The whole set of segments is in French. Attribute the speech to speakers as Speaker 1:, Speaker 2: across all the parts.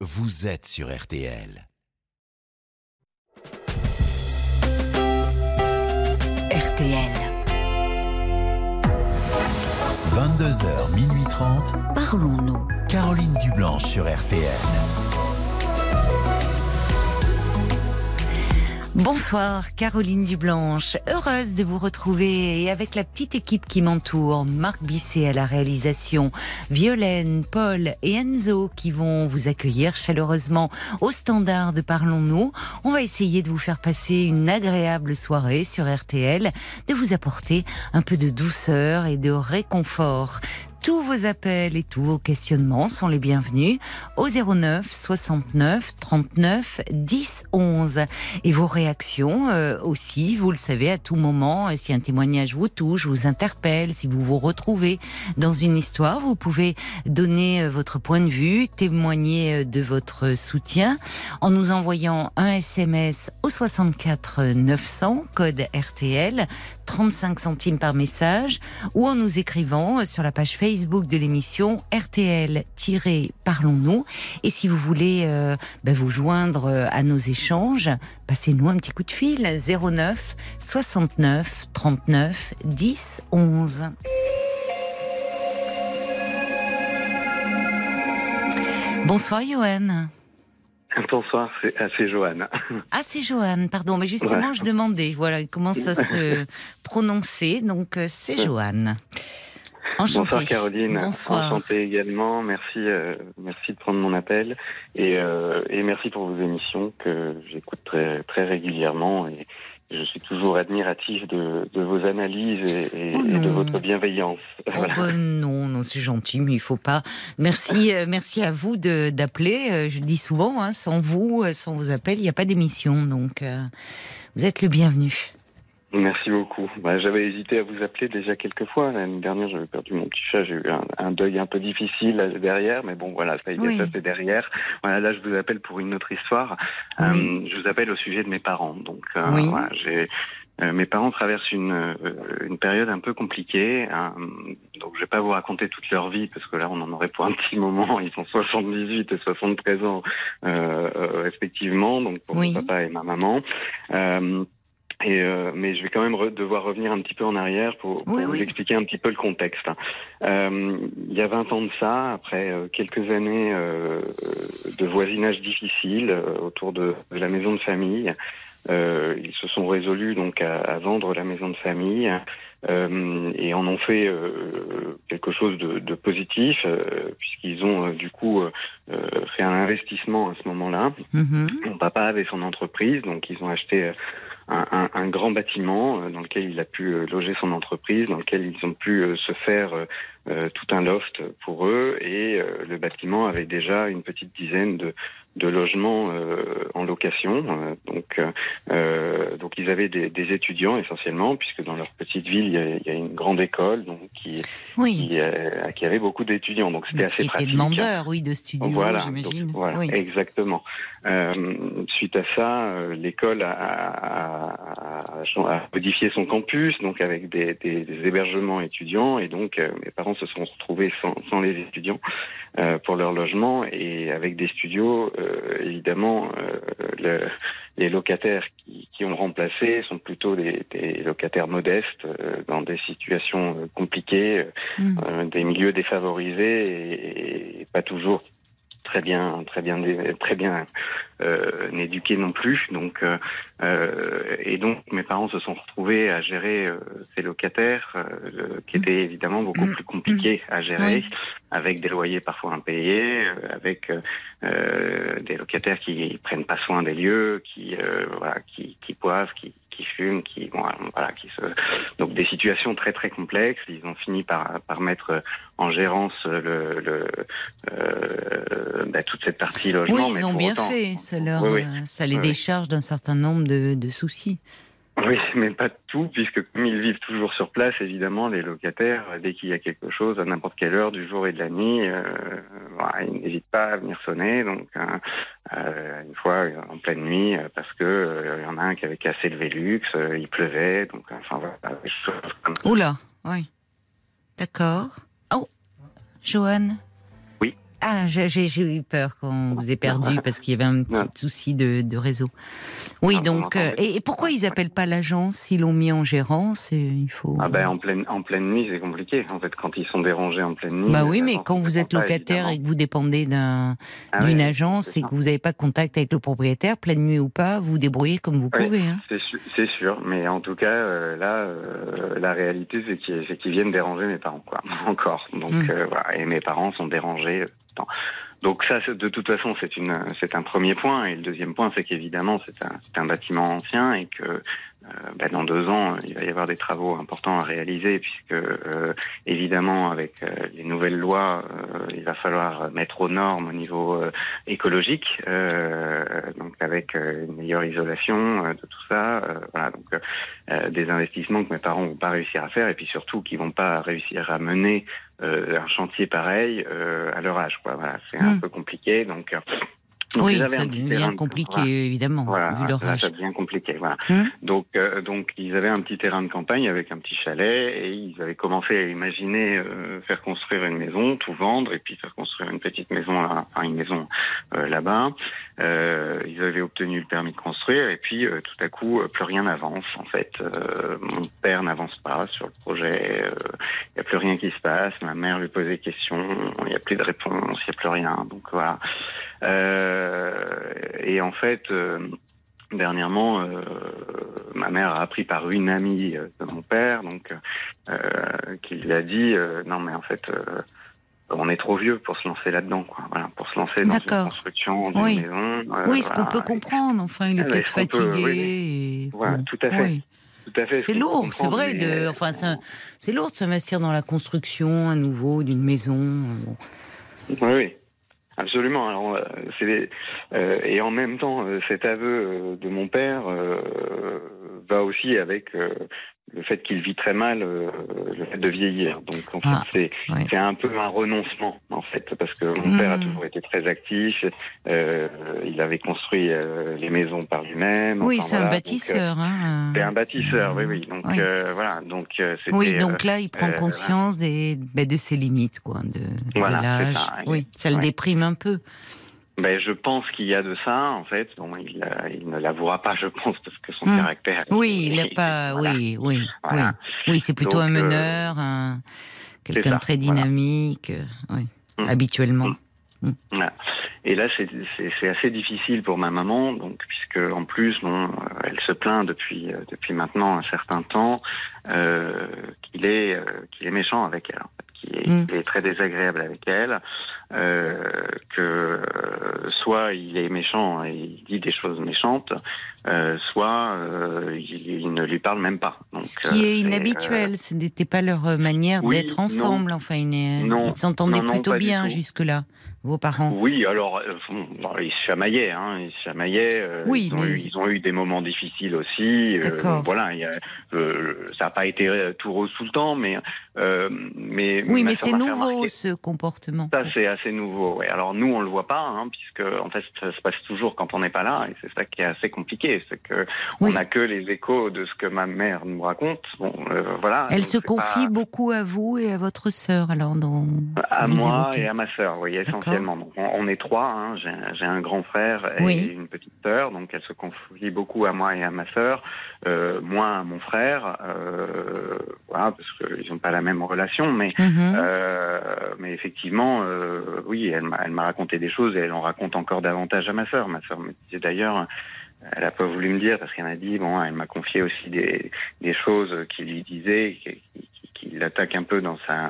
Speaker 1: vous êtes sur RTL.
Speaker 2: RTL.
Speaker 1: 22h, minuit 30.
Speaker 2: Parlons-nous.
Speaker 1: Caroline Dublanche sur RTL.
Speaker 3: Bonsoir, Caroline Dublanche. Heureuse de vous retrouver et avec la petite équipe qui m'entoure. Marc Bisset à la réalisation, Violaine, Paul et Enzo qui vont vous accueillir chaleureusement au standard de Parlons-nous. On va essayer de vous faire passer une agréable soirée sur RTL, de vous apporter un peu de douceur et de réconfort. Tous vos appels et tous vos questionnements sont les bienvenus au 09 69 39 10 11. Et vos réactions aussi, vous le savez, à tout moment, si un témoignage vous touche, vous interpelle, si vous vous retrouvez dans une histoire, vous pouvez donner votre point de vue, témoigner de votre soutien en nous envoyant un SMS au 64 900, code RTL, 35 centimes par message, ou en nous écrivant sur la page Facebook de l'émission RTL-Parlons-nous. Et si vous voulez vous joindre à nos échanges, passez-nous un petit coup de fil, 09 69 39 10 11. Bonsoir Johan.
Speaker 4: Bonsoir, c'est Johan.
Speaker 3: Ah, c'est Johan, pardon. Mais justement, je demandais, voilà, comment ça se prononçait. Donc, c'est Johan. Enchanté.
Speaker 4: Bonsoir Caroline.
Speaker 3: Bonsoir.
Speaker 4: Enchanté également. Merci de prendre mon appel et merci pour vos émissions que j'écoute très, très régulièrement et je suis toujours admiratif de vos analyses et de votre bienveillance.
Speaker 3: Voilà. Non, c'est gentil, mais il faut pas. Merci à vous d'appeler. Je le dis souvent, sans vous, sans vos appels, il n'y a pas d'émission. Donc, vous êtes le bienvenu.
Speaker 4: Merci beaucoup. J'avais hésité à vous appeler déjà quelques fois. L'année dernière, j'avais perdu mon petit chat. J'ai eu un deuil un peu difficile derrière. Mais bon, voilà, ça y est, ça c'est derrière. Voilà, là, je vous appelle pour une autre histoire.
Speaker 3: Oui.
Speaker 4: Je vous appelle au sujet de mes parents. Donc,
Speaker 3: oui.
Speaker 4: voilà, mes parents traversent une période un peu compliquée. Donc, je vais pas vous raconter toute leur vie parce que là, on en aurait pour un petit moment. Ils ont 78 et 73 ans respectivement. Donc, pour mon papa et ma maman. Mais je vais quand même devoir revenir un petit peu en arrière pour vous expliquer un petit peu le contexte. Il y a 20 ans de ça, après quelques années de voisinage difficile autour de la maison de famille, ils se sont résolus donc à vendre la maison de famille et en ont fait quelque chose de positif puisqu'ils ont du coup fait un investissement à ce moment-là. Mon papa avait son entreprise, donc ils ont acheté un grand bâtiment dans lequel il a pu loger son entreprise, dans lequel ils ont pu se faire tout un loft pour eux et le bâtiment avait déjà une petite dizaine de logements en location. Donc ils avaient des étudiants essentiellement, puisque dans leur petite ville il y a une grande école donc qui avait beaucoup d'étudiants. Donc c'était assez pratique.
Speaker 3: Qui était demandeur, de studio,
Speaker 4: voilà,
Speaker 3: j'imagine.
Speaker 4: Donc, voilà, exactement. Suite à ça, l'école a modifié son campus, donc avec des hébergements étudiants, et donc mes parents se sont retrouvés sans les étudiants pour leur logement, et avec des studios, évidemment, les locataires qui ont remplacé sont plutôt des locataires modestes, dans des situations compliquées, des milieux défavorisés, et pas toujours très bien éduqués non plus. Donc et donc mes parents se sont retrouvés à gérer ces locataires qui étaient évidemment beaucoup plus compliqués à gérer, avec des loyers parfois impayés, avec des locataires qui prennent pas soin des lieux, qui boivent, qui fument, donc des situations très très complexes. Ils ont fini par mettre en gérance toute cette partie logement.
Speaker 3: Oui, ils ont bien fait. Ça les décharge d'un certain nombre de soucis.
Speaker 4: Oui, mais pas tout, puisque comme ils vivent toujours sur place, évidemment, les locataires, dès qu'il y a quelque chose, à n'importe quelle heure du jour et de la nuit, ils n'hésitent pas à venir sonner. Donc, une fois, en pleine nuit, parce que y en a un qui avait cassé le Velux, il pleuvait, donc, des choses comme ça.
Speaker 3: Oula, oui. D'accord. Oh, Johan.
Speaker 4: Oui.
Speaker 3: Ah, j'ai eu peur quand on vous ai perdu parce qu'il y avait un petit souci de réseau. Oui, donc et pourquoi ils appellent pas l'agence? Ils l'ont mis en gérance et il faut.
Speaker 4: Ah ben en pleine nuit c'est compliqué. En fait, quand ils sont dérangés en pleine nuit.
Speaker 3: Bah oui, mais quand vous êtes locataire et que vous dépendez d'une agence et que vous n'avez pas de contact avec le propriétaire, pleine nuit ou pas, vous vous débrouillez comme vous pouvez. Hein.
Speaker 4: C'est sûr, mais en tout cas là, la réalité c'est qu'ils viennent déranger mes parents, quoi. Encore. Donc voilà, et mes parents sont dérangés. Donc ça, de toute façon, c'est un premier point. Et le deuxième point, c'est qu'évidemment, c'est un bâtiment ancien et que dans 2 ans, il va y avoir des travaux importants à réaliser puisque, évidemment, avec les nouvelles lois, il va falloir mettre aux normes au niveau écologique, donc avec une meilleure isolation de tout ça. Voilà, donc des investissements que mes parents vont pas réussir à faire et puis surtout qui vont pas réussir à mener un chantier pareil à leur âge, quoi. Voilà, c'est un peu compliqué, donc
Speaker 3: oui, ça devient compliqué, évidemment, vu leur âge.
Speaker 4: Ça devient compliqué, voilà. Donc ils avaient un petit terrain de campagne avec un petit chalet et ils avaient commencé à imaginer faire construire une maison, tout vendre et puis faire construire une petite maison là-bas. Ils avaient obtenu le permis de construire et puis tout à coup plus rien n'avance. En fait, mon père n'avance pas sur le projet. Il n'y a plus rien qui se passe. Ma mère lui posait des questions. Il n'y a plus de réponse. Il n'y a plus rien. Donc voilà. Et en fait, dernièrement, ma mère a appris par une amie de mon père, donc qui lui a dit non mais en fait on est trop vieux pour se lancer là-dedans, quoi. Voilà, pour se lancer dans une construction d'une maison.
Speaker 3: Oui, ce qu'on peut comprendre. Enfin, il est peut-être fatigué.
Speaker 4: Voilà, tout à fait.
Speaker 3: Oui.
Speaker 4: Tout à fait.
Speaker 3: C'est lourd, c'est vrai. C'est lourd de s'investir dans la construction à nouveau d'une maison.
Speaker 4: Oui. Absolument. Alors, et en même temps, cet aveu de mon père va aussi avec le fait qu'il vit très mal le fait de vieillir. Donc en fait, c'est un peu un renoncement en fait, parce que mon père a toujours été très actif. Il avait construit les maisons par lui-même.
Speaker 3: Oui, c'est un bâtisseur.
Speaker 4: C'est un bâtisseur, oui. Donc voilà. Donc
Speaker 3: donc là, il prend conscience de ses limites, quoi, de l'âge. Oui, ça le déprime un peu.
Speaker 4: Je pense qu'il y a de ça, en fait. Bon, il ne l'avouera pas, je pense, parce que son caractère...
Speaker 3: Oui, il n'a pas... Voilà. Oui, c'est plutôt un meneur, quelqu'un de très dynamique, habituellement.
Speaker 4: Voilà. Et là, c'est assez difficile pour ma maman, donc puisque en plus, elle se plaint depuis maintenant un certain temps qu'il est méchant avec elle, en fait, qu'il est très désagréable avec elle, que soit il est méchant et il dit des choses méchantes, soit il ne lui parle même pas. Donc, ce qui est
Speaker 3: inhabituel, ce n'était pas leur manière d'être ensemble. Enfin, ils s'entendaient plutôt bien jusque-là. Vos parents?
Speaker 4: Oui, alors ils se chamaillaient, ils ont eu des moments difficiles aussi. Voilà, ça n'a pas été tout rose tout le temps, mais
Speaker 3: mais c'est nouveau ce comportement.
Speaker 4: Ça c'est assez nouveau. Ouais. Alors nous on le voit pas, puisque en fait ça se passe toujours quand on n'est pas là, et c'est ça qui est assez compliqué, c'est que on n'a que les échos de ce que ma mère nous raconte. Voilà.
Speaker 3: Elle se confie beaucoup à vous et à votre sœur, alors
Speaker 4: à moi et à ma sœur, oui, essentiellement. Donc, on est 3, j'ai un grand frère et une petite sœur, donc elle se confie beaucoup à moi et à ma sœur, moins à mon frère, voilà, parce qu'ils n'ont pas la même relation, mais effectivement, oui, elle m'a raconté des choses et elle en raconte encore davantage à ma sœur. Ma sœur me disait d'ailleurs, elle n'a pas voulu me dire parce qu'elle m'a dit, elle m'a confié aussi des choses qu'il lui disait, qui l'attaque un peu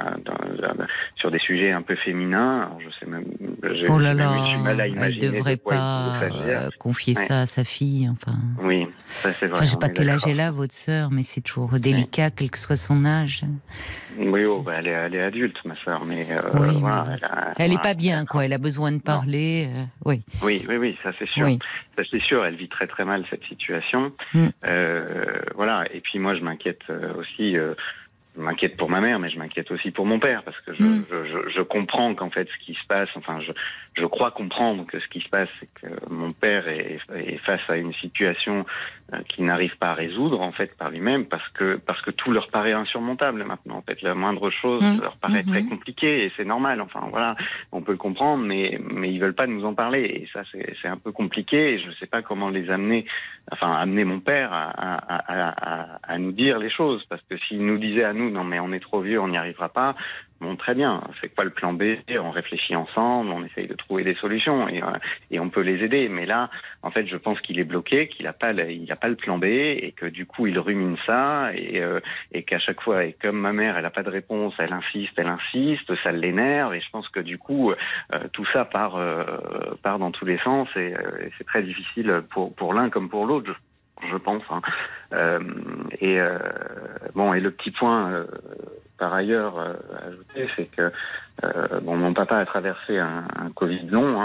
Speaker 4: sur des sujets un peu féminins. Alors, je sais même, j'ai du mal à imaginer.
Speaker 3: Elle ne devrait pas confier ça à sa fille. Enfin.
Speaker 4: Oui, ça c'est vrai.
Speaker 3: Je ne sais pas quel âge elle a, votre sœur, mais c'est toujours délicat, quel que soit son âge.
Speaker 4: Oui, elle est adulte, ma sœur, mais
Speaker 3: elle n'est pas bien, quoi. Elle a besoin de parler. Oui,
Speaker 4: ça c'est sûr. Oui. Ça c'est sûr. Elle vit très très mal cette situation. Voilà. Et puis moi, je m'inquiète aussi. m'inquiète pour ma mère, mais je m'inquiète aussi pour mon père, parce que je comprends qu'en fait ce qui se passe, enfin je crois comprendre que ce qui se passe, c'est que mon père est face à une situation qu'il n'arrive pas à résoudre en fait par lui-même, parce que tout leur paraît insurmontable maintenant. En fait, la moindre chose leur paraît très compliquée, et c'est normal. Enfin voilà, on peut le comprendre, mais ils veulent pas nous en parler, et ça c'est un peu compliqué. Et je sais pas comment amener mon père à nous dire les choses, parce que s'il nous disait à nous non mais on est trop vieux, on n'y arrivera pas, bon très bien, c'est quoi le plan B, on réfléchit ensemble, on essaye de trouver des solutions et on peut les aider. Mais là en fait je pense qu'il est bloqué, qu'il a pas le plan B, et que du coup il rumine ça, et qu'à chaque fois, et comme ma mère elle a pas de réponse, elle insiste, ça l'énerve, et je pense que du coup tout ça part dans tous les sens, et c'est très difficile pour l'un comme pour l'autre, je pense. Et le petit point par ailleurs à ajouter, c'est que mon papa a traversé un Covid long,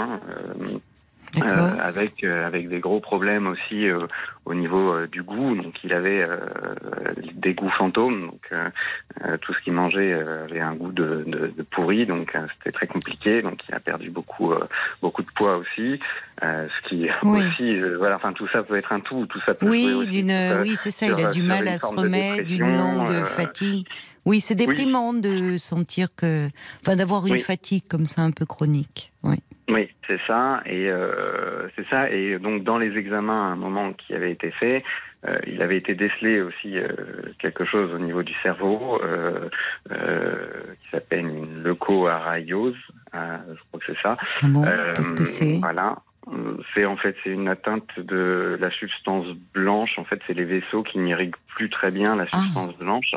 Speaker 4: avec des gros problèmes aussi au niveau du goût. Donc il avait des goûts fantômes, donc tout ce qu'il mangeait avait un goût de pourri, donc c'était très compliqué. Donc il a perdu beaucoup de poids aussi, ce qui aussi tout ça peut être un tout ça peut jouer aussi
Speaker 3: c'est ça, il a du mal à se remettre d'une longue fatigue. Oui, c'est déprimant de sentir d'avoir une fatigue comme ça un peu chronique.
Speaker 4: Oui, c'est ça. Et donc dans les examens, à un moment qui avait été fait, il avait été décelé aussi quelque chose au niveau du cerveau qui s'appelle une leucoarayose. Je crois que c'est ça.
Speaker 3: Ah bon, qu'est-ce que c'est ?
Speaker 4: Voilà. C'est une atteinte de la substance blanche. En fait, c'est les vaisseaux qui n'irriguent plus très bien la substance blanche.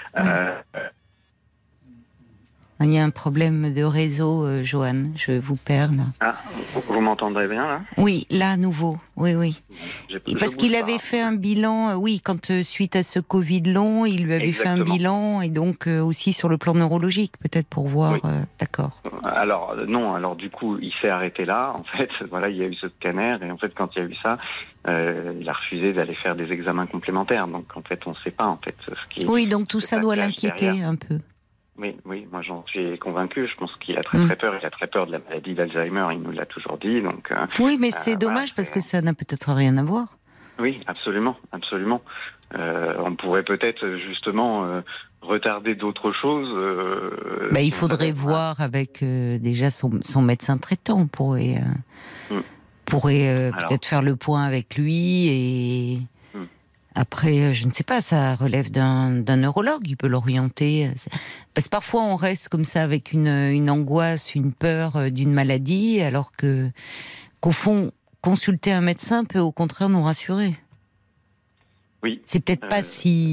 Speaker 3: Il y a un problème de réseau, Joanne. Je vous perds là.
Speaker 4: Ah, vous m'entendrez bien là ?
Speaker 3: Oui, là à nouveau. Oui. Parce qu'il avait fait un bilan. Quand suite à ce Covid long, il lui avait fait un bilan, et donc aussi sur le plan neurologique, peut-être pour voir. D'accord.
Speaker 4: Alors non. Alors du coup, il s'est arrêté là. En fait, il y a eu ce scanner, et en fait, quand il y a eu ça, il a refusé d'aller faire des examens complémentaires. Donc en fait, on ne sait pas en fait ce qui.
Speaker 3: Oui, donc tout ça doit l'inquiéter un peu.
Speaker 4: Oui, moi j'en suis convaincu. Je pense qu'il a très peur. Il a très peur de la maladie d'Alzheimer. Il nous l'a toujours dit. Donc.
Speaker 3: Oui, mais c'est dommage parce que ça n'a peut-être rien à voir.
Speaker 4: Oui, absolument. On pourrait peut-être justement retarder d'autres choses.
Speaker 3: Il faudrait voir avec déjà son médecin traitant. On pourrait peut-être faire le point avec lui et. Après, je ne sais pas, ça relève d'un neurologue, il peut l'orienter. Parce que parfois, on reste comme ça avec une angoisse, une peur d'une maladie, alors qu'au fond, consulter un médecin peut au contraire nous rassurer.
Speaker 4: Oui.
Speaker 3: C'est peut-être pas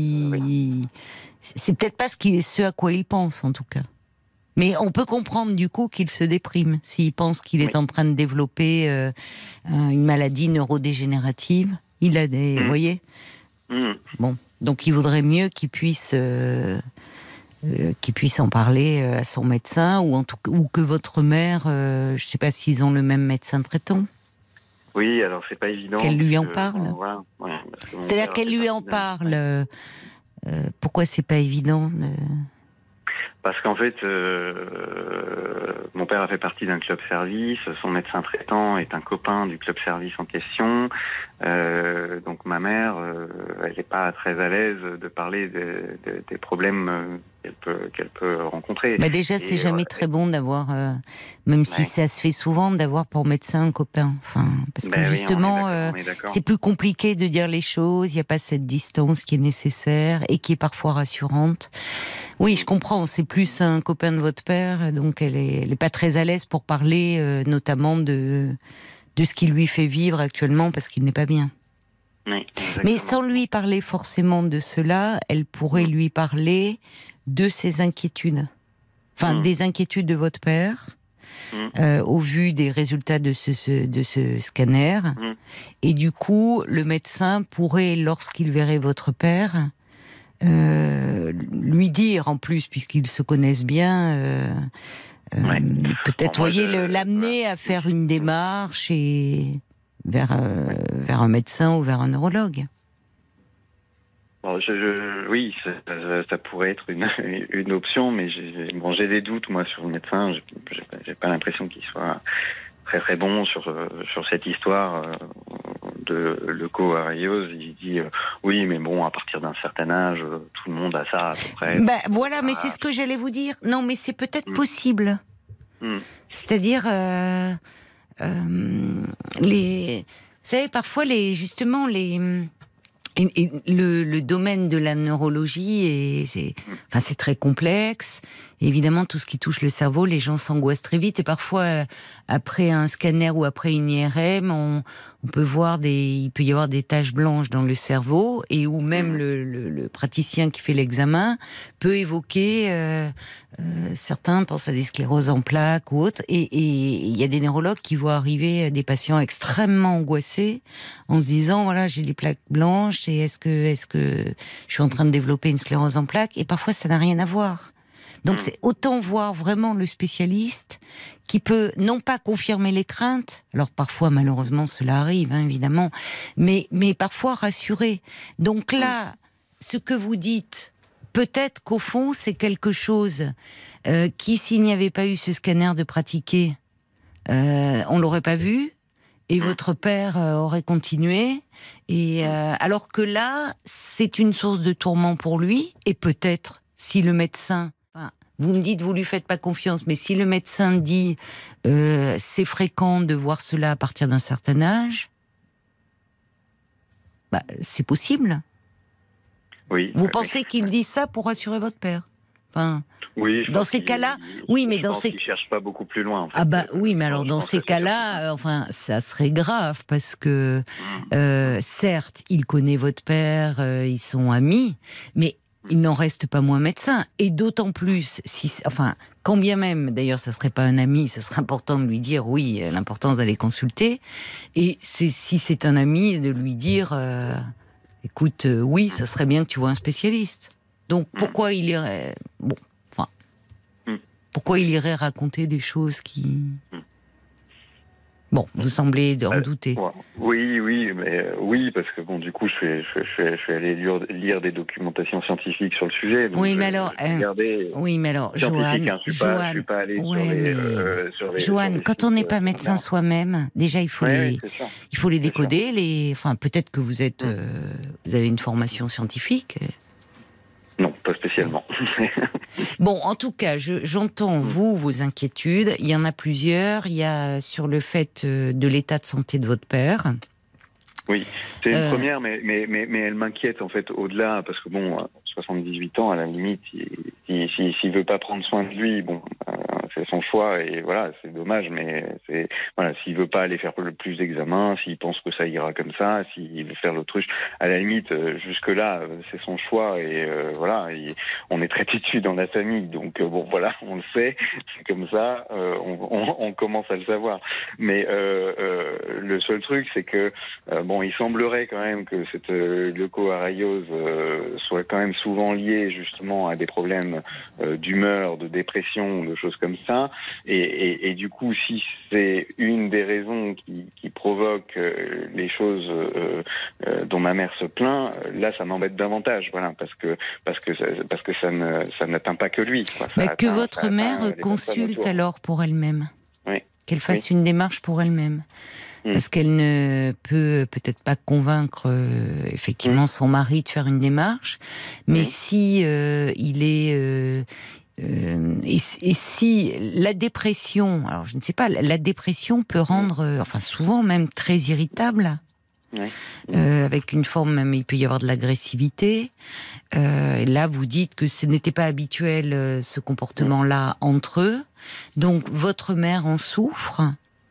Speaker 3: c'est peut-être pas ce à quoi il pense, en tout cas. Mais on peut comprendre du coup qu'il se déprime, s'il pense qu'il est en train de développer une maladie neurodégénérative. Il a des... Vous voyez ? Bon, donc il vaudrait mieux qu'il puisse en parler à son médecin, ou que votre mère, je ne sais pas s'ils ont le même médecin traitant.
Speaker 4: Oui, alors c'est pas évident.
Speaker 3: Qu'elle lui en parle. C'est-à-dire qu'elle lui en parle. Pourquoi c'est pas évident
Speaker 4: Parce qu'en fait, mon père a fait partie d'un club service, son médecin traitant est un copain du club service en question, donc ma mère, elle n'est pas très à l'aise de parler des problèmes qu'elle peut rencontrer.
Speaker 3: Déjà, c'est jamais très bon d'avoir, même si ça se fait souvent, d'avoir pour médecin un copain. Parce que justement, c'est plus compliqué de dire les choses, il n'y a pas cette distance qui est nécessaire et qui est parfois rassurante. Oui, je comprends, c'est plus un copain de votre père, donc elle est pas très à l'aise pour parler notamment de ce qui lui fait vivre actuellement parce qu'il n'est pas bien.
Speaker 4: Oui,
Speaker 3: mais sans lui parler forcément de cela, elle pourrait lui parler de ses inquiétudes. Des inquiétudes de votre père, au vu des résultats de ce scanner. Et du coup, le médecin pourrait, lorsqu'il verrait votre père, lui dire en plus, puisqu'ils se connaissent bien, peut-être l'amener à faire une démarche et vers un médecin ou vers un neurologue.
Speaker 4: Alors, oui, ça pourrait être une option, mais j'ai des doutes, moi, sur le médecin. J'ai pas l'impression qu'il soit très très bon sur cette histoire de leucoariose. Il dit oui, mais bon, à partir d'un certain âge, tout le monde a ça à peu près.
Speaker 3: Voilà, mais c'est ce que j'allais vous dire. Non, mais c'est peut-être possible. C'est-à-dire, vous savez, parfois le domaine de la neurologie c'est très complexe. Évidemment, tout ce qui touche le cerveau, les gens s'angoissent très vite. Et parfois, après un scanner ou après une IRM, on peut voir il peut y avoir des taches blanches dans le cerveau, et où même le praticien qui fait l'examen peut évoquer, certains pensent à des scléroses en plaques ou autres. Et il y a des neurologues qui voient arriver des patients extrêmement angoissés en se disant, voilà, j'ai des plaques blanches, et est-ce que je suis en train de développer une sclérose en plaques? Et parfois, ça n'a rien à voir. Donc c'est autant voir vraiment le spécialiste qui peut non pas confirmer les craintes, alors parfois malheureusement cela arrive, évidemment, mais parfois rassurer. Donc là, ce que vous dites, peut-être qu'au fond c'est quelque chose qui, s'il n'y avait pas eu ce scanner de pratiquer, on l'aurait pas vu, et votre père aurait continué, et alors que là c'est une source de tourment pour lui, et peut-être si le médecin... Vous me dites, vous lui faites pas confiance, mais si le médecin dit c'est fréquent de voir cela à partir d'un certain âge, c'est possible.
Speaker 4: Oui.
Speaker 3: Vous pensez qu'il dit ça pour rassurer votre père?
Speaker 4: Oui.
Speaker 3: Dans ces cas-là, oui, mais dans ces...
Speaker 4: Il cherche pas beaucoup plus loin. En fait.
Speaker 3: Oui, mais alors dans ces cas-là, ça serait grave parce que certes, il connaît votre père, ils sont amis, mais il n'en reste pas moins médecin. Et d'autant plus, quand bien même, d'ailleurs, ça serait pas un ami, ça serait important de lui dire, oui, l'importance d'aller consulter. Et si c'est un ami, de lui dire, écoute, oui, ça serait bien que tu vois un spécialiste. Donc, pourquoi il irait... pourquoi il irait raconter des choses qui... Bon, vous semblez en douter.
Speaker 4: Oui, parce que du coup, je suis allé lire des documentations scientifiques sur le sujet. Donc
Speaker 3: mais alors, Joanne,
Speaker 4: je suis pas allé sur les...
Speaker 3: Joanne, quand on n'est pas médecin soi-même, déjà il faut les décoder. Peut-être que vous avez une formation scientifique.
Speaker 4: Non, pas spécialement.
Speaker 3: Bon, en tout cas, j'entends vos inquiétudes. Il y en a plusieurs. Il y a sur le fait de l'état de santé de votre père.
Speaker 4: Oui, c'est une première, mais elle m'inquiète en fait au-delà, parce que 78 ans, à la limite, s'il veut pas prendre soin de lui, c'est son choix, et voilà, c'est dommage, mais s'il veut pas aller faire plus d'examens, s'il pense que ça ira comme ça, s'il veut faire l'autruche, à la limite, jusque-là, c'est son choix, et on est très têtu dans la famille, donc on le sait, c'est comme ça, on commence à le savoir. Mais le seul truc, c'est que il semblerait quand même que cette leucoariose soit quand même souvent liée justement à des problèmes d'humeur, de dépression, de choses comme ça. Et du coup, si c'est une des raisons qui provoque les choses dont ma mère se plaint, là, ça m'embête davantage. Voilà, parce que ça n'atteint pas que lui.
Speaker 3: Mais que votre mère consulte alors pour elle-même.
Speaker 4: Oui.
Speaker 3: Qu'elle fasse une démarche pour elle-même. Parce qu'elle ne peut peut-être pas convaincre effectivement son mari de faire une démarche, mais si il est et si la dépression, alors je ne sais pas, la dépression peut rendre, souvent même très irritable. Avec une forme même, il peut y avoir de l'agressivité. Là, vous dites que ce n'était pas habituel ce comportement-là entre eux, donc votre mère en souffre.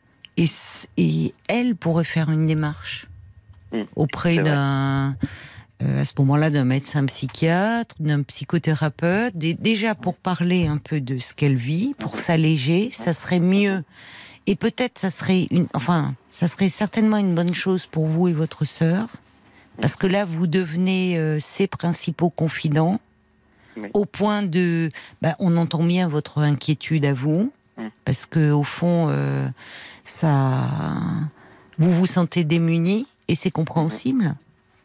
Speaker 3: Et elle pourrait faire une démarche auprès à ce moment-là, d'un médecin psychiatre, d'un psychothérapeute, déjà pour parler un peu de ce qu'elle vit, pour s'alléger, ça serait mieux. Et peut-être ça serait certainement une bonne chose pour vous et votre sœur, parce que là, vous devenez ses principaux confidents, au point de... on entend bien votre inquiétude à vous, parce que au fond... vous vous sentez démuni, et c'est compréhensible.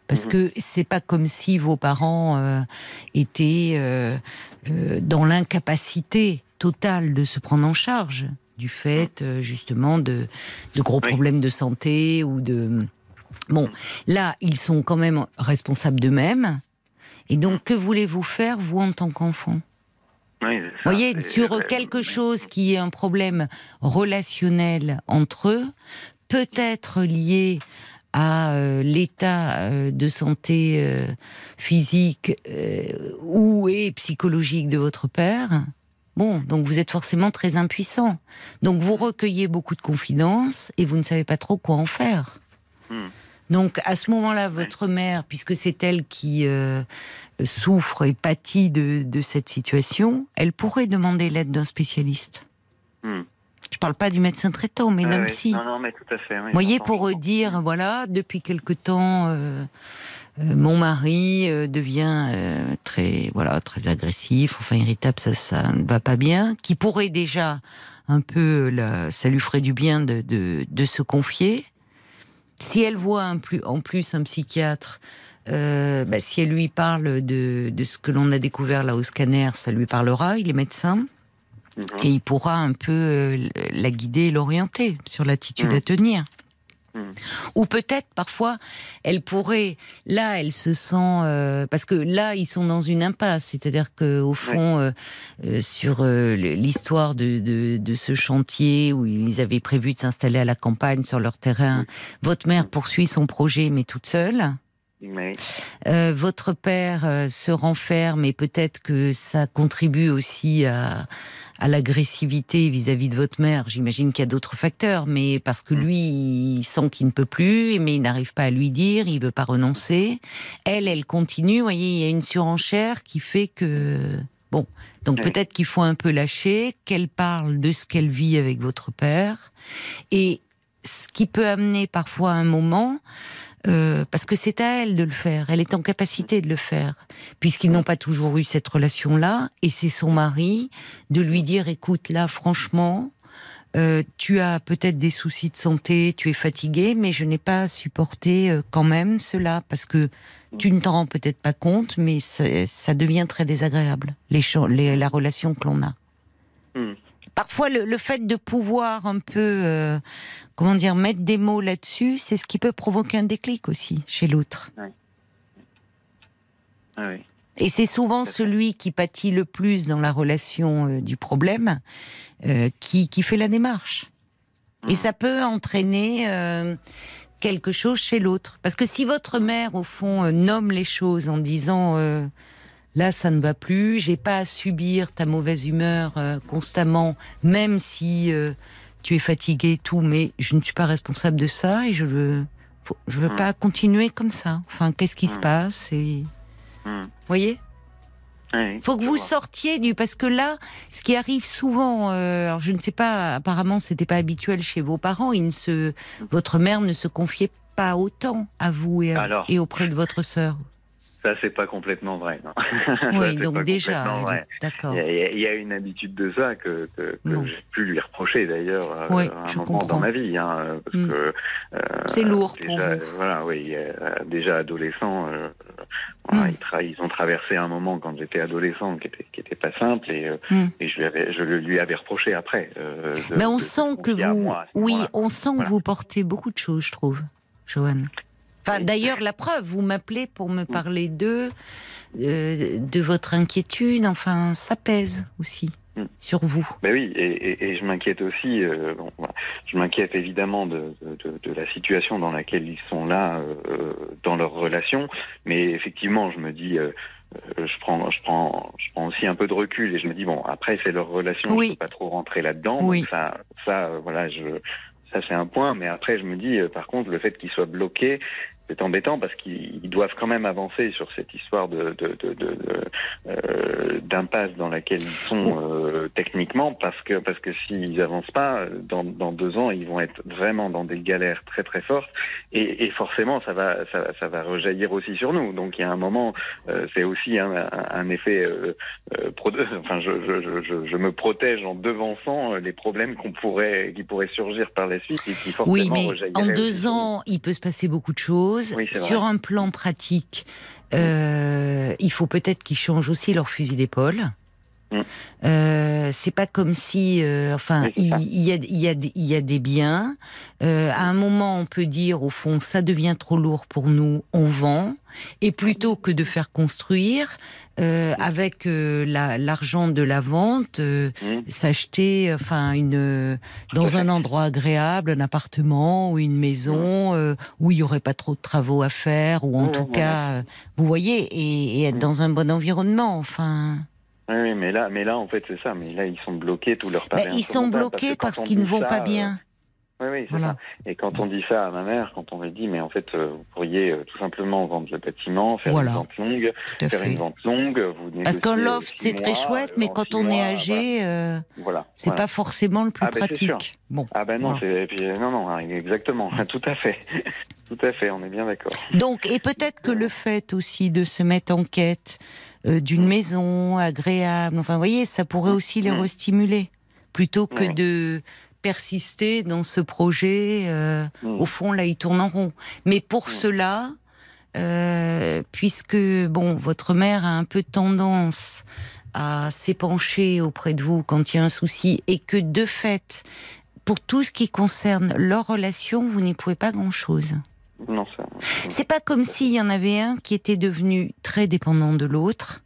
Speaker 3: Parce que c'est pas comme si vos parents étaient dans l'incapacité totale de se prendre en charge du fait justement de gros problèmes de santé ou de... Bon, là, ils sont quand même responsables d'eux-mêmes. Et donc, que voulez-vous faire, vous, en tant qu'enfant ?
Speaker 4: Oui,
Speaker 3: vous voyez, sur quelque chose qui est un problème relationnel entre eux, peut-être lié à l'état de santé physique ou et psychologique de votre père. Bon, donc vous êtes forcément très impuissant. Donc vous recueillez beaucoup de confidences et vous ne savez pas trop quoi en faire. Donc à ce moment-là, votre mère, puisque c'est elle qui souffre et pâtit de cette situation, elle pourrait demander l'aide d'un spécialiste. Je parle pas du médecin traitant, mais d'un psy.
Speaker 4: Non, mais tout à fait. Oui,
Speaker 3: vous voyez, pour dire, voilà, depuis quelque temps, mon mari devient très agressif, enfin irritable, ça ne va pas bien, qui pourrait déjà un peu, ça lui ferait du bien de se confier. Si elle voit en plus un psychiatre, si elle lui parle de ce que l'on a découvert là au scanner, ça lui parlera, il est médecin. Et il pourra un peu la guider et l'orienter sur l'attitude à tenir. Ou peut-être, parfois, elle pourrait... Là, elle se sent... parce que là, ils sont dans une impasse. C'est-à-dire qu'au fond, sur l'histoire de ce chantier où ils avaient prévu de s'installer à la campagne, sur leur terrain, votre mère poursuit son projet, mais toute seule. Votre père se renferme, et peut-être que ça contribue aussi à l'agressivité vis-à-vis de votre mère. J'imagine qu'il y a d'autres facteurs, mais parce que lui, il sent qu'il ne peut plus, mais il n'arrive pas à lui dire, il veut pas renoncer. Elle continue. Vous voyez, il y a une surenchère qui fait que... Bon, donc peut-être qu'il faut un peu lâcher, qu'elle parle de ce qu'elle vit avec votre père, et ce qui peut amener parfois un moment... parce que c'est à elle de le faire, elle est en capacité de le faire, puisqu'ils n'ont pas toujours eu cette relation-là, et c'est son mari de lui dire, écoute, là, franchement, tu as peut-être des soucis de santé, tu es fatigué, mais je n'ai pas supporté quand même cela, parce que tu ne t'en rends peut-être pas compte, mais ça devient très désagréable, la relation que l'on a. Parfois, le fait de pouvoir un peu, mettre des mots là-dessus, c'est ce qui peut provoquer un déclic aussi chez l'autre. Et c'est souvent celui qui pâtit le plus dans la relation du problème qui fait la démarche. Et ça peut entraîner quelque chose chez l'autre. Parce que si votre mère, au fond, nomme les choses en disant... là, ça ne va plus, j'ai pas à subir ta mauvaise humeur constamment, même si tu es fatigué et tout, mais je ne suis pas responsable de ça et je veux pas continuer comme ça. Enfin, qu'est-ce qui se passe et... Vous voyez ? Faut que vous sortiez parce que là, ce qui arrive souvent, alors je ne sais pas, apparemment c'était pas habituel chez vos parents, votre mère ne se confiait pas autant à vous et auprès de votre sœur.
Speaker 4: Ça, c'est pas complètement vrai, non.
Speaker 3: Oui, donc déjà, d'accord.
Speaker 4: Il y a une habitude de ça que j'ai pu lui reprocher d'ailleurs à un moment dans ma vie, parce que
Speaker 3: c'est lourd pour vous.
Speaker 4: Voilà, oui, déjà adolescent, ils ont traversé un moment quand j'étais adolescent qui était pas simple et je lui avais reproché après.
Speaker 3: Mais on sent que vous portez beaucoup de choses, je trouve, Joanne. Enfin, d'ailleurs, la preuve, vous m'appelez pour me parler de votre inquiétude. Enfin, ça pèse aussi sur vous.
Speaker 4: Ben oui, et je m'inquiète aussi. Je m'inquiète évidemment de la situation dans laquelle ils sont là dans leur relation. Mais effectivement, je me dis, je prends aussi un peu de recul et je me dis bon, après c'est leur relation, je peux pas trop rentrer là-dedans. Donc ça, voilà, ça c'est un point. Mais après, je me dis, par contre, le fait qu'ils soient bloqués, c'est embêtant parce qu'ils doivent quand même avancer sur cette histoire d'impasse dans laquelle ils sont techniquement, parce que s'ils avancent pas, dans 2 ans, ils vont être vraiment dans des galères très très fortes et forcément ça va rejaillir aussi sur nous. Donc il y a un moment, c'est aussi un effet. Je me protège en devançant les problèmes qui pourraient surgir par la suite et qui forcément rejailliraient.
Speaker 3: En 2 ans, il peut se passer beaucoup de choses. chose.
Speaker 4: Oui,
Speaker 3: sur un plan pratique, il faut peut-être qu'ils changent aussi leur fusil d'épaule. C'est pas comme si, il y a des biens. À un moment, on peut dire, au fond, ça devient trop lourd pour nous, on vend. Et plutôt que de faire construire, avec l'argent de la vente, s'acheter, dans un endroit agréable, un appartement ou une maison où il y aurait pas trop de travaux à faire, ou en tout cas, vous voyez, et être dans un bon environnement, enfin.
Speaker 4: Oui, mais là, en fait, c'est ça. Mais là, ils sont bloqués, tout leur paraît.
Speaker 3: Ils sont bloqués parce qu'ils ne vont pas bien.
Speaker 4: Oui, c'est ça. Et quand on dit ça à ma mère, quand on lui dit, mais en fait, vous pourriez tout simplement vendre le bâtiment, faire une vente longue,
Speaker 3: parce qu'un loft, c'est très chouette, mais quand on est âgé, c'est pas forcément le plus pratique.
Speaker 4: Bon. Non, non, exactement, tout à fait. Tout à fait, on est bien d'accord.
Speaker 3: Donc, et peut-être que le fait aussi de se mettre en quête d'une maison agréable, enfin, vous voyez, ça pourrait aussi les restimuler, plutôt que de persister dans ce projet. Au fond, là, ils tournent en rond. Mais pour cela, puisque, votre mère a un peu tendance à s'épancher auprès de vous quand il y a un souci, et que, de fait, pour tout ce qui concerne leur relation, vous n'y pouvez pas grand-chose.
Speaker 4: Non, ça...
Speaker 3: C'est pas comme s'il y en avait un qui était devenu très dépendant de l'autre,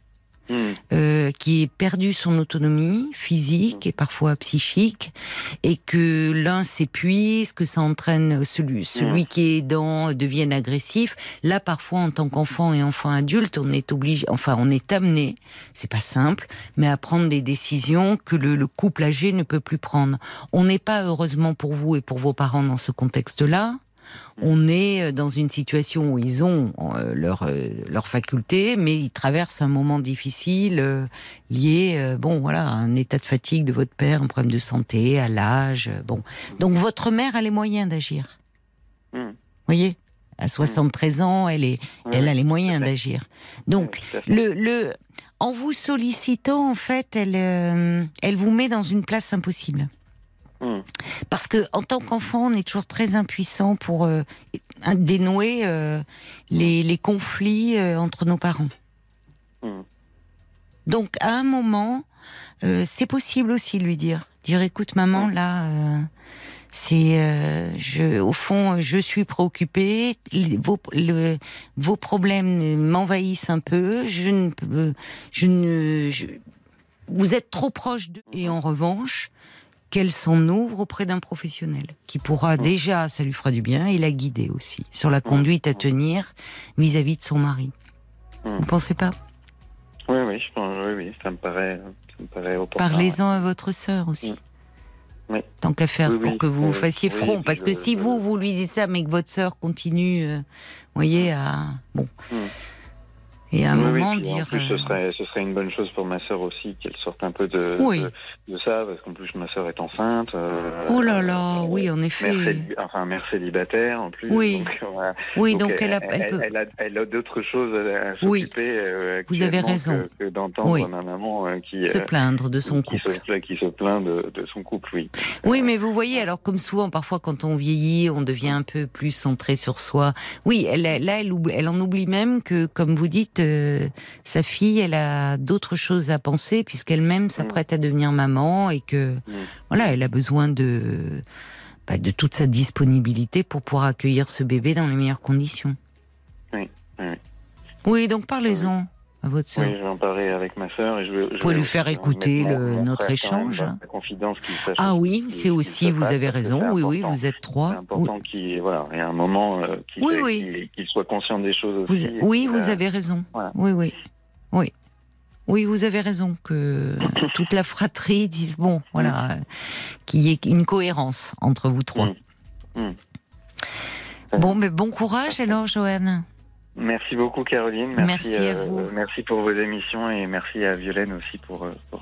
Speaker 3: qui ait perdu son autonomie physique et parfois psychique, et que l'un s'épuise, que ça entraîne celui qui est aidant devienne agressif. Là, parfois, en tant qu'enfant et enfant adulte, on est amené, c'est pas simple, mais à prendre des décisions que le couple âgé ne peut plus prendre. On n'est pas, heureusement pour vous et pour vos parents, dans ce contexte-là. On est dans une situation où ils ont leur faculté, mais ils traversent un moment difficile lié à un état de fatigue de votre père, un problème de santé, à l'âge. Donc votre mère a les moyens d'agir. Vous voyez, à 73 ans, elle a les moyens d'agir. Donc en vous sollicitant, en fait, elle vous met dans une place impossible. Parce que en tant qu'enfant, on est toujours très impuissant pour dénouer les conflits entre nos parents. Donc à un moment, c'est possible aussi de lui dire écoute maman, là, au fond, je suis préoccupée. Vos problèmes m'envahissent un peu. Vous êtes trop proche d'eux. Et en revanche, qu'elle s'en ouvre auprès d'un professionnel qui pourra déjà, ça lui fera du bien, et la guider aussi sur la conduite à tenir vis-à-vis de son mari. Vous pensez pas ?
Speaker 4: Oui, ça me paraît opportun.
Speaker 3: Parlez-en à votre sœur aussi.
Speaker 4: Oui.
Speaker 3: Tant qu'à faire, pour que vous fassiez front. Parce que si vous lui dites ça, mais que votre sœur continue, voyez, à... Et à un moment dire...
Speaker 4: En plus, ce serait une bonne chose pour ma sœur aussi, qu'elle sorte un peu de ça, parce qu'en plus, ma sœur est enceinte.
Speaker 3: Oh là là, oui, en effet.
Speaker 4: Mère célibataire, en plus.
Speaker 3: Oui, donc elle
Speaker 4: a d'autres choses à s'occuper
Speaker 3: vous avez raison.
Speaker 4: Que d'entendre ma maman qui...
Speaker 3: se plaindre de son couple.
Speaker 4: Qui se plaint de son couple, oui.
Speaker 3: Oui, mais vous voyez, alors comme souvent, parfois, quand on vieillit, on devient un peu plus centré sur soi. Oui, elle en oublie même que, comme vous dites, sa fille, elle a d'autres choses à penser puisqu'elle-même s'apprête à devenir maman et que elle a besoin de toute sa disponibilité pour pouvoir accueillir ce bébé dans les meilleures conditions. Oui, donc parlez-en à votre sœur.
Speaker 4: Oui, je vais en parler avec ma sœur.
Speaker 3: Vous pouvez lui faire écouter notre échange.
Speaker 4: La confidence qu'il sache.
Speaker 3: Ah oui, c'est aussi, vous avez raison. Oui, vous êtes trois. C'est
Speaker 4: important qu'il y ait un moment qu'il soit conscient des choses aussi.
Speaker 3: Vous avez raison. Voilà. Oui, vous avez raison que toute la fratrie dise qu'il y ait une cohérence entre vous trois. Mais bon courage alors, Joanne.
Speaker 4: Merci beaucoup, Caroline.
Speaker 3: Merci à vous.
Speaker 4: Merci pour vos émissions et merci à Violaine aussi pour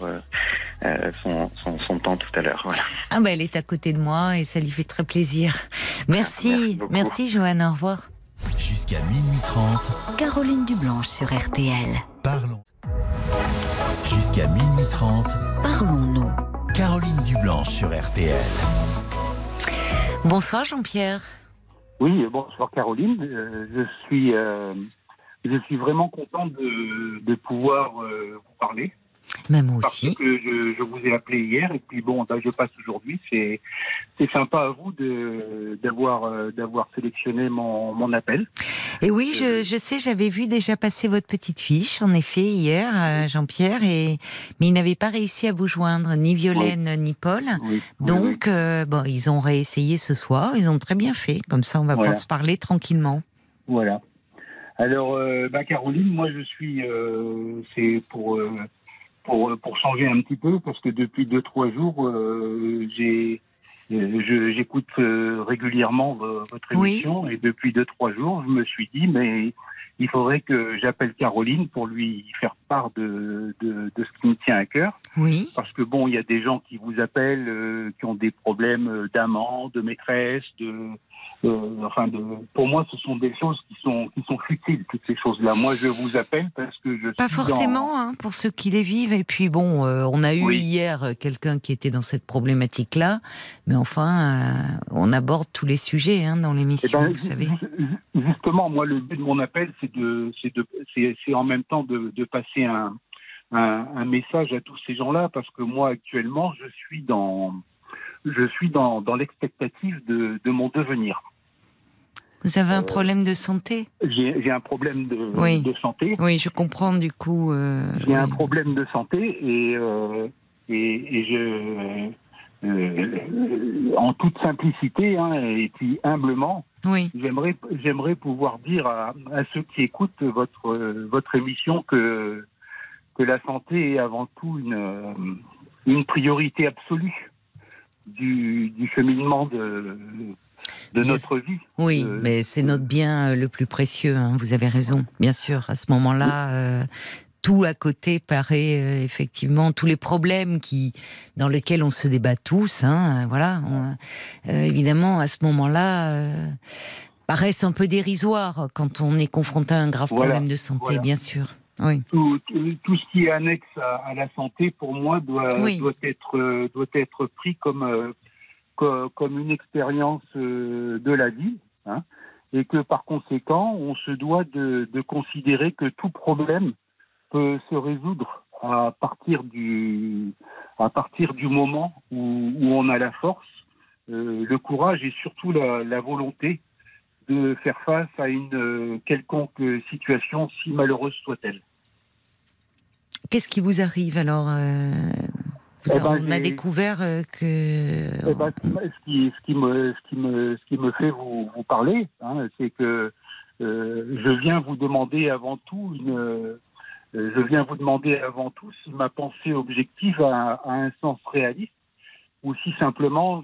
Speaker 4: son temps tout à l'heure. Voilà.
Speaker 3: Elle est à côté de moi et ça lui fait très plaisir. Merci Joanne, au revoir.
Speaker 1: Jusqu'à minuit 30.
Speaker 2: Caroline Dublanche sur RTL.
Speaker 1: Parlons. Jusqu'à minuit 30.
Speaker 2: Parlons-nous.
Speaker 1: Caroline Dublanche sur RTL.
Speaker 3: Bonsoir Jean-Pierre.
Speaker 5: Oui, bonsoir Caroline. Je suis vraiment content de pouvoir vous parler.
Speaker 3: Même moi
Speaker 5: Parce
Speaker 3: aussi.
Speaker 5: que je vous ai appelé hier et puis je passe aujourd'hui. C'est sympa à vous d'avoir sélectionné mon appel.
Speaker 3: Et oui, je sais, j'avais vu déjà passer votre petite fiche, en effet, hier, Jean-Pierre, mais il n'avait pas réussi à vous joindre, ni Violaine, ni Paul.
Speaker 5: Oui,
Speaker 3: Donc, ils ont réessayé ce soir, ils ont très bien fait. Comme ça, on va pouvoir se parler tranquillement.
Speaker 5: Voilà. Alors, Caroline, moi, je suis... c'est pour changer un petit peu, parce que depuis 2-3 jours, j'écoute régulièrement votre émission, et depuis 2-3 jours, je me suis dit, mais il faudrait que j'appelle Caroline pour lui faire part de ce qui me tient à cœur.
Speaker 3: Oui.
Speaker 5: Parce que il y a des gens qui vous appellent, qui ont des problèmes d'amant, de maîtresse, pour moi, ce sont des choses qui sont futiles, toutes ces choses-là. Moi, je vous appelle parce que je
Speaker 3: Pas
Speaker 5: suis
Speaker 3: forcément, pour ceux qui les vivent. Et puis on a eu hier quelqu'un qui était dans cette problématique-là. Mais enfin, on aborde tous les sujets dans l'émission, vous savez.
Speaker 5: Justement, moi, le but de mon appel, c'est en même temps de passer un message à tous ces gens-là, parce que moi, actuellement, je suis dans l'expectative de mon devenir.
Speaker 3: Vous avez un problème de santé ?
Speaker 5: J'ai un problème de santé.
Speaker 3: Oui, je comprends du coup.
Speaker 5: J'ai un problème de santé et je, en toute simplicité et puis humblement, j'aimerais pouvoir dire à ceux qui écoutent votre émission que la santé est avant tout une priorité absolue du cheminement de notre vie.
Speaker 3: Oui, mais c'est notre bien le plus précieux, vous avez raison, bien sûr. À ce moment-là, tout à côté paraît effectivement, tous les problèmes dans lesquels on se débat tous, évidemment, à ce moment-là, paraissent un peu dérisoires quand on est confronté à un grave problème de santé, bien sûr. Oui.
Speaker 5: Tout ce qui est annexe à la santé, pour moi, doit être pris comme une expérience de la vie, et que par conséquent, on se doit de considérer que tout problème peut se résoudre à partir du moment où on a la force, le courage et surtout la volonté de faire face à une quelconque situation, si malheureuse soit-elle.
Speaker 3: Qu'est-ce qui vous arrive alors on a découvert que...
Speaker 5: Ce qui me fait vous parler, c'est que je viens vous demander avant tout si ma pensée objective a un sens réaliste, ou si simplement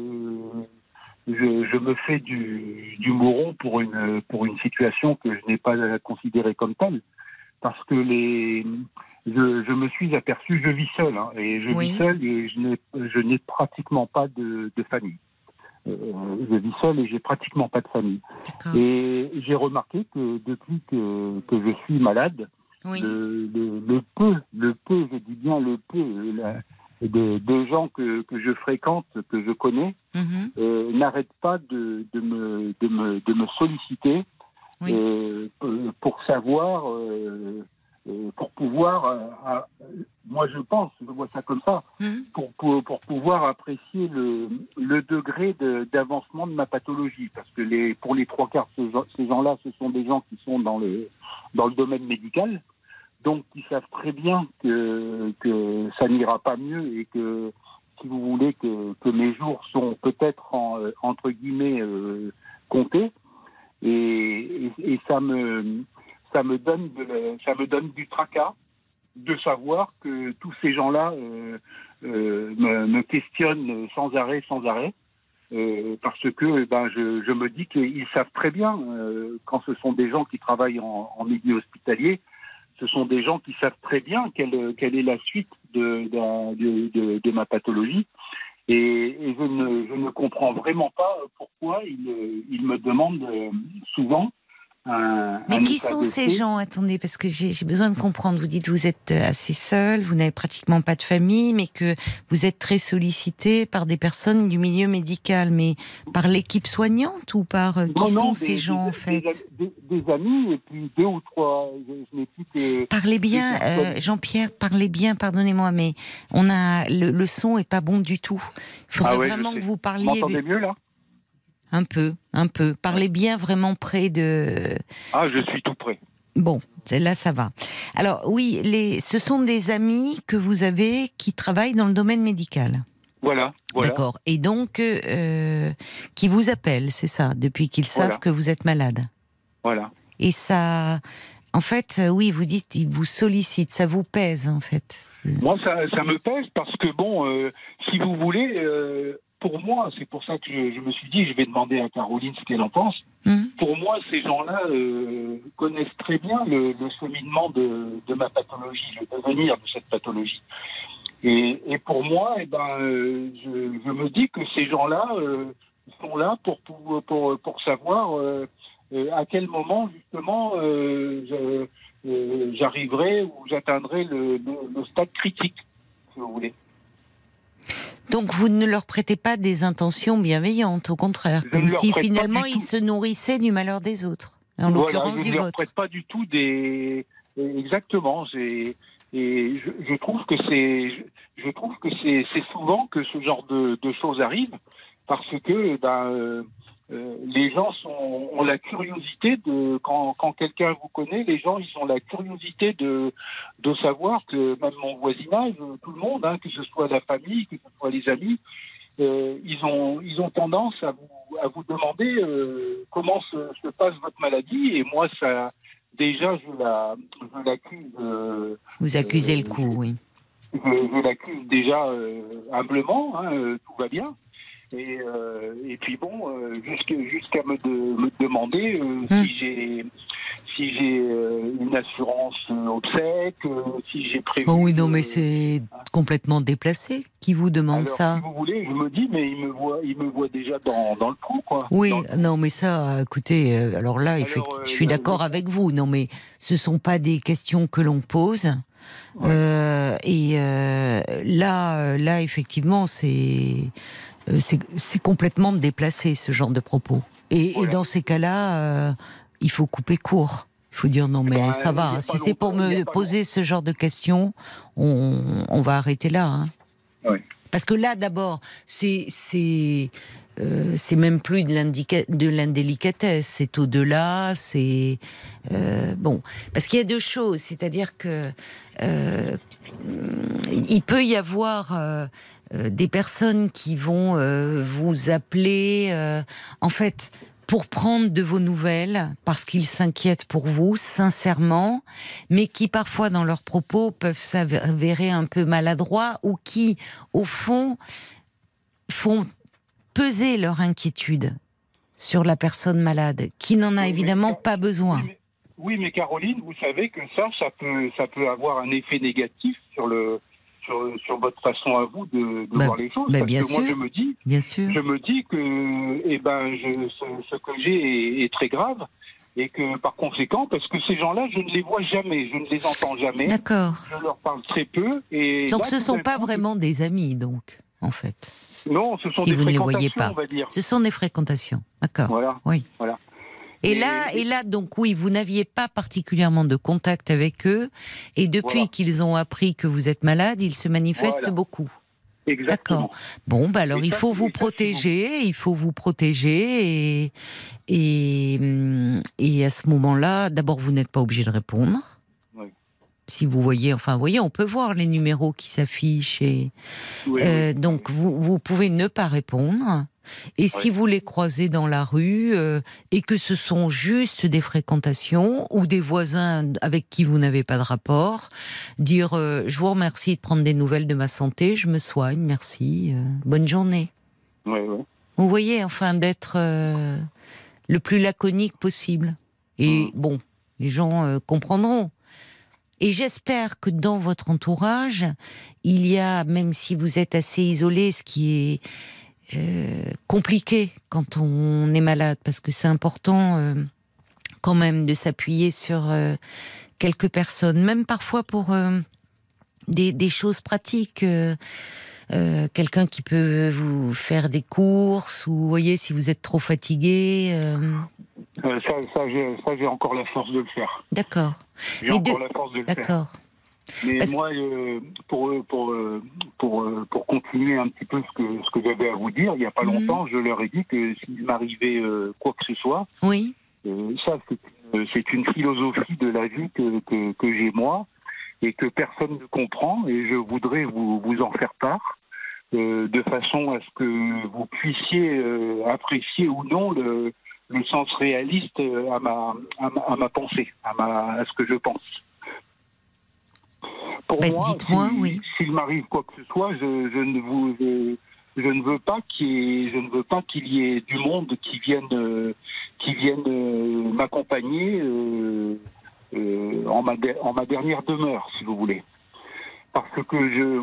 Speaker 5: je me fais du mouron pour une situation que je n'ai pas considérée comme telle. Parce que je me suis aperçu, je vis seul, vis seul et je n'ai pratiquement pas de famille. Je vis seul et j'ai pratiquement pas de famille. D'accord. Et j'ai remarqué que depuis que je suis malade, le peu, je dis bien le peu, de gens que je fréquente, que je connais, n'arrêtent pas de me solliciter. Pour savoir, pour pouvoir, moi je vois ça comme ça, pour pouvoir apprécier le degré d'avancement de ma pathologie, parce que pour les 3/4 ces gens-là, ce sont des gens qui sont dans le domaine médical, donc ils savent très bien que ça n'ira pas mieux et que, si vous voulez, que mes jours sont peut-être entre guillemets comptés. Et ça me donne du tracas de savoir que tous ces gens-là me questionnent sans arrêt, parce que je me dis qu'ils savent très bien, quand ce sont des gens qui travaillent en milieu hospitalier, ce sont des gens qui savent très bien quelle est la suite de ma pathologie. Et je ne comprends vraiment pas pourquoi ils me demandent souvent
Speaker 3: Mais qui sont ces gens? Attendez, parce que j'ai besoin de comprendre. Vous dites que vous êtes assez seul, vous n'avez pratiquement pas de famille, mais que vous êtes très sollicité par des personnes du milieu médical. Mais par l'équipe soignante ou par qui sont ces gens en fait?
Speaker 5: Des amis et puis 2 ou 3. Je n'ai plus que.
Speaker 3: Parlez bien, Jean-Pierre. Parlez bien. Pardonnez-moi, mais on a le son est pas bon du tout. Il faudrait vraiment que vous parliez.
Speaker 5: Vous m'entendez mieux là?
Speaker 3: Un peu. Parlez bien vraiment près de...
Speaker 5: Ah, je suis tout près.
Speaker 3: Bon, là ça va. Alors oui, ce sont des amis que vous avez qui travaillent dans le domaine médical.
Speaker 5: Voilà.
Speaker 3: D'accord. Et donc, qui vous appellent, c'est ça, depuis qu'ils savent que vous êtes malade.
Speaker 5: Voilà.
Speaker 3: Et ça... En fait, oui, vous dites, ils vous sollicitent, ça vous pèse en fait.
Speaker 5: Moi, ça me pèse parce que bon, si vous voulez... Pour moi, c'est pour ça que je me suis dit, je vais demander à Caroline ce qu'elle en pense. Pour moi, ces gens-là connaissent très bien le cheminement de ma pathologie, le devenir de cette pathologie. Et pour moi, je me dis que ces gens-là sont là pour savoir à quel moment, justement, j'arriverai ou j'atteindrai le stade critique, si vous voulez.
Speaker 3: Donc vous ne leur prêtez pas des intentions bienveillantes, au contraire, comme si finalement ils se nourrissaient du malheur des autres, en l'occurrence du vôtre. Je ne leur prête
Speaker 5: pas du tout des... Exactement. Et je trouve que c'est souvent que ce genre de choses arrivent, parce que les gens ont la curiosité de quand quelqu'un vous connaît, les gens ils ont la curiosité de savoir que même mon voisinage, tout le monde, que ce soit la famille, que ce soit les amis, ils ont tendance à vous demander comment se passe votre maladie. Et moi ça déjà je l'accuse.
Speaker 3: Vous accusez le coup, oui.
Speaker 5: Je l'accuse déjà humblement, tout va bien. Et puis bon, jusqu'à me demander si j'ai une assurance obsèque, si j'ai prévu...
Speaker 3: Oh oui, non, mais c'est complètement déplacé. Qui vous demande ça?
Speaker 5: Si vous voulez, je me dis, mais il me voit déjà dans le trou, quoi.
Speaker 3: Oui, non, mais ça, écoutez, alors là, je suis d'accord avec vous. Non, mais ce sont pas des questions que l'on pose. Ouais. Là, effectivement, c'est complètement déplacé, ce genre de propos. Et dans ces cas-là, il faut couper court. Il faut dire non, mais ça va. Si c'est pour me poser ce genre de questions, on va arrêter là.
Speaker 5: Oui.
Speaker 3: Parce que là, d'abord, c'est même plus de l'indélicatesse. C'est au-delà. C'est bon. Parce qu'il y a deux choses. C'est-à-dire que il peut y avoir des personnes qui vont vous appeler, en fait, pour prendre de vos nouvelles, parce qu'ils s'inquiètent pour vous, sincèrement, mais qui parfois, dans leurs propos, peuvent s'avérer un peu maladroits, ou qui, au fond, font peser leur inquiétude sur la personne malade, qui n'en a évidemment pas besoin.
Speaker 5: Oui, mais Caroline, vous savez que ça peut avoir un effet négatif sur votre façon à vous de voir les choses. Parce
Speaker 3: bien
Speaker 5: que
Speaker 3: sûr,
Speaker 5: moi, je me dis que ce que j'ai est très grave, et que par conséquent, parce que ces gens-là, je ne les vois jamais, je ne les entends jamais.
Speaker 3: D'accord.
Speaker 5: Je leur parle très peu. Et
Speaker 3: donc
Speaker 5: là,
Speaker 3: ce ne sont pas vraiment des amis, donc, en fait.
Speaker 5: Non, ce sont
Speaker 3: si
Speaker 5: des
Speaker 3: vous ne les
Speaker 5: fréquentations,
Speaker 3: voyez pas.
Speaker 5: On va dire.
Speaker 3: Ce sont des fréquentations, d'accord.
Speaker 5: Voilà.
Speaker 3: Oui.
Speaker 5: Voilà.
Speaker 3: Et là, donc oui, vous n'aviez pas particulièrement de contact avec eux, et depuis qu'ils ont appris que vous êtes malade, ils se manifestent beaucoup.
Speaker 5: Exactement.
Speaker 3: D'accord. Bon, alors il faut vous protéger, et à ce moment-là, d'abord vous n'êtes pas obligé de répondre. Oui. Si vous voyez, on peut voir les numéros qui s'affichent, donc vous pouvez ne pas répondre. Et si vous les croisez dans la rue et que ce sont juste des fréquentations ou des voisins avec qui vous n'avez pas de rapport, dire je vous remercie de prendre des nouvelles de ma santé, je me soigne, merci, bonne journée.
Speaker 5: Oui.
Speaker 3: Vous voyez, d'être le plus laconique possible. Et bon, les gens comprendront. Et j'espère que dans votre entourage, il y a, même si vous êtes assez isolé, ce qui est compliqué quand on est malade, parce que c'est important quand même de s'appuyer sur quelques personnes, même parfois pour des choses pratiques. Quelqu'un qui peut vous faire des courses, ou vous voyez, si vous êtes trop fatigué.
Speaker 5: Ça, j'ai encore la force de le faire.
Speaker 3: D'accord.
Speaker 5: J'ai encore la force de le faire.
Speaker 3: D'accord.
Speaker 5: Mais moi, pour continuer un petit peu ce que j'avais à vous dire, il n'y a pas longtemps, je leur ai dit que s'il m'arrivait quoi que ce soit,
Speaker 3: oui.
Speaker 5: Ça c'est une philosophie de la vie que j'ai moi, et que personne ne comprend, et je voudrais vous en faire part, de façon à ce que vous puissiez apprécier ou non le sens réaliste à ma pensée, à ce que je pense. Pour moi,
Speaker 3: dites-moi, oui.
Speaker 5: S'il m'arrive quoi que ce soit, je ne veux pas qu'il y ait du monde qui vienne m'accompagner en ma dernière demeure, si vous voulez. Parce que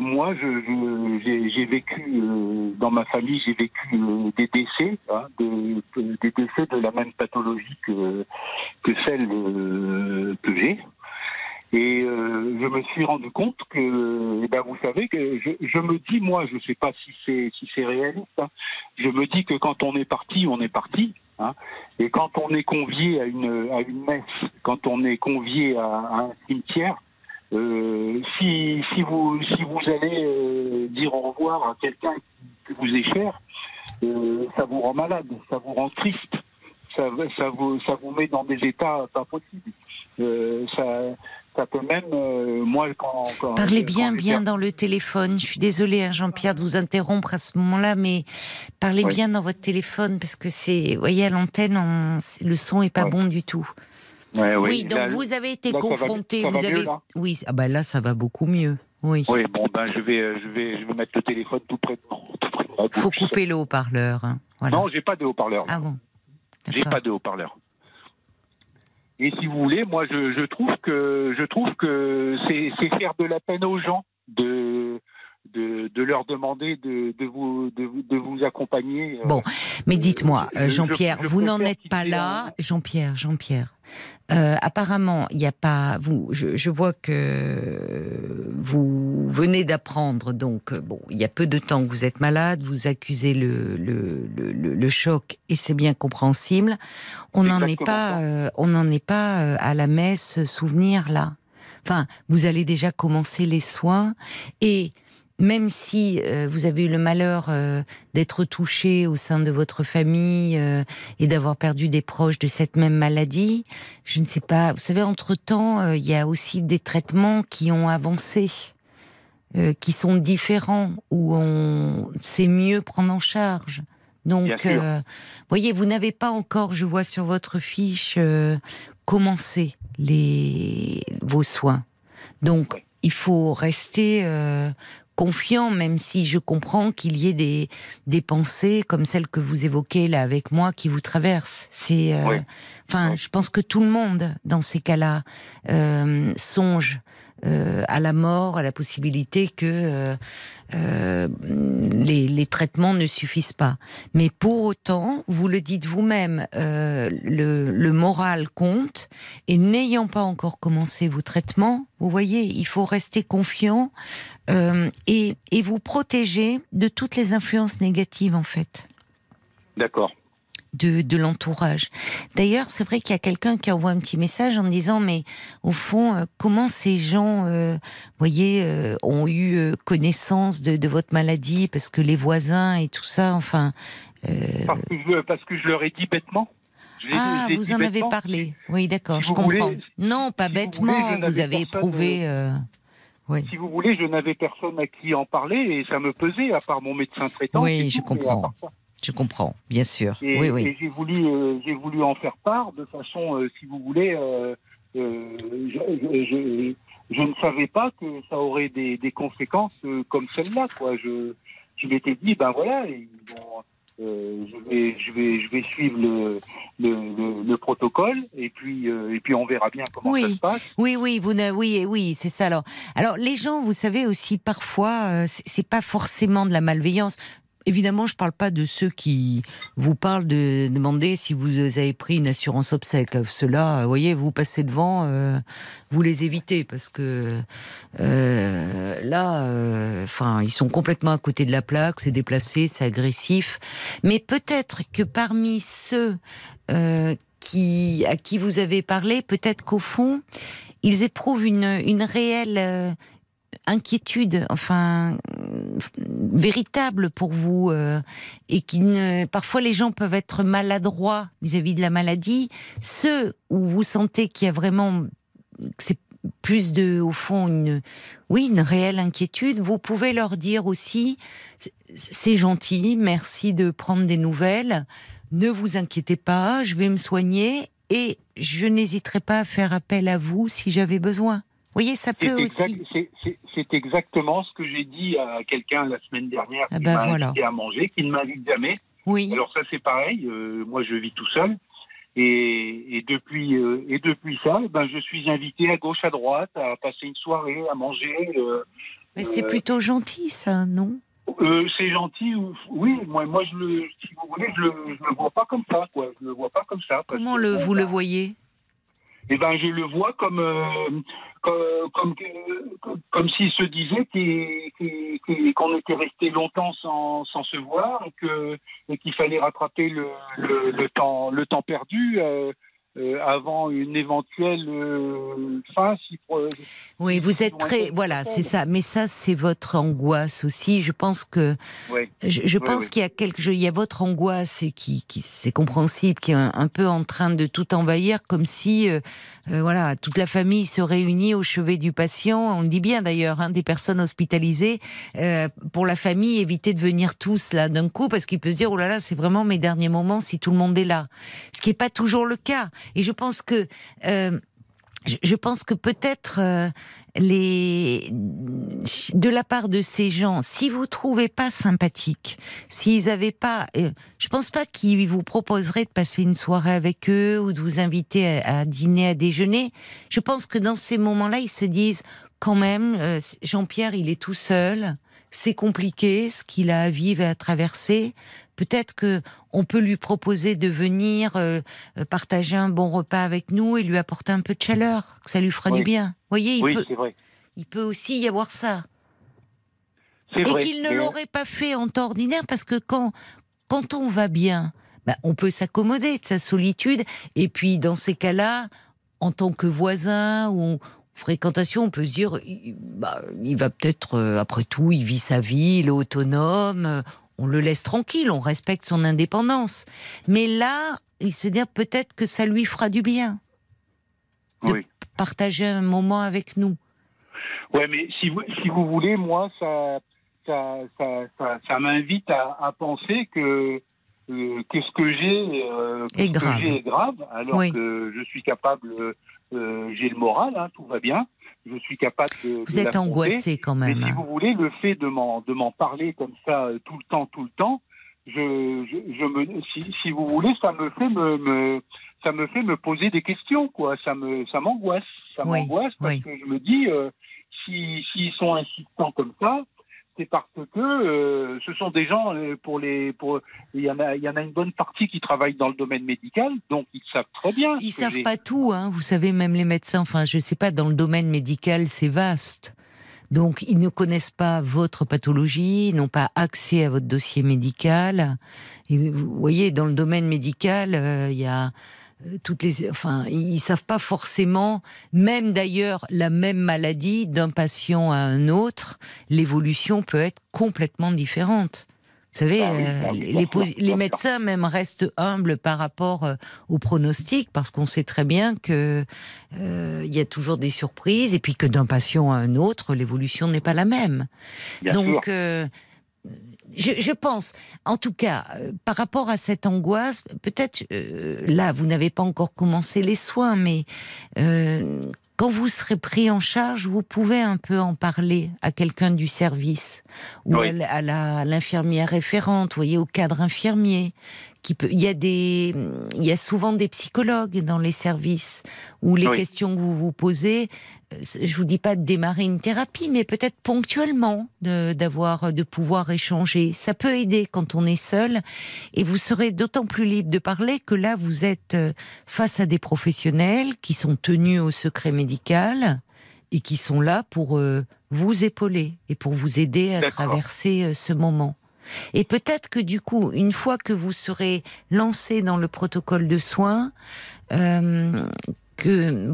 Speaker 5: j'ai vécu dans ma famille, j'ai vécu des décès, des décès de la même pathologie que celle que j'ai. Et je me suis rendu compte que, vous savez, que je me dis, moi, je ne sais pas si c'est réaliste, je me dis que quand on est parti, on est parti. Et quand on est convié à une messe, quand on est convié à un cimetière, si vous allez dire au revoir à quelqu'un qui vous est cher, ça vous rend malade, ça vous rend triste, ça vous met dans des états pas possibles. Ça peut même, moi, quand
Speaker 3: parlez bien dans le téléphone. Je suis désolée, Jean-Pierre, de vous interrompre à ce moment-là, mais parlez bien dans votre téléphone, parce que vous voyez, à l'antenne, le son est pas bon du tout. Oui, donc là, vous avez été confronté.
Speaker 5: Ça va mieux, là.
Speaker 3: Oui, là, ça va beaucoup mieux. Oui.
Speaker 5: Oui, je vais mettre le téléphone tout près de moi.
Speaker 3: Il faut couper le haut-parleur. Voilà.
Speaker 5: Non, j'ai pas de haut-parleur.
Speaker 3: Ah bon.
Speaker 5: J'ai pas de haut-parleur. Et si vous voulez, moi, je trouve que c'est faire de la peine aux gens de leur demander de vous accompagner.
Speaker 3: Bon, mais dites-moi, Jean-Pierre, vous n'en êtes pas là. Jean-Pierre. Apparemment, il n'y a pas. Je vois que vous venez d'apprendre, donc il y a peu de temps que vous êtes malade, vous accusez le choc, et c'est bien compréhensible. On n'en est pas à la messe souvenir là. Enfin, vous allez déjà commencer les soins, et même si vous avez eu le malheur d'être touché au sein de votre famille et d'avoir perdu des proches de cette même maladie, je ne sais pas, vous savez, entre-temps, il y a aussi des traitements qui ont avancé, qui sont différents, où on sait mieux prendre en charge. Donc, voyez, vous n'avez pas encore, je vois sur votre fiche, commencé vos soins. Donc, il faut rester confiant, même si je comprends qu'il y ait des pensées comme celles que vous évoquez là avec moi qui vous traversent. Je pense que tout le monde, dans ces cas-là, songe à la mort, à la possibilité que les traitements ne suffisent pas. Mais pour autant, vous le dites vous-même, le moral compte, et n'ayant pas encore commencé vos traitements, vous voyez, il faut rester confiant et vous protéger de toutes les influences négatives, en fait.
Speaker 5: D'accord.
Speaker 3: De l'entourage. D'ailleurs, c'est vrai qu'il y a quelqu'un qui envoie un petit message en disant, mais au fond, comment ces gens, voyez, ont eu connaissance de votre maladie, parce que les voisins et tout ça, enfin...
Speaker 5: Parce que je leur ai dit bêtement.
Speaker 3: Vous en avez parlé. Oui, d'accord, je comprends. Non, pas bêtement, vous avez éprouvé... Oui.
Speaker 5: Si vous voulez, je n'avais personne à qui en parler, et ça me pesait, à part mon médecin traitant.
Speaker 3: Oui, je comprends. Je comprends, bien sûr. Oui.
Speaker 5: Et j'ai voulu en faire part de façon, si vous voulez, je ne savais pas que ça aurait des conséquences comme celle-là, quoi. Je m'étais dit, je vais suivre le protocole, et puis on verra bien comment ça se passe.
Speaker 3: Oui, c'est ça. Alors les gens, vous savez aussi, parfois, c'est pas forcément de la malveillance. évidemment, je ne parle pas de ceux qui vous parlent de demander si vous avez pris une assurance obsèque. Ceux-là, vous voyez, vous passez devant, vous les évitez parce que là, ils sont complètement à côté de la plaque, c'est déplacé, c'est agressif. Mais peut-être que parmi ceux à qui vous avez parlé, peut-être qu'au fond, ils éprouvent une réelle inquiétude, véritable pour vous, et parfois les gens peuvent être maladroits vis-à-vis de la maladie. Ceux où vous sentez qu'il y a vraiment, que c'est plus au fond, une réelle inquiétude, vous pouvez leur dire aussi, c'est gentil, merci de prendre des nouvelles, ne vous inquiétez pas, je vais me soigner et je n'hésiterai pas à faire appel à vous si j'avais besoin. Vous voyez, ça peut aussi...
Speaker 5: C'est exactement ce que j'ai dit à quelqu'un la semaine dernière qui m'a invité à manger, qui ne m'invite jamais.
Speaker 3: Oui.
Speaker 5: Alors ça, c'est pareil. Moi, je vis tout seul. Et depuis ça, je suis invité à gauche, à droite, à passer une soirée, à manger.
Speaker 3: Mais c'est plutôt gentil, ça, non ?
Speaker 5: C'est gentil, oui. Moi, si vous voulez, je le vois pas comme ça, quoi. Je le vois pas comme ça.
Speaker 3: Comment vous le voyez ?
Speaker 5: Eh ben, je le vois comme s'il se disait qu'on était resté longtemps sans se voir et qu'il fallait rattraper le temps perdu avant une éventuelle fin.
Speaker 3: Oui, vous êtes très... Voilà, c'est ça. Mais ça, c'est votre angoisse aussi. Je pense que...
Speaker 5: Oui.
Speaker 3: Je pense qu'il y a il y a votre angoisse et qui c'est compréhensible, qui est un peu en train de tout envahir, comme si toute la famille se réunit au chevet du patient. On dit bien d'ailleurs, des personnes hospitalisées, pour la famille, éviter de venir tous là d'un coup, parce qu'il peut se dire, oh là là, c'est vraiment mes derniers moments si tout le monde est là. Ce qui n'est pas toujours le cas. Et je pense que peut-être de la part de ces gens, si vous trouvez pas sympathique, s'ils n'avaient pas, je pense pas qu'ils vous proposeraient de passer une soirée avec eux ou de vous inviter à dîner, à déjeuner. Je pense que dans ces moments-là, ils se disent quand même, Jean-Pierre, il est tout seul, c'est compliqué ce qu'il a à vivre et à traverser. Peut-être que on peut lui proposer de venir partager un bon repas avec nous et lui apporter un peu de chaleur, que ça lui fera du bien. Vous voyez,
Speaker 5: c'est vrai.
Speaker 3: Il peut aussi y avoir ça.
Speaker 5: C'est vrai.
Speaker 3: Et qu'il ne l'aurait pas fait en temps ordinaire, parce que quand on va bien, on peut s'accommoder de sa solitude. Et puis, dans ces cas-là, en tant que voisin ou fréquentation, on peut se dire, il va peut-être, après tout, il vit sa vie, il est autonome. On le laisse tranquille, on respecte son indépendance. Mais là, il se dit peut-être que ça lui fera du bien de partager un moment avec nous.
Speaker 5: Ouais, mais si vous voulez, moi, ça m'invite à penser que ce que j'ai est grave, alors que je suis capable, j'ai le moral, tout va bien, je suis capable de...
Speaker 3: Vous êtes angoissé quand même.
Speaker 5: Mais si vous voulez, le fait de m'en parler comme ça tout le temps, si vous voulez, ça me fait me poser des questions, quoi. Ça m'angoisse. M'angoisse parce que je me dis, s'ils sont insistants comme ça, c'est parce que ce sont des gens, il y en a une bonne partie qui travaillent dans le domaine médical, donc ils savent très bien.
Speaker 3: Ils savent pas tout, vous savez, même les médecins, je sais pas, dans le domaine médical, c'est vaste. Donc, ils ne connaissent pas votre pathologie, ils n'ont pas accès à votre dossier médical. Et vous voyez, dans le domaine médical, il y a ils savent pas forcément, même d'ailleurs la même maladie d'un patient à un autre, l'évolution peut être complètement différente. Vous savez, les médecins même restent humbles par rapport au pronostic, parce qu'on sait très bien que il y a toujours des surprises, et puis que d'un patient à un autre, l'évolution n'est pas la même. Donc, je pense, en tout cas, par rapport à cette angoisse, peut-être, là, vous n'avez pas encore commencé les soins, mais quand vous serez pris en charge, vous pouvez un peu en parler à quelqu'un du service, ou à l'infirmière référente, vous voyez, au cadre infirmier. Il y a souvent des psychologues dans les services, où les questions que vous vous posez, je vous dis pas de démarrer une thérapie, mais peut-être ponctuellement de pouvoir échanger. Ça peut aider quand on est seul, et vous serez d'autant plus libre de parler que là vous êtes face à des professionnels qui sont tenus au secret médical et qui sont là pour vous épauler et pour vous aider à traverser ce moment. Et peut-être que du coup, une fois que vous serez lancé dans le protocole de soins, que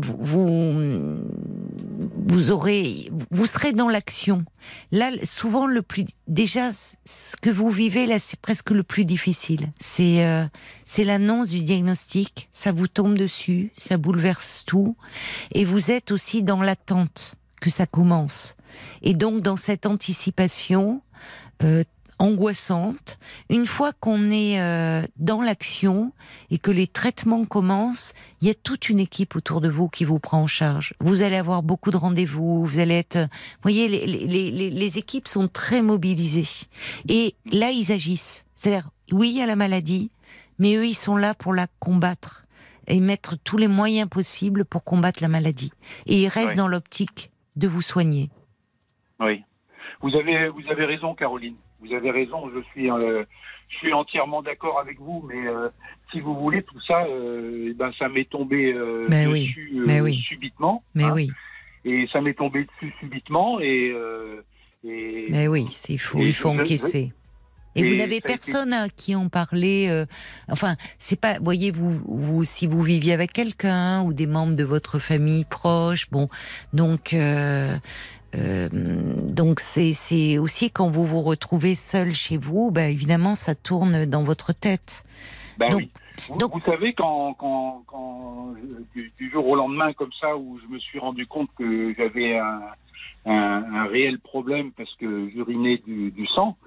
Speaker 3: vous serez dans l'action. Là, souvent déjà, ce que vous vivez là, c'est presque le plus difficile. C'est l'annonce du diagnostic. Ça vous tombe dessus, ça bouleverse tout, et vous êtes aussi dans l'attente que ça commence. Et donc, dans cette anticipation angoissante, une fois qu'on est dans l'action et que les traitements commencent, il y a toute une équipe autour de vous qui vous prend en charge. Vous allez avoir beaucoup de rendez-vous, vous allez être... Vous voyez, les équipes sont très mobilisées. Et là, ils agissent. C'est-à-dire, oui, il y a la maladie, mais eux, ils sont là pour la combattre et mettre tous les moyens possibles pour combattre la maladie. Et ils restent dans l'optique de vous soigner.
Speaker 5: Oui. Vous avez raison, Caroline. Vous avez raison, je suis entièrement d'accord avec vous, mais si vous voulez, tout ça, ça m'est tombé dessus subitement.
Speaker 3: Mais oui.
Speaker 5: Et ça m'est tombé dessus subitement,
Speaker 3: mais oui, c'est fou, il faut encaisser. Et vous n'avez personne à qui en parler. Enfin, c'est pas. Voyez, vous, si vous viviez avec quelqu'un ou des membres de votre famille proche, bon, donc c'est aussi quand vous vous retrouvez seul chez vous, évidemment ça tourne dans votre tête.
Speaker 5: Oui. Vous savez, quand du jour au lendemain comme ça, où je me suis rendu compte que j'avais un réel problème parce que j'urinais du sang,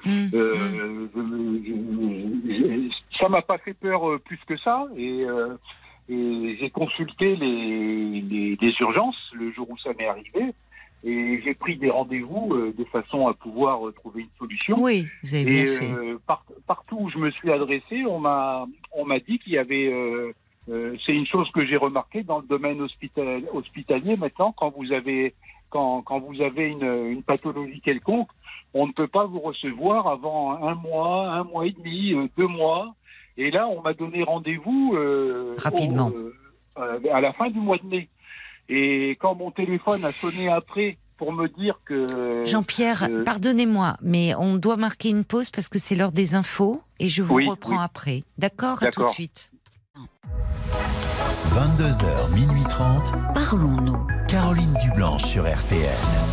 Speaker 5: ça m'a pas fait peur plus que ça, et j'ai consulté les urgences le jour où ça m'est arrivé. Et j'ai pris des rendez-vous de façon à pouvoir trouver une solution.
Speaker 3: Oui, vous avez bien fait.
Speaker 5: Partout où je me suis adressé, on m'a dit qu'il y avait... c'est une chose que j'ai remarqué dans le domaine hospitalier maintenant, quand vous avez une pathologie quelconque, on ne peut pas vous recevoir avant un mois et demi, 2 mois. Et là, on m'a donné rendez-vous
Speaker 3: rapidement
Speaker 5: à la fin du mois de mai. Et quand mon téléphone a sonné après pour me dire que...
Speaker 3: Jean-Pierre, pardonnez-moi, mais on doit marquer une pause parce que c'est l'heure des infos et je vous reprends après. D'accord. À tout de suite.
Speaker 1: 22h, minuit 30.
Speaker 2: Parlons-nous.
Speaker 1: Caroline Dublanche sur RTL.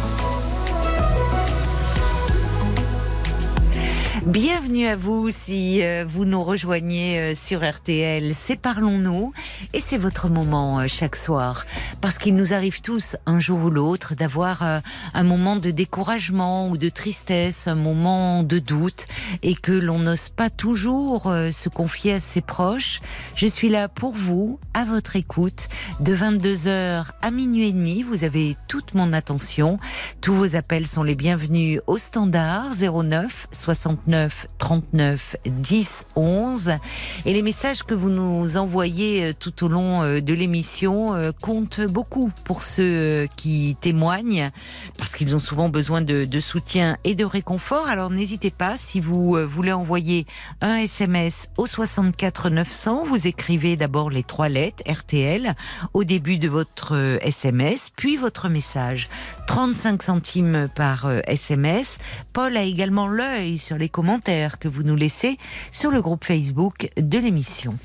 Speaker 3: Bienvenue à vous si vous nous rejoignez sur RTL, c'est Parlons-nous, et c'est votre moment chaque soir, parce qu'il nous arrive tous un jour ou l'autre d'avoir un moment de découragement ou de tristesse, un moment de doute, et que l'on n'ose pas toujours se confier à ses proches. Je suis là pour vous, à votre écoute, de 22h à minuit et demi. Vous avez toute mon attention. Tous vos appels sont les bienvenus au standard 09 69 39 10 11, et les messages que vous nous envoyez tout au long de l'émission comptent beaucoup pour ceux qui témoignent, parce qu'ils ont souvent besoin de soutien et de réconfort. Alors n'hésitez pas, si vous voulez envoyer un SMS au 64 900, vous écrivez d'abord les 3 lettres RTL au début de votre SMS, puis votre message. 35 centimes par SMS. Paul a également l'œil sur les commentaires que vous nous laissez sur le groupe Facebook de l'émission.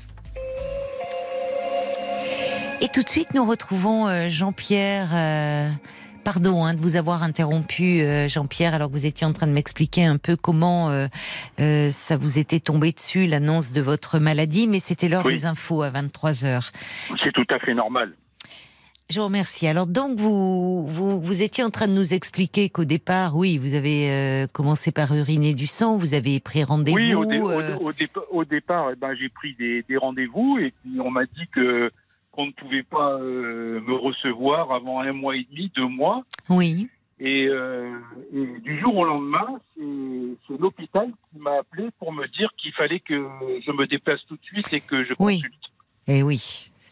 Speaker 3: Et tout de suite, nous retrouvons Jean-Pierre. Pardon de vous avoir interrompu, Jean-Pierre, alors que vous étiez en train de m'expliquer un peu comment ça vous était tombé dessus, l'annonce de votre maladie, mais c'était l'heure des infos à 23h.
Speaker 5: C'est tout à fait normal.
Speaker 3: Je vous remercie. Alors donc, vous étiez en train de nous expliquer qu'au départ, oui, vous avez commencé par uriner du sang, vous avez pris rendez-vous.
Speaker 5: Oui, au départ, j'ai pris des rendez-vous, et puis on m'a dit qu'on ne pouvait pas me recevoir avant 1 mois et demi, 2 mois.
Speaker 3: Oui.
Speaker 5: Et du jour au lendemain, c'est l'hôpital qui m'a appelé pour me dire qu'il fallait que je me déplace tout de suite et que je consulte.
Speaker 3: Et oui.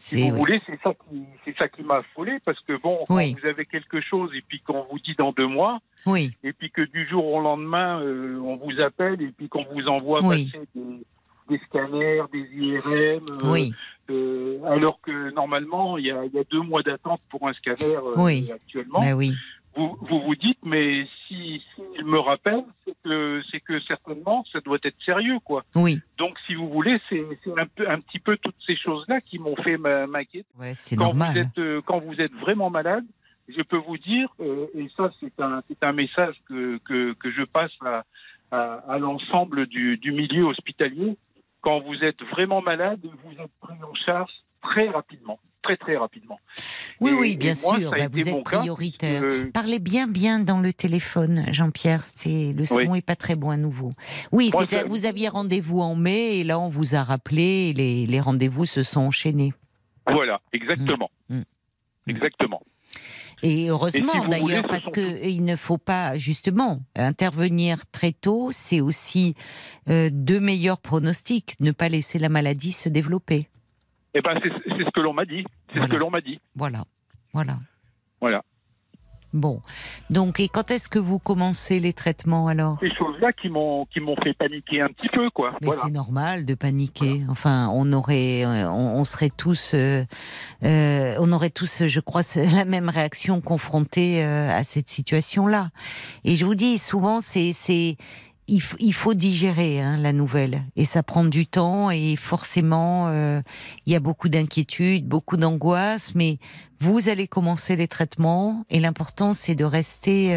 Speaker 5: Si vous voulez, c'est ça qui m'a affolé, parce que bon, quand vous avez quelque chose et puis qu'on vous dit dans 2 mois, et puis que du jour au lendemain, on vous appelle et puis qu'on vous envoie passer des scanners, des IRM, alors que normalement, il y a 2 mois d'attente pour un scanner actuellement. Vous dites, mais s'il me rappelle, c'est que certainement, ça doit être sérieux, quoi. Donc, si vous voulez, c'est un petit peu toutes ces choses-là qui m'ont fait m'inquiéter.
Speaker 3: C'est normal.
Speaker 5: Quand vous êtes vraiment malade, je peux vous dire, et ça, c'est un message que je passe à l'ensemble du milieu hospitalier. Quand vous êtes vraiment malade, vous êtes pris en charge très rapidement. Très rapidement.
Speaker 3: Oui, bien sûr, vous êtes prioritaire. Parlez bien dans le téléphone, Jean-Pierre. Le son est pas très bon à nouveau. Oui, vous aviez rendez-vous en mai et là on vous a rappelé et les rendez-vous se sont enchaînés.
Speaker 5: Voilà, exactement. Exactement.
Speaker 3: Et heureusement d'ailleurs, parce qu'il ne faut pas justement intervenir très tôt, c'est aussi de meilleurs pronostics, ne pas laisser la maladie se développer.
Speaker 5: Eh ben, c'est ce que l'on m'a dit. C'est ce que l'on m'a dit.
Speaker 3: Voilà.
Speaker 6: Bon, donc et quand est-ce que vous commencez les traitements alors?
Speaker 5: Ces choses-là qui m'ont fait paniquer un petit peu, quoi.
Speaker 6: Mais voilà. C'est normal de paniquer. Voilà. Enfin, on serait tous, on aurait tous, je crois, la même réaction confrontés à cette situation-là. Et je vous dis, souvent, il faut digérer la nouvelle et ça prend du temps et forcément il y a beaucoup d'inquiétudes, beaucoup d'angoisse, mais vous allez commencer les traitements et l'important c'est de rester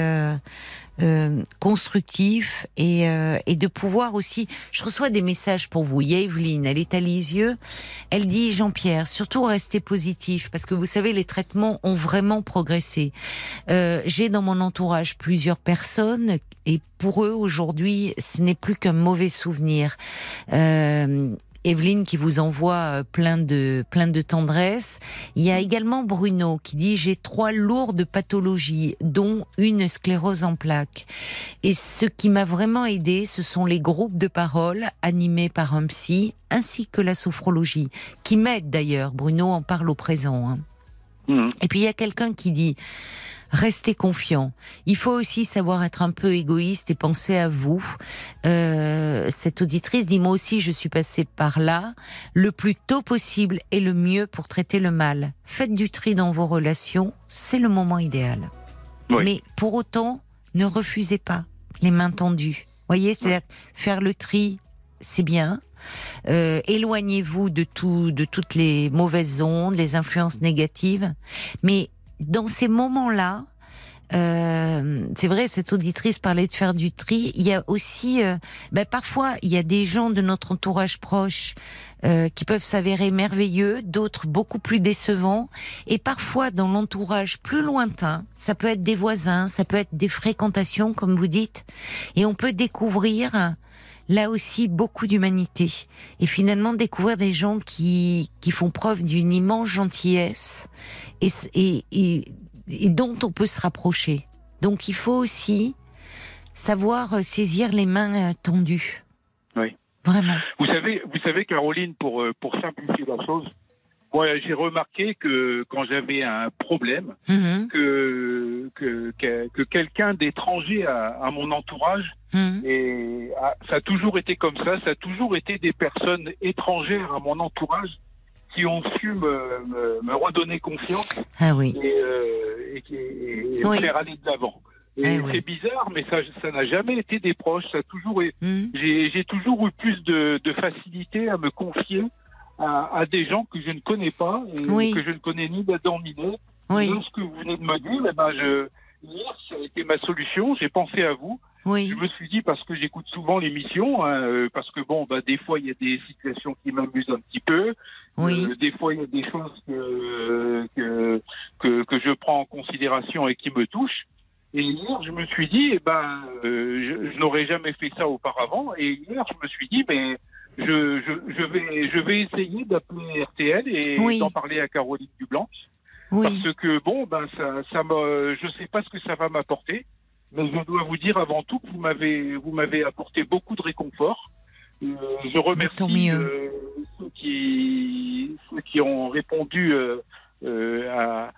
Speaker 6: constructif et de pouvoir aussi. Je reçois des messages pour vous. Il y a Evelyne, elle est à Lisieux. Elle dit Jean-Pierre, surtout restez positif parce que vous savez les traitements ont vraiment progressé. J'ai dans mon entourage plusieurs personnes et pour eux aujourd'hui ce n'est plus qu'un mauvais souvenir. Evelyne qui vous envoie plein de tendresse. Il y a également Bruno qui dit j'ai 3 lourdes pathologies, dont une sclérose en plaques. Et ce qui m'a vraiment aidé, ce sont les groupes de parole animés par un psy, ainsi que la sophrologie, qui m'aide d'ailleurs. Bruno en parle au présent. Et puis il y a quelqu'un qui dit restez confiant. Il faut aussi savoir être un peu égoïste et penser à vous. Cette auditrice dit, moi aussi je suis passée par là. Le plus tôt possible est le mieux pour traiter le mal. Faites du tri dans vos relations, c'est le moment idéal. Oui. Mais pour autant, ne refusez pas les mains tendues. Voyez, c'est-à-dire faire le tri, c'est bien. Éloignez-vous de toutes les mauvaises ondes, les influences négatives. Mais dans ces moments-là, c'est vrai, cette auditrice parlait de faire du tri. Il y a aussi, parfois, il y a des gens de notre entourage proche qui peuvent s'avérer merveilleux, d'autres beaucoup plus décevants. Et parfois, dans l'entourage plus lointain, ça peut être des voisins, ça peut être des fréquentations, comme vous dites. Et on peut découvrir, là aussi, beaucoup d'humanité. Et finalement, découvrir des gens qui font preuve d'une immense gentillesse et dont on peut se rapprocher. Donc il faut aussi savoir saisir les mains tendues.
Speaker 5: Oui.
Speaker 6: Vraiment.
Speaker 5: Vous savez, Caroline, pour simplifier la chose, moi j'ai remarqué que quand j'avais un problème, que quelqu'un d'étranger à mon entourage, et ça a toujours été comme ça a toujours été des personnes étrangères à mon entourage qui ont su me redonner confiance et faire aller de l'avant. Et c'est bizarre, mais ça n'a jamais été des proches. Ça a toujours, j'ai toujours eu plus de facilité à me confier à des gens que je ne connais pas et que je ne connais ni d'Adam ni d'Ève. Ce que vous venez de me dire, hier, ça a été ma solution. J'ai pensé à vous. Oui. Je me suis dit, parce que j'écoute souvent l'émission, parce que des fois il y a des situations qui m'amusent un petit peu. Des fois il y a des choses que je prends en considération et qui me touchent. Et hier, je me suis dit, je n'aurais jamais fait ça auparavant. Et hier, je me suis dit, je vais essayer d'appeler RTL et d'en parler à Caroline Dublanche. Parce que je sais pas ce que ça va m'apporter. Mais je dois vous dire avant tout que vous m'avez apporté beaucoup de réconfort. Je remercie ceux qui ont répondu à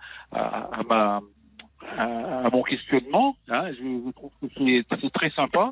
Speaker 5: mon questionnement. Hein. Je trouve que c'est très sympa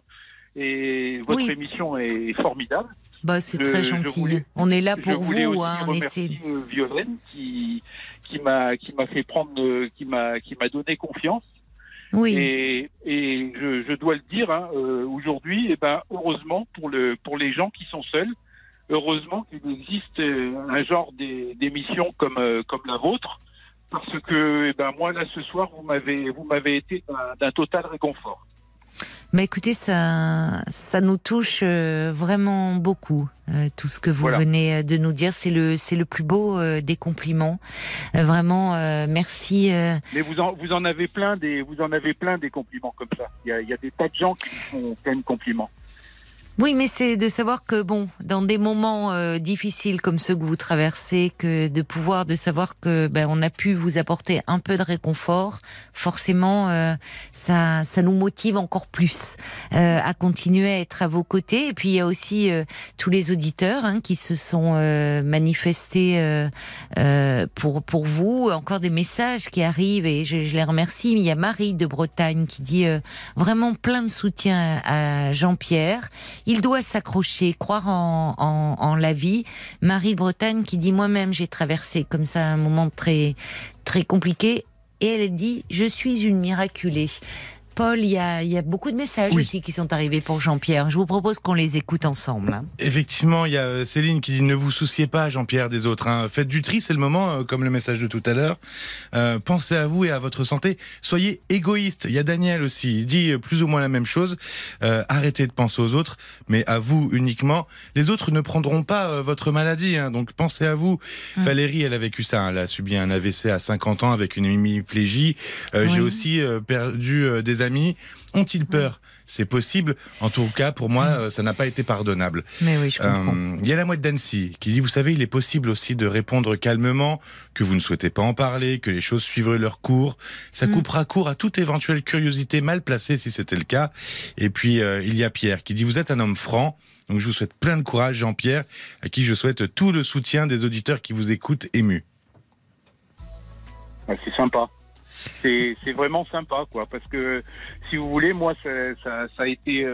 Speaker 5: et votre émission est formidable.
Speaker 6: Bah, c'est très gentil. On est là pour vous.
Speaker 5: On essaie. Violaine qui m'a fait prendre, qui m'a donné confiance.
Speaker 6: Oui.
Speaker 5: Et je dois le dire, aujourd'hui, heureusement pour les gens qui sont seuls, heureusement qu'il existe un genre d'émission comme la vôtre, parce que moi là ce soir vous m'avez été d'un total réconfort.
Speaker 6: Mais écoutez, ça nous touche vraiment beaucoup. Tout ce que vous venez de nous dire, c'est le plus beau des compliments. Vraiment, merci.
Speaker 5: Mais vous en avez plein des compliments comme ça. Il y a des tas de gens qui font plein de compliments.
Speaker 6: Oui, mais c'est de savoir que dans des moments difficiles comme ceux que vous traversez, de savoir que on a pu vous apporter un peu de réconfort, forcément, ça nous motive encore plus à continuer à être à vos côtés. Et puis il y a aussi tous les auditeurs qui se sont manifestés pour vous. Encore des messages qui arrivent et je les remercie. Il y a Marie de Bretagne qui dit vraiment plein de soutien à Jean-Pierre. Il doit s'accrocher, croire en la vie. Marie de Bretagne qui dit moi-même j'ai traversé comme ça un moment très très compliqué et elle dit je suis une miraculée. Paul, il y a beaucoup de messages aussi qui sont arrivés pour Jean-Pierre. Je vous propose qu'on les écoute ensemble.
Speaker 7: Effectivement, il y a Céline qui dit ne vous souciez pas, Jean-Pierre, des autres. Faites du tri, c'est le moment, comme le message de tout à l'heure. Pensez à vous et à votre santé. Soyez égoïste. Il y a Daniel aussi, il dit plus ou moins la même chose. Arrêtez de penser aux autres, mais à vous uniquement. Les autres ne prendront pas votre maladie, donc pensez à vous. Valérie, elle a vécu ça. Elle a subi un AVC à 50 ans avec une hémiplégie. J'ai aussi perdu des amis. Ont-ils peur ? C'est possible. En tout cas, pour moi, ça n'a pas été pardonnable.
Speaker 6: Mais oui, je comprends.
Speaker 7: Il y a la mouette d'Annecy qui dit, vous savez, il est possible aussi de répondre calmement, que vous ne souhaitez pas en parler, que les choses suivraient leur cours. Ça coupera court à toute éventuelle curiosité mal placée si c'était le cas. Et puis, il y a Pierre qui dit, vous êtes un homme franc. Donc, je vous souhaite plein de courage, Jean-Pierre, à qui je souhaite tout le soutien des auditeurs qui vous écoutent émus.
Speaker 5: C'est sympa. C'est vraiment sympa, quoi, parce que si vous voulez, moi, ça a été.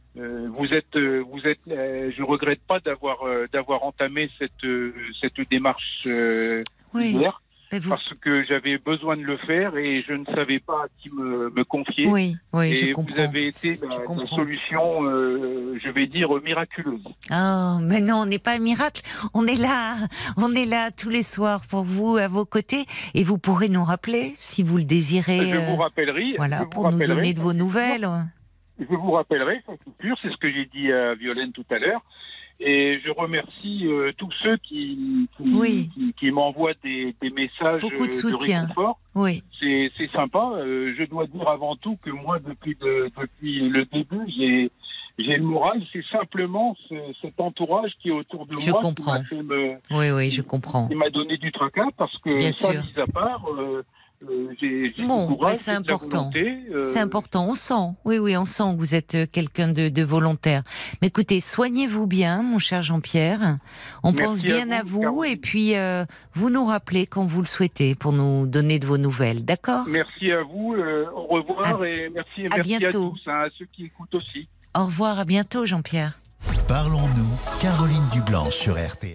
Speaker 5: Je regrette pas d'avoir entamé cette démarche hier, parce que j'avais besoin de le faire et je ne savais pas à qui me confier.
Speaker 6: Oui,
Speaker 5: et
Speaker 6: je comprends.
Speaker 5: Vous avez été la solution, je vais dire, miraculeuse.
Speaker 6: Oh, mais non, on n'est pas un miracle. On est là tous les soirs pour vous, à vos côtés, et vous pourrez nous rappeler si vous le désirez.
Speaker 5: Je vous rappellerai.
Speaker 6: Voilà, pour nous donner de vos nouvelles.
Speaker 5: Je vous rappellerai, ça c'est sûr, c'est ce que j'ai dit à Violaine tout à l'heure. Et je remercie tous ceux qui m'envoient des messages
Speaker 6: beaucoup de soutien.
Speaker 5: réconfort.
Speaker 6: Oui.
Speaker 5: C'est sympa. Je dois dire avant tout que moi, depuis le début, j'ai le moral. C'est simplement cet entourage qui est autour de moi.
Speaker 6: Je comprends. Je comprends.
Speaker 5: Qui m'a donné du tracas parce que,
Speaker 6: bien
Speaker 5: ça,
Speaker 6: sûr.
Speaker 5: mis à part... j'ai
Speaker 6: courage, c'est important. C'est important, on sent. Oui, on sent que vous êtes quelqu'un de volontaire. Mais écoutez, soignez-vous bien, mon cher Jean-Pierre. On pense bien à vous, Caroline. Et puis vous nous rappelez quand vous le souhaitez pour nous donner de vos nouvelles, d'accord ?
Speaker 5: Merci à vous, au revoir et merci à tous, à ceux qui écoutent aussi.
Speaker 6: Au revoir, à bientôt, Jean-Pierre.
Speaker 1: Parlons-nous, Caroline Dublanche sur RTL.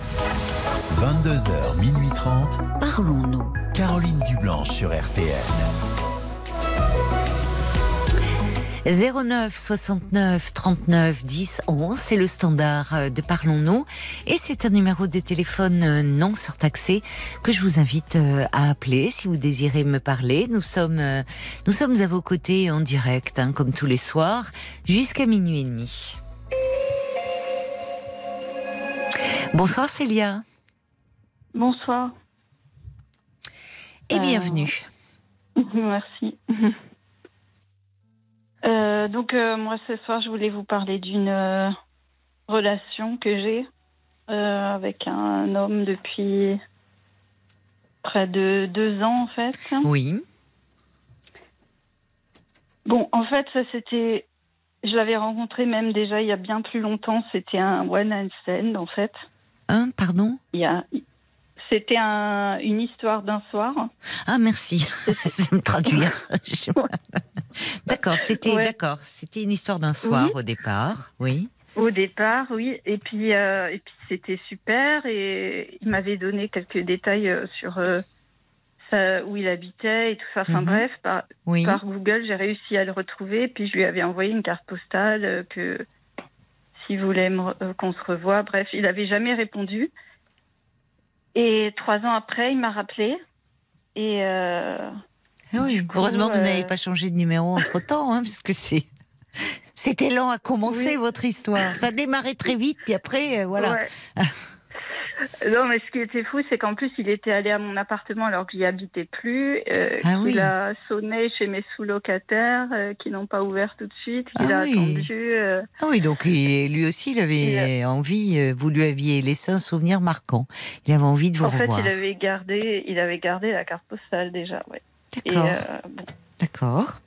Speaker 1: 22h, minuit 30.
Speaker 2: Parlons-nous.
Speaker 1: Caroline Dublanche sur RTL.
Speaker 6: 09 69 39 10 11, c'est le standard de Parlons-nous. Et c'est un numéro de téléphone non surtaxé que je vous invite à appeler si vous désirez me parler. Nous sommes à vos côtés en direct, comme tous les soirs, jusqu'à minuit et demi. Bonsoir Célia.
Speaker 8: Bonsoir.
Speaker 6: Et bienvenue.
Speaker 8: Merci. Moi, ce soir, je voulais vous parler d'une relation que j'ai avec un homme depuis près de 2 ans, en fait.
Speaker 6: Oui.
Speaker 8: Bon, en fait, ça s'était Je l'avais rencontré même déjà il y a bien plus longtemps. C'était un one night stand, en fait.
Speaker 6: Pardon ?
Speaker 8: C'était une histoire d'un soir.
Speaker 6: Ah, merci de me traduire. D'accord, c'était une histoire d'un soir au départ, oui.
Speaker 8: Au départ, oui. Et puis c'était super. Et il m'avait donné quelques détails sur où il habitait et tout ça. Enfin bref, par Google, j'ai réussi à le retrouver. Puis je lui avais envoyé une carte postale que s'il voulait qu'on se revoie. Bref, il n'avait jamais répondu. Et 3 ans après, il m'a rappelé. Et
Speaker 6: oui, heureusement que vous n'avez pas changé de numéro entre-temps, parce que c'était lent à commencer votre histoire. Ça démarrait très vite, puis après, voilà.
Speaker 8: Ouais. Non, mais ce qui était fou, c'est qu'en plus, il était allé à mon appartement alors que j'y habitais plus. Il a sonné chez mes sous-locataires qui n'ont pas ouvert tout de suite. Il a attendu.
Speaker 6: Ah oui, donc lui aussi, il avait envie. Vous lui aviez laissé un souvenir marquant. Il avait envie de vous revoir.
Speaker 8: En fait, il avait gardé la carte postale déjà. Ouais.
Speaker 6: D'accord. D'accord.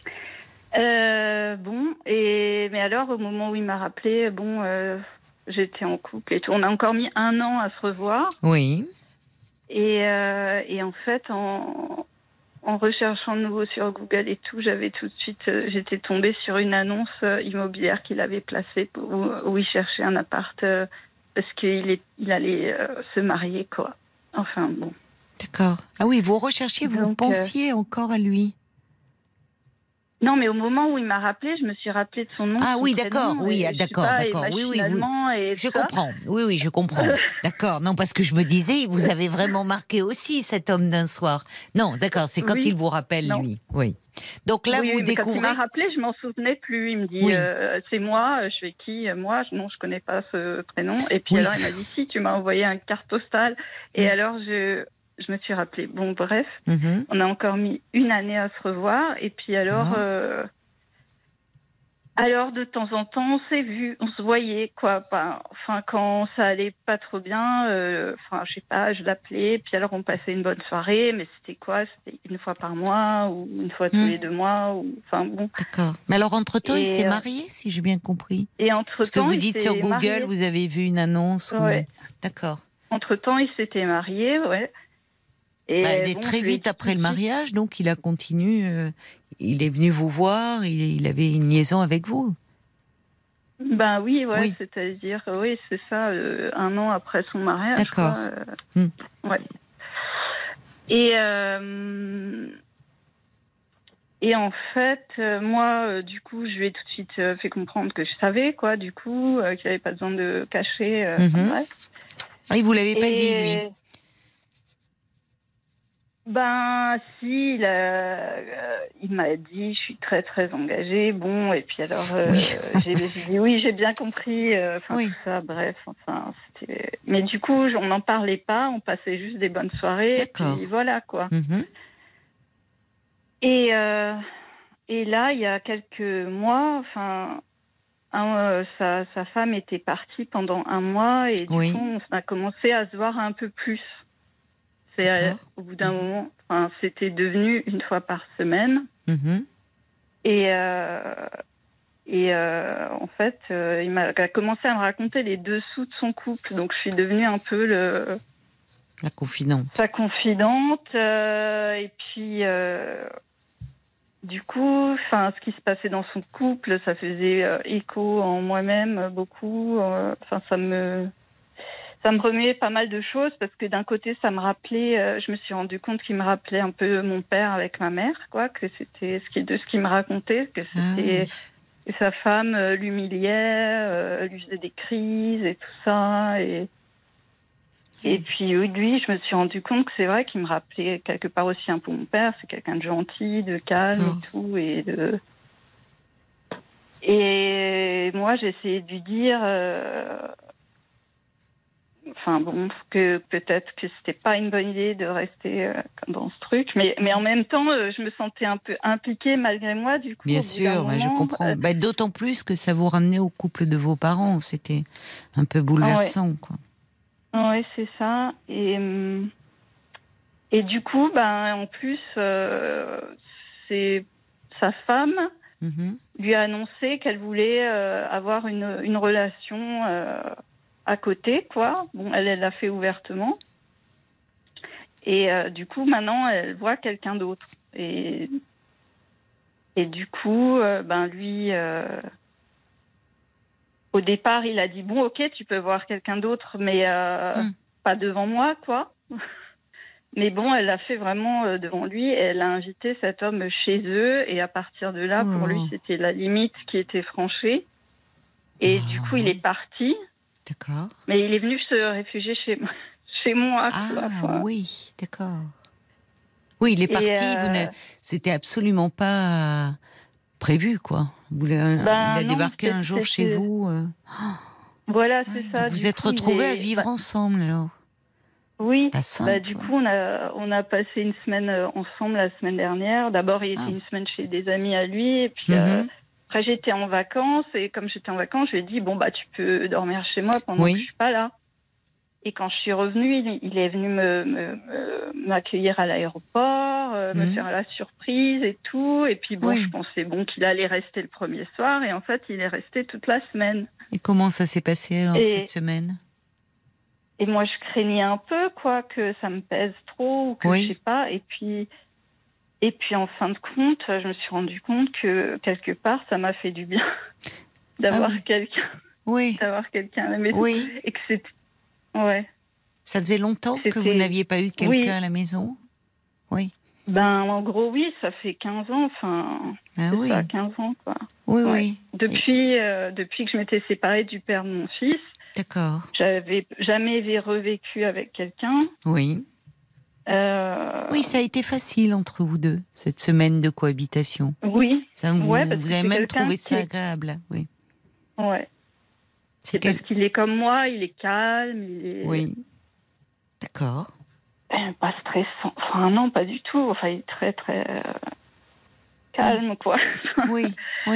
Speaker 8: Mais alors, au moment où il m'a rappelé, j'étais en couple et tout. On a encore mis 1 an à se revoir.
Speaker 6: Oui.
Speaker 8: Et en fait, en recherchant de nouveau sur Google et tout, j'étais tombée sur une annonce immobilière qu'il avait placée où il cherchait un appart parce qu'il allait se marier, quoi. Enfin, bon.
Speaker 6: D'accord. Ah oui, vous recherchiez, vous pensiez encore à lui.
Speaker 8: Non, mais au moment où il m'a rappelé, je me suis rappelé de son nom.
Speaker 6: Ah oui, d'accord, d'accord. Oui, je comprends. Oui, je comprends. D'accord. Non, parce que je me disais, vous avez vraiment marqué aussi cet homme d'un soir. Non, d'accord, c'est quand il vous rappelle lui. Oui. Donc là, vous découvrez. Quand il m'a
Speaker 8: rappelé, je m'en souvenais plus. Il me dit, c'est moi. Je fais qui moi? Non, je connais pas ce prénom. Et puis alors, il m'a dit, si, tu m'as envoyé une carte postale. Et alors, je me suis rappelé. Bon, bref, on a encore mis 1 année à se revoir. Et puis alors, de temps en temps, on s'est vu, on se voyait, quoi. Enfin, quand ça allait pas trop bien, je sais pas, je l'appelais. Puis alors, on passait une bonne soirée. Mais c'était quoi? C'était 1 fois par mois ou 1 fois tous les 2 mois. Enfin, bon.
Speaker 6: D'accord. Mais alors, entre-temps, il s'est marié, si j'ai bien compris.
Speaker 8: Et entre-temps,
Speaker 6: parce que vous dites sur Google, vous avez vu une annonce.
Speaker 8: Ouais.
Speaker 6: D'accord.
Speaker 8: Entre-temps, il s'était marié, ouais. Et
Speaker 6: très vite après le mariage, donc il a continué. Il est venu vous voir, il avait une liaison avec vous.
Speaker 8: Ben oui, c'est-à-dire, c'est ça, 1 an après son mariage.
Speaker 6: D'accord.
Speaker 8: Ouais. Et en fait, moi, du coup, je lui ai tout de suite fait comprendre que je savais, quoi, du coup, qu'il n'y avait pas besoin de cacher. Bref.
Speaker 6: Ah, il vous l'avait pas dit, lui?
Speaker 8: Ben si, il m'a dit, je suis très très engagée. Bon, et puis alors j'ai dit oui, j'ai bien compris. Tout ça, bref, c'était. Mais du coup, on n'en parlait pas, on passait juste des bonnes soirées.
Speaker 6: D'accord.
Speaker 8: Et puis voilà, quoi. Et là, il y a quelques mois, sa femme était partie pendant 1 mois et du coup, on a commencé à se voir un peu plus. Au bout d'un moment, c'était devenu 1 fois par semaine. Et en fait, il a commencé à me raconter les dessous de son couple. Donc, je suis devenue un peu
Speaker 6: la confidente.
Speaker 8: Sa confidente. Et puis, du coup, ce qui se passait dans son couple, ça faisait écho en moi-même beaucoup. Ça me remuait pas mal de choses parce que d'un côté, ça me rappelait, je me suis rendu compte qu'il me rappelait un peu mon père avec ma mère, quoi, que c'était de ce qu'il me racontait, que c'était que sa femme l'humiliait, lui faisait des crises et tout ça. Et puis lui, je me suis rendu compte que c'est vrai qu'il me rappelait quelque part aussi un peu mon père. C'est quelqu'un de gentil, de calme et tout, et moi, j'ai essayé de lui dire. Que peut-être que c'était pas une bonne idée de rester dans ce truc, mais en même temps, je me sentais un peu impliquée malgré moi, du coup.
Speaker 6: Bien sûr, je comprends. D'autant plus que ça vous ramenait au couple de vos parents, c'était un peu bouleversant, quoi.
Speaker 8: Oui, c'est ça. Et du coup, en plus, c'est sa femme lui a annoncé qu'elle voulait avoir une relation à côté, quoi. Bon, elle l'a fait ouvertement. Et du coup, maintenant, elle voit quelqu'un d'autre. Et du coup, lui, au départ, il a dit, bon, ok, tu peux voir quelqu'un d'autre, mais pas devant moi, quoi. Mais bon, elle l'a fait vraiment devant lui. Et elle a invité cet homme chez eux. Et à partir de là, pour lui, c'était la limite qui était franchie. Et du coup, il est parti.
Speaker 6: D'accord.
Speaker 8: Mais il est venu se réfugier chez moi.
Speaker 6: Oui, d'accord. Oui, il est parti. C'était absolument pas prévu, quoi. Il a débarqué un jour chez vous.
Speaker 8: Voilà, c'est ça.
Speaker 6: Vous êtes retrouvés à vivre ensemble, alors.
Speaker 8: Oui,
Speaker 6: pas simple,
Speaker 8: du coup, on a passé une semaine ensemble la semaine dernière. D'abord, il était une semaine chez des amis à lui. Et puis, après, j'étais en vacances. Et comme j'étais en vacances, je lui ai dit, tu peux dormir chez moi pendant que je suis pas là. Et quand je suis revenue, il est venu m'accueillir à l'aéroport, me faire la surprise et tout. Et puis, je pensais qu'il allait rester le premier soir. Et en fait, il est resté toute la semaine.
Speaker 6: Et comment ça s'est passé, alors, cette semaine ?
Speaker 8: Et moi, je craignais un peu, quoi, que ça me pèse trop ou que je sais pas. Et puis, en fin de compte, je me suis rendu compte que quelque part, ça m'a fait du bien d'avoir quelqu'un, d'avoir quelqu'un à la maison.
Speaker 6: Oui.
Speaker 8: Et que c'était,
Speaker 6: Ça faisait longtemps que vous n'aviez pas eu quelqu'un à la maison ? Oui.
Speaker 8: En gros, oui, ça fait 15 ans. Enfin, c'est ça, 15 ans, quoi.
Speaker 6: Oui.
Speaker 8: Depuis que je m'étais séparée du père de mon fils.
Speaker 6: D'accord.
Speaker 8: J'avais jamais revécu avec quelqu'un.
Speaker 6: Oui. Oui, ça a été facile entre vous deux, cette semaine de cohabitation.
Speaker 8: Oui.
Speaker 6: Vous avez même trouvé ça agréable. Oui.
Speaker 8: Ouais. C'est parce qu'il est comme moi, il est calme.
Speaker 6: Oui. D'accord.
Speaker 8: Pas stressant. Enfin, non, pas du tout. Enfin, il est très, très calme, quoi.
Speaker 6: Oui.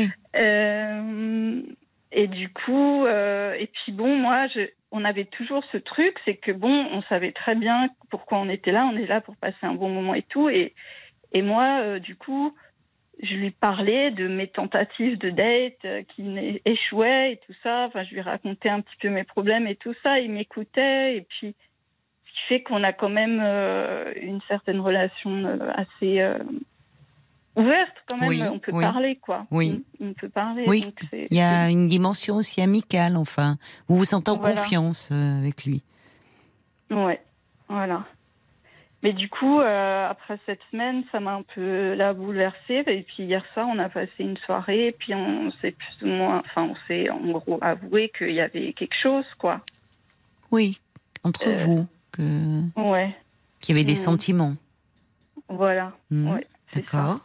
Speaker 8: Et du coup, et puis moi, on avait toujours ce truc, c'est que on savait très bien pourquoi on était là. On est là pour passer un bon moment et tout. Et moi, du coup, je lui parlais de mes tentatives de date qui échouaient et tout ça. Enfin, je lui racontais un petit peu mes problèmes et tout ça. Il m'écoutait. Et puis, ce qui fait qu'on a quand même une certaine relation assez ouverte quand même. On peut parler, quoi.
Speaker 6: Oui.
Speaker 8: On peut parler.
Speaker 6: Oui.
Speaker 8: Donc
Speaker 6: il y a une dimension aussi amicale, enfin. Vous vous sentez en confiance avec lui.
Speaker 8: Ouais, voilà. Mais du coup, après cette semaine, ça m'a un peu bouleversée. Et puis hier soir, on a passé une soirée. Et puis on s'est en gros avoué qu'il y avait quelque chose, quoi.
Speaker 6: Oui, entre vous. Qu'il y avait des sentiments.
Speaker 8: Voilà. Ouais,
Speaker 6: d'accord.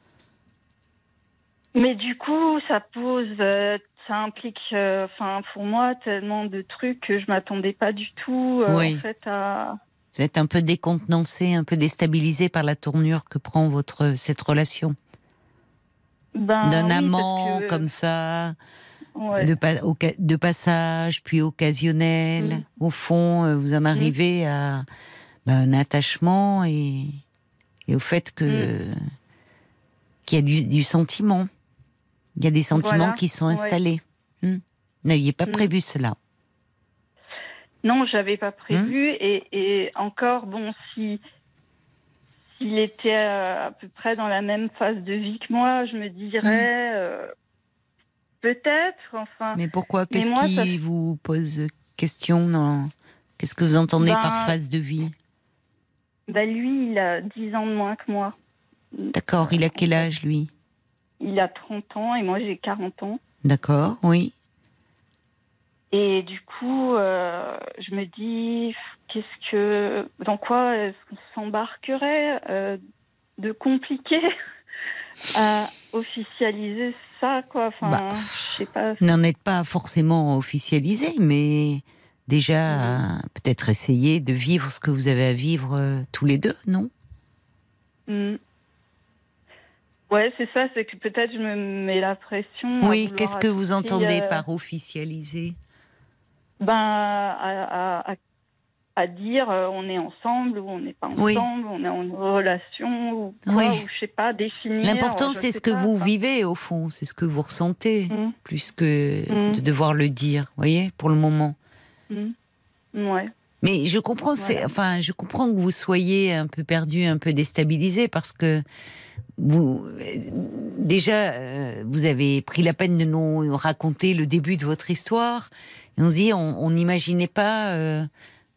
Speaker 8: Mais du coup, ça implique, pour moi, tellement de trucs que je m'attendais pas du tout, en fait, à...
Speaker 6: Vous êtes un peu décontenancé, un peu déstabilisé par la tournure que prend cette relation. D'un amant comme ça, de passage, puis occasionnel. Au fond, vous en arrivez à un attachement et au fait qu'il y a du sentiment. Il y a des sentiments qui sont installés. Vous n'aviez pas prévu cela.
Speaker 8: Non, j'avais pas prévu. Et encore, s'il était à peu près dans la même phase de vie que moi, je me dirais peut-être. Enfin.
Speaker 6: Mais pourquoi ? Qu'est-ce qui vous pose question Qu'est-ce que vous entendez par phase de vie ?
Speaker 8: Lui, il a 10 ans de moins que moi.
Speaker 6: D'accord. Il a quel âge, lui ?
Speaker 8: Il a 30 ans et moi, j'ai 40 ans.
Speaker 6: D'accord, oui.
Speaker 8: Et du coup, je me dis, dans quoi est-ce qu'on s'embarquerait de compliqué à officialiser ça, quoi. Enfin, je sais pas.
Speaker 6: N'en êtes pas forcément officialisé, mais déjà, peut-être essayer de vivre ce que vous avez à vivre tous les deux, non ?
Speaker 8: Ouais, c'est ça, c'est que peut-être je me mets la pression.
Speaker 6: Oui, qu'est-ce que vous entendez par officialiser ?
Speaker 8: À à dire on est ensemble ou on n'est pas ensemble, on est en relation ou quoi, ou je sais pas, définir.
Speaker 6: L'important, c'est ce que vous vivez au fond, c'est ce que vous ressentez, plus que de devoir le dire, voyez, pour le moment.
Speaker 8: Ouais.
Speaker 6: Mais je comprends, je comprends que vous soyez un peu perdu, un peu déstabilisé, parce que vous, déjà, vous avez pris la peine de nous raconter le début de votre histoire. Et on se dit, on n'imaginait pas.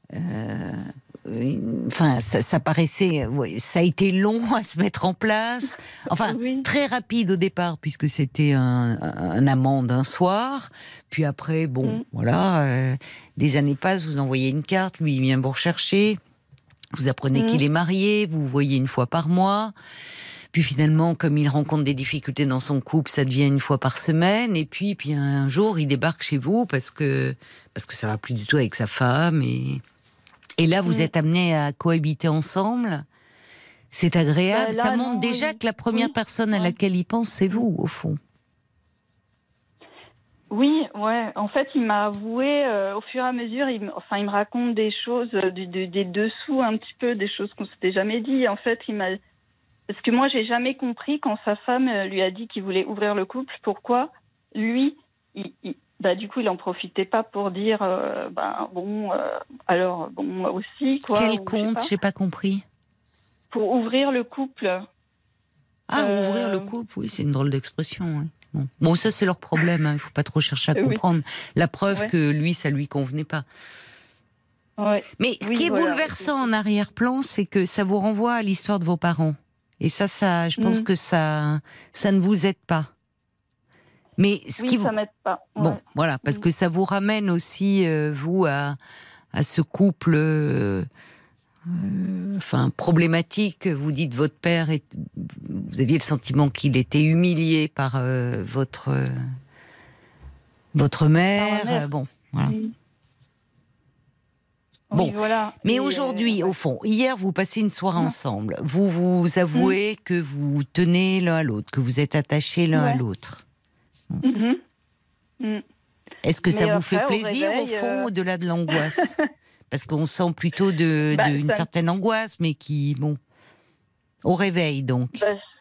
Speaker 6: Ça paraissait, ça a été long à se mettre en place. Enfin, très rapide au départ, puisque c'était un amant d'un soir. Puis après, des années passent, vous envoyez une carte, lui il vient vous rechercher. Vous apprenez qu'il est marié, vous vous voyez une fois par mois. Puis finalement, comme il rencontre des difficultés dans son couple, ça devient une fois par semaine. Et puis un jour, il débarque chez vous parce que ça va plus du tout avec sa femme. Et là, vous êtes amenés à cohabiter ensemble. C'est agréable. Ça montre déjà que la première personne à laquelle il pense, c'est vous, au fond.
Speaker 8: Oui, ouais. En fait, il m'a avoué, au fur et à mesure, il me raconte des choses, des dessous un petit peu, des choses qu'on s'était jamais dit. En fait, parce que moi, j'ai jamais compris quand sa femme lui a dit qu'il voulait ouvrir le couple, pourquoi lui, du coup, il en profitait pas pour dire, moi aussi, quoi.
Speaker 6: Quel compte, j'ai pas compris.
Speaker 8: Pour ouvrir le couple.
Speaker 6: Ouvrir le couple, oui, c'est une drôle d'expression. Oui. Bon, ça c'est leur problème. Il faut pas trop chercher à comprendre. La preuve que lui, ça lui convenait pas.
Speaker 8: Ouais.
Speaker 6: Mais ce qui est bouleversant en arrière-plan, c'est que ça vous renvoie à l'histoire de vos parents. Et ça, je pense que ça ne vous aide pas. Mais
Speaker 8: ça m'aide pas. Ouais.
Speaker 6: Bon, voilà, parce que ça vous ramène aussi, vous, à ce couple, problématique. Vous dites votre père, vous aviez le sentiment qu'il était humilié par votre mère. Bon, voilà.
Speaker 8: Oui.
Speaker 6: Bon,
Speaker 8: oui, voilà.
Speaker 6: Mais aujourd'hui, au fond, hier vous passez une soirée ensemble. Vous avouez que vous tenez l'un à l'autre, que vous êtes attachés l'un à l'autre. Est-ce que ça vous fait plaisir au fond, au-delà de l'angoisse? Parce qu'on sent plutôt une certaine angoisse, mais qui, au réveil donc.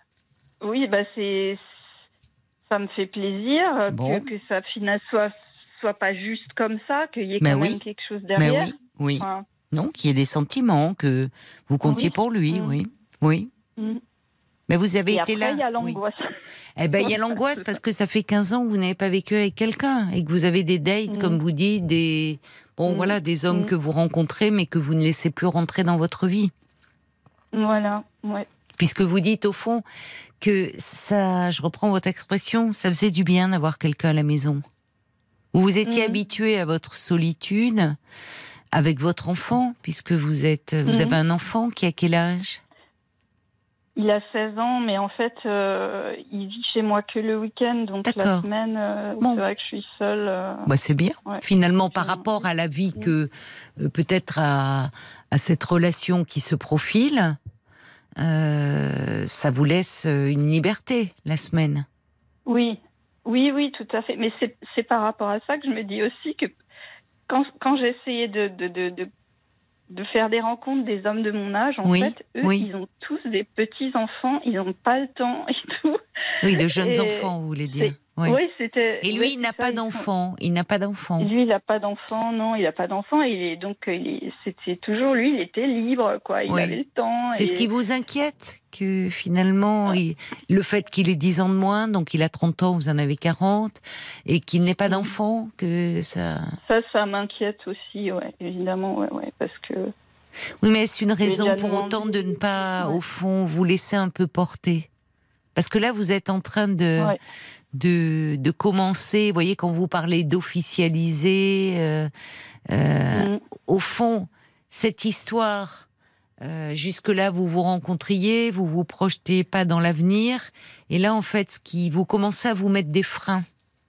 Speaker 8: Ça me fait plaisir que sa finesse soit pas juste comme ça, qu'il y ait quand même quelque chose derrière.
Speaker 6: Oui. Enfin... Non, qu'il y ait des sentiments, que vous comptiez pour lui, oui. Mais vous avez été là.
Speaker 8: Il y a l'angoisse.
Speaker 6: Il y a l'angoisse parce que ça fait 15 ans que vous n'avez pas vécu avec quelqu'un et que vous avez des dates, comme vous dites, des hommes que vous rencontrez mais que vous ne laissez plus rentrer dans votre vie.
Speaker 8: Voilà, ouais.
Speaker 6: Puisque vous dites au fond que ça, je reprends votre expression, ça faisait du bien d'avoir quelqu'un à la maison. Vous étiez habitué à votre solitude avec votre enfant, puisque vous avez un enfant qui a quel âge ?
Speaker 8: Il a 16 ans, mais en fait, il vit chez moi que le week-end, donc la semaine, c'est vrai que je suis seule.
Speaker 6: C'est bien. Ouais. Finalement, par rapport à la vie que, peut-être à cette relation qui se profile, ça vous laisse une liberté, la semaine.
Speaker 8: Oui, tout à fait. Mais c'est par rapport à ça que je me dis aussi que quand j'ai essayé de faire des rencontres des hommes de mon âge, en fait, eux, ils ont tous des petits-enfants, ils n'ont pas le temps et tout.
Speaker 6: Oui, de jeunes enfants, vous voulez dire.
Speaker 8: Oui, c'était...
Speaker 6: Et lui, il n'a pas d'enfant. Il n'a pas d'enfant.
Speaker 8: Lui, il n'a pas d'enfant, non, il n'a pas d'enfant. C'était toujours lui, il était libre, quoi. Il avait le temps.
Speaker 6: C'est ce qui vous inquiète, que finalement, le fait qu'il ait 10 ans de moins, donc il a 30 ans, vous en avez 40, et qu'il n'ait pas d'enfant, que ça...
Speaker 8: Ça m'inquiète aussi, évidemment, parce que...
Speaker 6: Oui, mais est-ce une raison pour autant de ne pas, au fond, vous laisser un peu porter ? Parce que là, vous êtes en train de commencer, vous voyez, quand vous parlez d'officialiser, au fond, cette histoire, jusque-là, vous vous rencontriez, vous vous projetez pas dans l'avenir, et là, en fait, vous commencez à vous mettre des freins.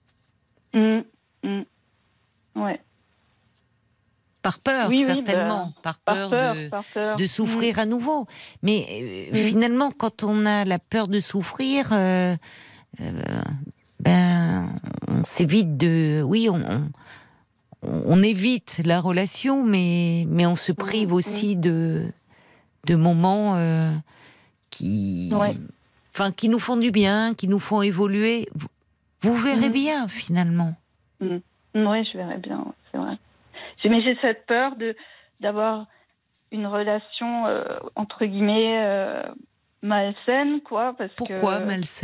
Speaker 8: Ouais.
Speaker 6: Par peur, certainement, par peur de souffrir à nouveau. Mais finalement, quand on a la peur de souffrir, on s'évite de... Oui, on évite la relation, mais on se prive aussi de moments qui nous font du bien, qui nous font évoluer. Vous verrez bien, finalement.
Speaker 8: Oui, je verrai bien, c'est vrai. Mais j'ai cette peur d'avoir une relation, entre guillemets, malsaine, quoi.
Speaker 6: Pourquoi malsaine ?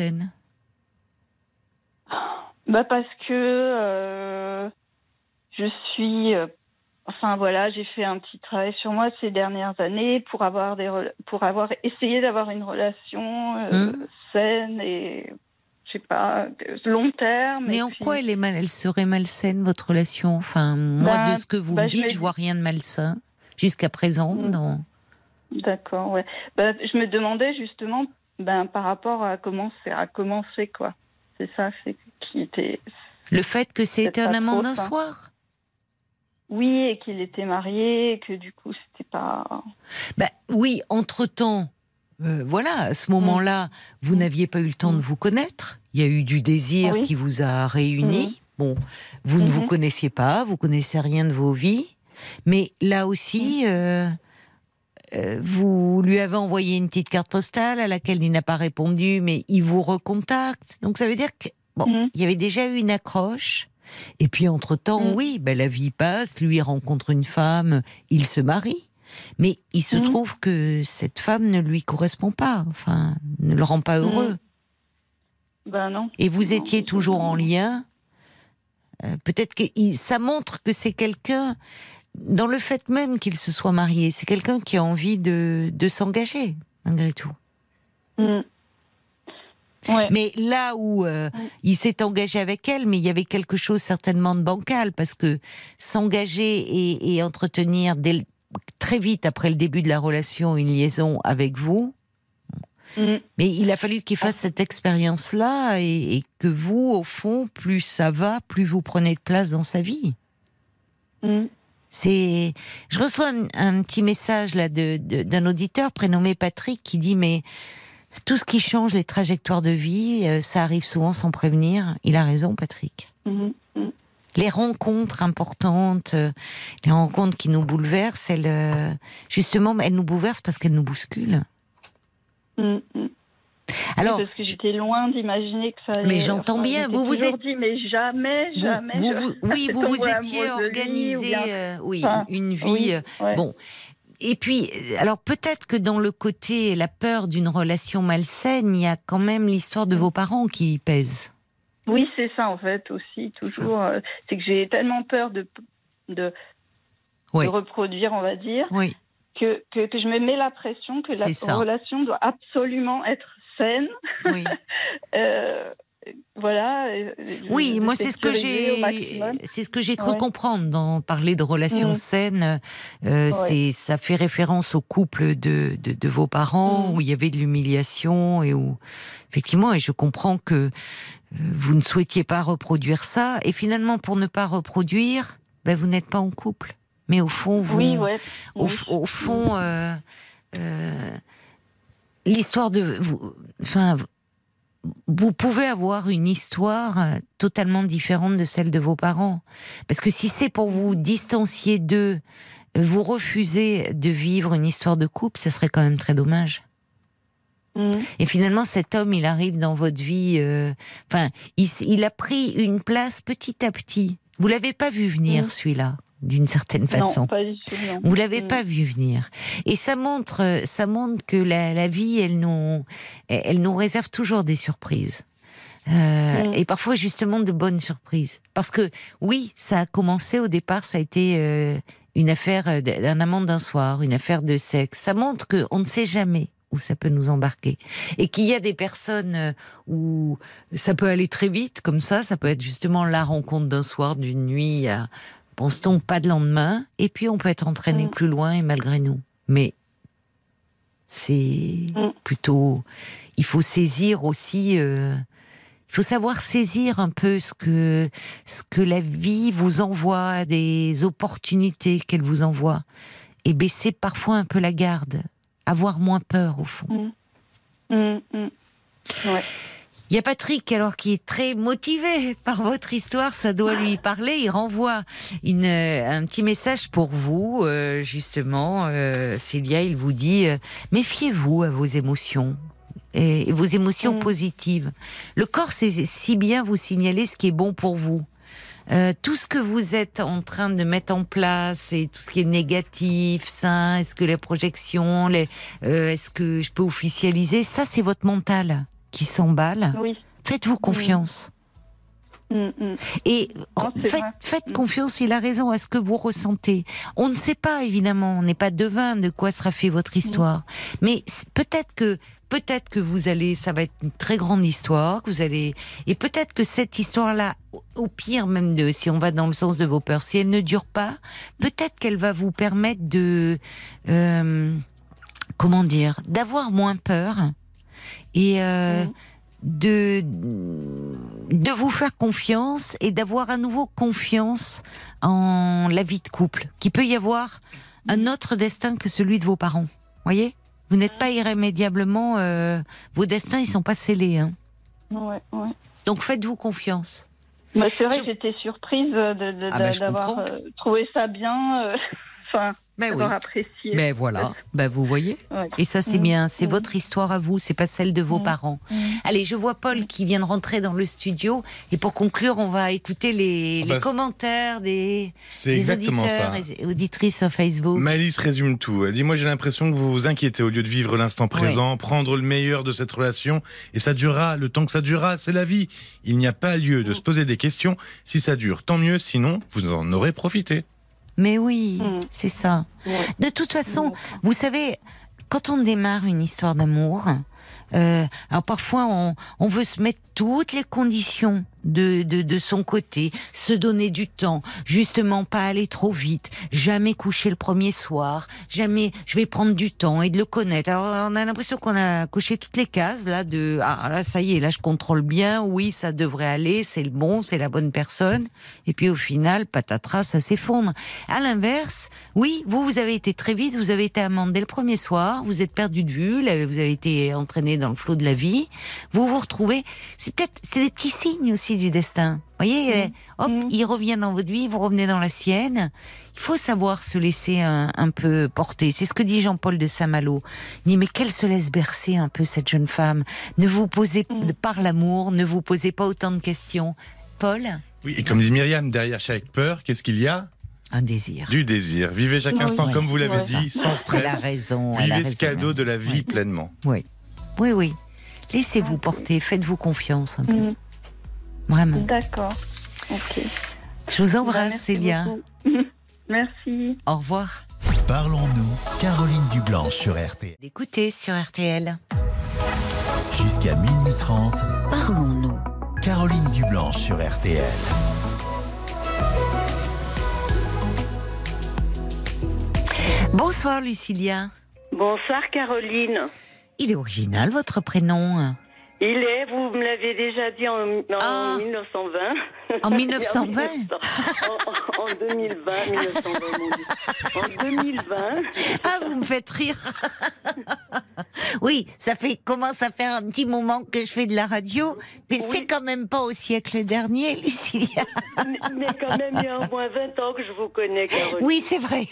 Speaker 8: Parce que je suis... j'ai fait un petit travail sur moi ces dernières années pour avoir essayé d'avoir une relation saine et, je sais pas, long terme.
Speaker 6: Mais en quoi elle serait malsaine, votre relation ? Enfin, moi, de ce que vous me dites, je vois rien de malsain jusqu'à présent.
Speaker 8: D'accord, ouais. Je me demandais justement, par rapport à comment ça a commencé, quoi. C'est ça, qui était...
Speaker 6: Le fait que c'était un amant d'un soir ?
Speaker 8: Oui, et qu'il était marié, et que du coup, c'était pas...
Speaker 6: oui, entre-temps, à ce moment-là, vous n'aviez pas eu le temps de vous connaître. Il y a eu du désir qui vous a réunis. Bon, vous ne vous connaissiez pas, vous connaissez rien de vos vies. Mais là aussi, vous lui avez envoyé une petite carte postale à laquelle il n'a pas répondu, mais il vous recontacte. Donc ça veut dire que il y avait déjà eu une accroche. Et puis entre-temps, la vie passe, lui il rencontre une femme, il se marie. Mais il se trouve que cette femme ne lui correspond pas, enfin, ne le rend pas heureux.
Speaker 8: Non.
Speaker 6: Et vous étiez toujours en lien. Peut-être que ça montre que c'est quelqu'un, dans le fait même qu'il se soit marié, c'est quelqu'un qui a envie de s'engager, malgré tout.
Speaker 8: Ouais.
Speaker 6: Mais là où il s'est engagé avec elle, mais il y avait quelque chose certainement de bancal, parce que s'engager et entretenir très vite après le début de la relation une liaison avec vous, mais il a fallu qu'il fasse cette expérience-là et que vous, au fond, plus ça va, plus vous prenez de place dans sa vie. Je reçois un petit message là d'un auditeur prénommé Patrick qui dit mais tout ce qui change les trajectoires de vie, ça arrive souvent sans prévenir. Il a raison, Patrick. Les rencontres importantes, les rencontres qui nous bouleversent, justement, elles nous bouleversent parce qu'elles nous bousculent.
Speaker 8: Alors, parce que j'étais loin d'imaginer que ça allait...
Speaker 6: Mais j'entends bien, vous vous êtes
Speaker 8: dit, mais jamais.
Speaker 6: Vous vous étiez organisé, une vie. Bon. Et puis, alors peut-être que dans le côté, la peur d'une relation malsaine, il y a quand même l'histoire de vos parents qui pèse.
Speaker 8: Oui, c'est ça en fait aussi, toujours. C'est que j'ai tellement peur de reproduire, on va dire, que je me mets la pression que la relation doit absolument être saine. Oui. Voilà.
Speaker 6: Oui, moi c'est ce que j'ai cru comprendre dans parler de relations saines. Ça fait référence au couple de vos parents où il y avait de l'humiliation et où effectivement, et je comprends que vous ne souhaitiez pas reproduire ça. Et finalement, pour ne pas reproduire, vous n'êtes pas en couple. Mais au fond, au fond, l'histoire de vous, vous pouvez avoir une histoire totalement différente de celle de vos parents. Parce que si c'est pour vous distancier d'eux, vous refusez de vivre une histoire de couple, ça serait quand même très dommage. Et finalement, cet homme, il arrive dans votre vie, il a pris une place petit à petit. Vous l'avez pas vu venir, celui-là, d'une certaine façon.
Speaker 8: Non, pas du tout, non.
Speaker 6: Vous l'avez pas vu venir. Et ça montre que la vie, elle nous réserve toujours des surprises. Et parfois, justement, de bonnes surprises. Parce que, oui, ça a commencé au départ, ça a été une affaire d'un amant d'un soir, une affaire de sexe. Ça montre qu'on ne sait jamais où ça peut nous embarquer. Et qu'il y a des personnes où ça peut aller très vite, comme ça peut être justement la rencontre d'un soir, d'une nuit, pense-t-on pas de lendemain, et puis on peut être entraîné plus loin et malgré nous. Mais c'est plutôt... Il faut saisir aussi... il faut savoir saisir un peu ce que la vie vous envoie, des opportunités qu'elle vous envoie, et baisser parfois un peu la garde. Avoir moins peur, au fond.
Speaker 8: Ouais.
Speaker 6: Il y a Patrick, alors, qui est très motivé par votre histoire, ça doit lui parler. Il renvoie un petit message pour vous, justement. Célia, il vous dit méfiez-vous à vos émotions. Et vos émotions positives. Le corps sait si bien vous signaler ce qui est bon pour vous. Tout ce que vous êtes en train de mettre en place et tout ce qui est négatif, ça, est-ce que les projections, est-ce que je peux officialiser, ça c'est votre mental qui s'emballe.
Speaker 8: Oui.
Speaker 6: Faites-vous confiance. Et faites confiance, il a raison, à ce que vous ressentez. On ne sait pas, évidemment, on n'est pas devin de quoi sera fait votre histoire. Mais peut-être que vous allez, ça va être une très grande histoire, et peut-être que cette histoire-là, au pire même si on va dans le sens de vos peurs, si elle ne dure pas, peut-être qu'elle va vous permettre d'avoir moins peur et de vous faire confiance et d'avoir à nouveau confiance en la vie de couple, qu'il peut y avoir un autre destin que celui de vos parents. Voyez ? Vous n'êtes pas irrémédiablement... vos destins, ils sont pas scellés. Hein.
Speaker 8: Ouais.
Speaker 6: Donc faites-vous confiance.
Speaker 8: Bah, c'est vrai que j'étais surprise d'avoir trouvé ça bien... d'avoir apprécié.
Speaker 6: Mais voilà, vous voyez. Ouais. Et ça, c'est bien. C'est votre histoire à vous, c'est pas celle de vos parents. Allez, je vois Paul qui vient de rentrer dans le studio. Et pour conclure, on va écouter les commentaires des auditeurs et auditrices sur Facebook.
Speaker 7: Malice résume tout. Elle dit, moi j'ai l'impression que vous vous inquiétez au lieu de vivre l'instant présent, prendre le meilleur de cette relation. Et ça durera, le temps que ça durera, c'est la vie. Il n'y a pas lieu de se poser des questions. Si ça dure, tant mieux. Sinon, vous en aurez profité.
Speaker 6: Mais oui, c'est ça. De toute façon, vous savez, quand on démarre une histoire d'amour, alors parfois on veut se mettre toutes les conditions de son côté, se donner du temps, justement pas aller trop vite, jamais coucher le premier soir, jamais je vais prendre du temps et de le connaître. Alors on a l'impression qu'on a coché toutes les cases là là ça y est, là je contrôle bien, oui ça devrait aller, c'est le bon, c'est la bonne personne, et puis au final patatras, ça s'effondre. À l'inverse, oui, vous avez été très vite, vous avez été amante dès le premier soir, vous êtes perdu de vue, vous avez été entraîné dans le flot de la vie, vous vous retrouvez, c'est des petits signes aussi du destin. Vous voyez, il revient dans votre vie, vous revenez dans la sienne. Il faut savoir se laisser un peu porter. C'est ce que dit Jean-Paul de Saint-Malo. Il dit, mais qu'elle se laisse bercer un peu, cette jeune femme. Ne vous posez, par l'amour, ne vous posez pas autant de questions. Paul ?
Speaker 7: Oui, et comme dit Myriam, derrière chaque peur, qu'est-ce qu'il y a ?
Speaker 6: Un désir.
Speaker 7: Du désir. Vivez chaque instant, comme vous l'avez dit, sans stress.
Speaker 6: Elle a raison.
Speaker 7: Vivez ce cadeau de la vie pleinement.
Speaker 6: Oui. Laissez-vous porter, faites-vous confiance un peu. Vraiment.
Speaker 8: D'accord. Ok.
Speaker 6: Je vous embrasse, Célia.
Speaker 8: Merci.
Speaker 6: Au revoir.
Speaker 1: Parlons-nous, Caroline Dublanche sur RTL.
Speaker 6: Écoutez sur RTL.
Speaker 1: Jusqu'à minuit 30.
Speaker 2: Parlons-nous.
Speaker 1: Caroline Dublanche sur RTL.
Speaker 6: Bonsoir, Lucilia.
Speaker 9: Bonsoir, Caroline.
Speaker 6: Il est original, votre prénom.
Speaker 9: Il est, vous me l'avez déjà dit en 1920.
Speaker 6: En 1920
Speaker 9: En 2020, 1920, mon Dieu. En 2020.
Speaker 6: Ah, vous me faites rire. Oui, commence à faire un petit moment que je fais de la radio, mais c'est quand même pas au siècle dernier, Lucilia.
Speaker 9: Mais quand même, il y a au moins 20 ans que je vous connais, Caroline.
Speaker 6: Oui, c'est vrai.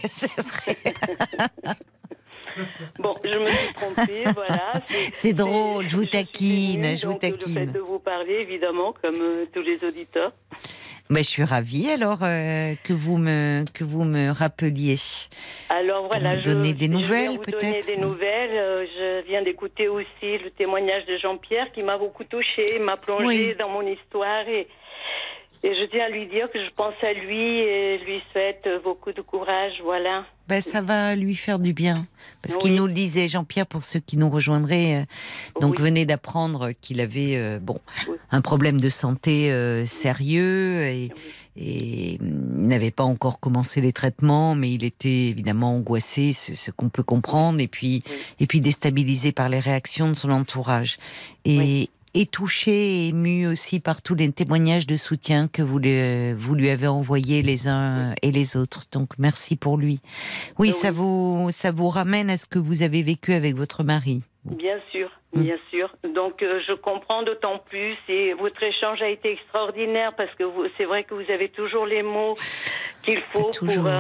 Speaker 9: Bon, je me suis trompée, voilà.
Speaker 6: C'est drôle, je vous taquine.
Speaker 9: Le fait de vous parler, évidemment, comme tous les auditeurs.
Speaker 6: Mais je suis ravie alors que vous me rappeliez.
Speaker 9: Alors voilà,
Speaker 6: je donner des nouvelles
Speaker 9: peut-être. Donner des nouvelles. Je viens d'écouter aussi le témoignage de Jean-Pierre qui m'a beaucoup touchée, m'a plongée dans mon histoire et je tiens à lui dire que je pense à lui et lui souhaite beaucoup de courage, voilà.
Speaker 6: Ça va lui faire du bien. Parce qu'il nous le disait, Jean-Pierre, pour ceux qui nous rejoindraient, venait d'apprendre qu'il avait un problème de santé sérieux et il n'avait pas encore commencé les traitements, mais il était évidemment angoissé, ce qu'on peut comprendre, et puis déstabilisé par les réactions de son entourage. Et touché et ému aussi par tous les témoignages de soutien que vous lui avez envoyés les uns et les autres. Donc merci pour lui. Oui, ça vous ramène à ce que vous avez vécu avec votre mari.
Speaker 9: Bien sûr, bien sûr. Donc je comprends d'autant plus et votre échange a été extraordinaire parce que c'est vrai que vous avez toujours les mots qu'il faut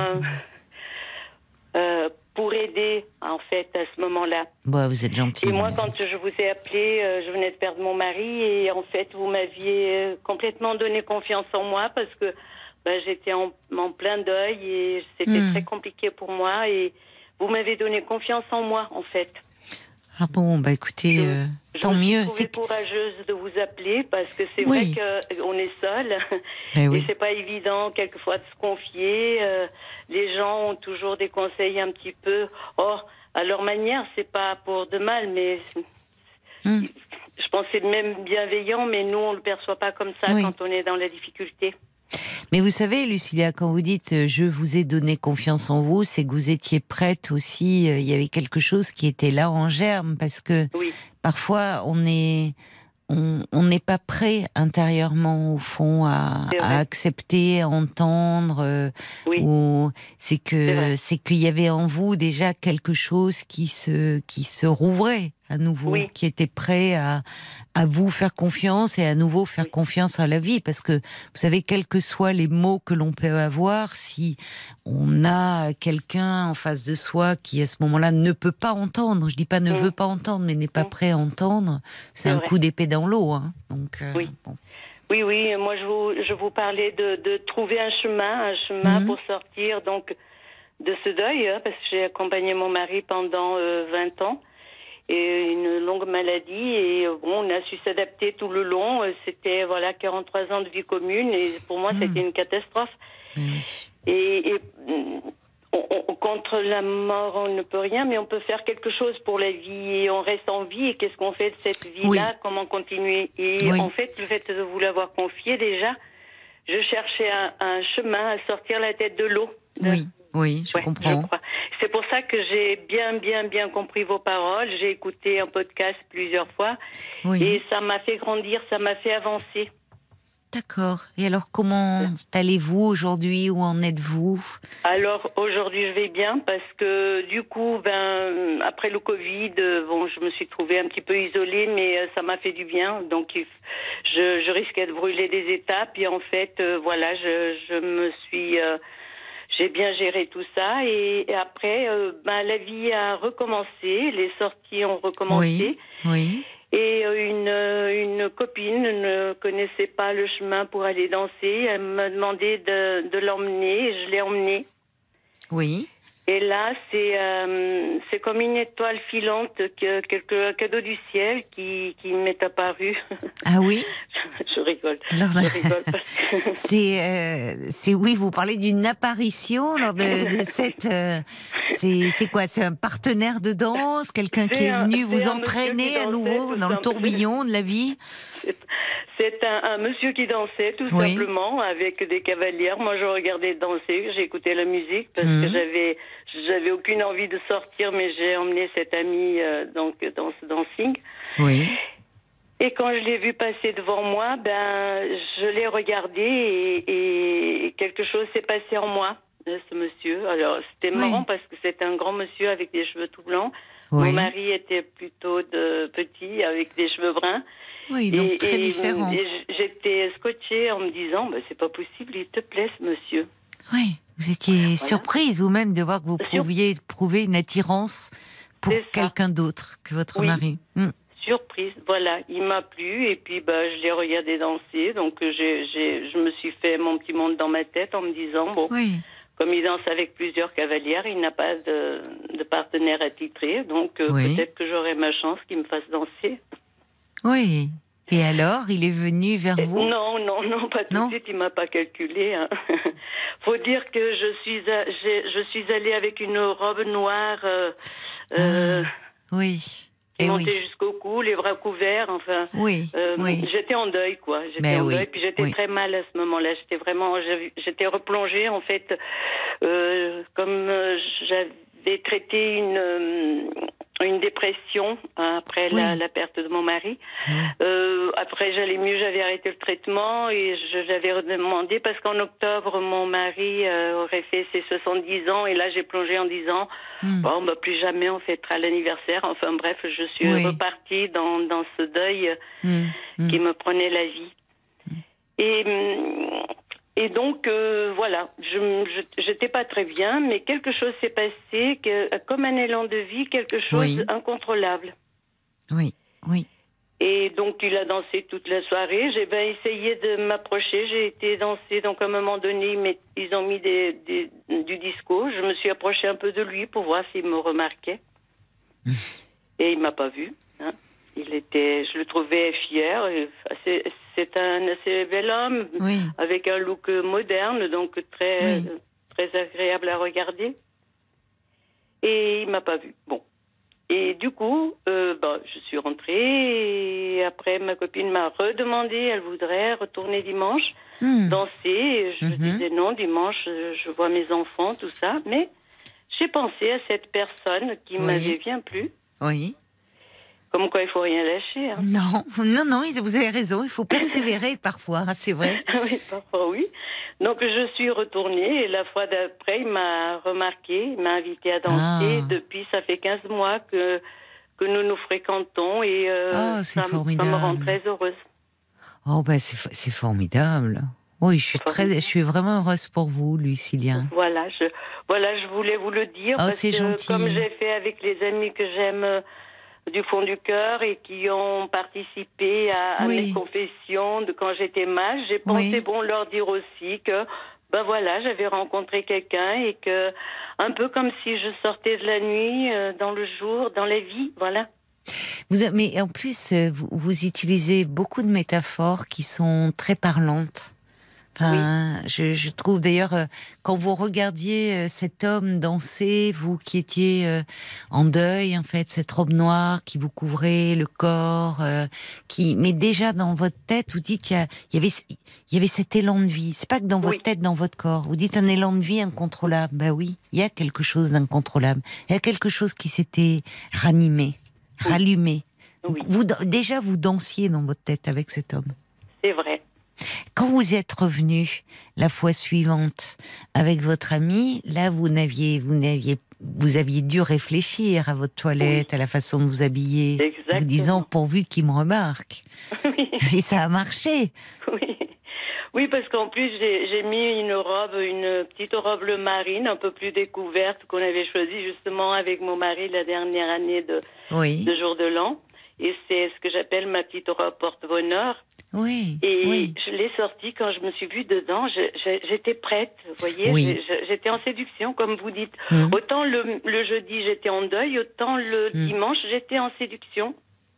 Speaker 9: pour aider en fait à ce moment-là.
Speaker 6: Bon, vous êtes gentil.
Speaker 9: Et moi quand je vous ai appelé, je venais de perdre mon mari et en fait vous m'aviez complètement donné confiance en moi parce que j'étais en plein deuil et c'était très compliqué pour moi et vous m'avez donné confiance en moi en fait.
Speaker 6: Ah bon, écoutez, tant mieux.
Speaker 9: Je suis courageuse de vous appeler parce que c'est vrai qu'on est seul et c'est pas évident quelquefois de se confier. Les gens ont toujours des conseils un petit peu. Or, à leur manière, c'est pas pour de mal, mais je pense que c'est même bienveillant, mais nous on le perçoit pas comme ça quand on est dans la difficulté.
Speaker 6: Mais vous savez, Lucilia, quand vous dites « je vous ai donné confiance en vous », c'est que vous étiez prête aussi, il y avait quelque chose qui était là en germe, parce que parfois on n'est pas prêt intérieurement, au fond, à accepter, à entendre, ou c'est qu'il y avait en vous déjà quelque chose qui se rouvrait à nouveau, qui était prêt à vous faire confiance et à nouveau faire confiance à la vie, parce que vous savez, quels que soient les mots que l'on peut avoir, si on a quelqu'un en face de soi qui à ce moment-là ne peut pas entendre, je dis pas ne veut pas entendre, mais n'est pas prêt à entendre, c'est un coup d'épée dans l'eau, hein. Donc bon.
Speaker 9: Oui, moi je vous parlais de trouver un chemin pour sortir donc de ce deuil, parce que j'ai accompagné mon mari pendant 20 ans. Et une longue maladie et on a su s'adapter tout le long. C'était 43 ans de vie commune et pour moi c'était une catastrophe. Et contre la mort on ne peut rien, mais on peut faire quelque chose pour la vie et on reste en vie. Et qu'est-ce qu'on fait de cette vie-là? Comment continuer? Et en fait, le fait de vous l'avoir confié déjà, je cherchais un chemin à sortir la tête de l'eau.
Speaker 6: Oui, je comprends.
Speaker 9: C'est pour ça que j'ai bien compris vos paroles. J'ai écouté un podcast plusieurs fois et ça m'a fait grandir, ça m'a fait avancer.
Speaker 6: D'accord. Et alors, comment allez-vous aujourd'hui? Où en êtes-vous? Alors,
Speaker 9: aujourd'hui, je vais bien parce que du coup, après le Covid, je me suis trouvée un petit peu isolée, mais ça m'a fait du bien. Donc, je risquais de brûler des étapes et en fait, je me suis... j'ai bien géré tout ça et après, la vie a recommencé, les sorties ont recommencé.
Speaker 6: Oui.
Speaker 9: Et une copine ne connaissait pas le chemin pour aller danser. Elle m'a demandé de l'emmener et je l'ai emmenée.
Speaker 6: Oui.
Speaker 9: Et là, c'est comme une étoile filante, un cadeau du ciel qui m'est apparu.
Speaker 6: Ah oui?
Speaker 9: Je rigole.
Speaker 6: Alors, je rigole parce que... oui, vous parlez d'une apparition lors de cette... c'est quoi? C'est un partenaire de danse? Quelqu'un qui est venu vous entraîner à nouveau dans le tourbillon de la vie?
Speaker 9: C'est un monsieur qui dansait tout simplement avec des cavalières. Moi, je regardais danser, j'écoutais la musique parce que j'avais aucune envie de sortir, mais j'ai emmené cette amie dans ce dancing.
Speaker 6: Oui.
Speaker 9: Et quand je l'ai vu passer devant moi, je l'ai regardé et quelque chose s'est passé en moi, ce monsieur. Alors, c'était marrant parce que c'était un grand monsieur avec des cheveux tout blancs. Oui. Mon mari était plutôt petit avec des cheveux bruns.
Speaker 6: Oui, donc très différent.
Speaker 9: Et j'étais scotchée en me disant, c'est pas possible, il te plaît ce monsieur.
Speaker 6: Oui, vous étiez surprise vous-même de voir que vous pouviez prouver une attirance pour quelqu'un d'autre que votre mari.
Speaker 9: Surprise, voilà, il m'a plu et puis je l'ai regardé danser, donc je me suis fait mon petit monde dans ma tête en me disant, comme il danse avec plusieurs cavalières, il n'a pas de partenaire attitré, donc peut-être que j'aurai ma chance qu'il me fasse danser.
Speaker 6: Oui. Et alors, il est venu vers vous?
Speaker 9: Non, pas tout de suite. Il m'a pas calculé. Hein. Faut dire que je suis allée avec une robe noire. Qui montait jusqu'au cou, les bras couverts. Enfin. J'étais en deuil, quoi. J'étais en deuil, puis j'étais très mal à ce moment-là. J'étais replongée en fait, comme j'avais traité une dépression après la perte de mon mari. Après, j'allais mieux, j'avais arrêté le traitement et j'avais redemandé parce qu'en octobre, mon mari aurait fait ses 70 ans et là, j'ai plongé en disant bon, bah, plus jamais on fêtera l'anniversaire. Enfin bref, je suis repartie dans ce deuil qui me prenait la vie. Et donc, voilà, j'étais pas très bien, mais quelque chose s'est passé, comme un élan de vie, quelque chose incontrôlable.
Speaker 6: Oui.
Speaker 9: Et donc, il a dansé toute la soirée. J'ai essayé de m'approcher. J'ai été danser. Donc, à un moment donné, ils ont mis du disco. Je me suis approchée un peu de lui pour voir s'il me remarquait. Et il m'a pas vu. Hein. Je le trouvais fier. C'est un assez bel homme, avec un look moderne, donc très agréable à regarder. Et il m'a pas vu. Bon. Et du coup, je suis rentrée et après ma copine m'a redemandé, elle voudrait retourner dimanche, danser. Et je disais non, dimanche, je vois mes enfants, tout ça. Mais j'ai pensé à cette personne qui m'avait bien plu.
Speaker 6: Oui.
Speaker 9: Comme quoi, il faut rien lâcher. Hein.
Speaker 6: Non, vous avez raison, il faut persévérer parfois, c'est vrai.
Speaker 9: Oui, parfois oui. Donc je suis retournée et la fois d'après, il m'a remarqué, il m'a invité à danser. Depuis, ça fait 15 mois que nous nous fréquentons et ça me rend très heureuse.
Speaker 6: Oh, c'est formidable. Oui, je suis vraiment heureuse pour vous, Lucilien.
Speaker 9: Voilà, je voulais vous le dire parce
Speaker 6: c'est
Speaker 9: que
Speaker 6: gentil.
Speaker 9: Comme j'ai fait avec les amis que j'aime du fond du cœur et qui ont participé à mes confessions de quand j'étais mal, j'ai pensé leur dire aussi que j'avais rencontré quelqu'un et que un peu comme si je sortais de la nuit dans le jour, dans la vie, voilà.
Speaker 6: Mais en plus, vous utilisez beaucoup de métaphores qui sont très parlantes. Enfin, je trouve d'ailleurs, quand vous regardiez cet homme danser, vous qui étiez en deuil, en fait, cette robe noire qui vous couvrait le corps, mais déjà dans votre tête, vous dites il y avait cet élan de vie. C'est pas que dans votre tête, dans votre corps. Vous dites un élan de vie incontrôlable. Ben oui, il y a quelque chose d'incontrôlable. Il y a quelque chose qui s'était rallumé. Oui. Vous dansiez dans votre tête avec cet homme.
Speaker 9: C'est vrai.
Speaker 6: Quand vous êtes revenu la fois suivante avec votre ami, là vous aviez dû réfléchir à votre toilette, à la façon de vous habiller,
Speaker 9: exactement.
Speaker 6: Vous disant pourvu qu'il me remarque. Et ça a marché.
Speaker 9: Oui, parce qu'en plus j'ai mis une petite robe bleu marine, un peu plus découverte qu'on avait choisie justement avec mon mari la dernière année de jour de l'an. Et c'est ce que j'appelle ma petite robe porte-bonheur. Je l'ai sortie quand je me suis vue dedans. J'étais prête, vous voyez. J'étais en séduction, comme vous dites. Autant le jeudi, j'étais en deuil, autant le dimanche, j'étais en séduction.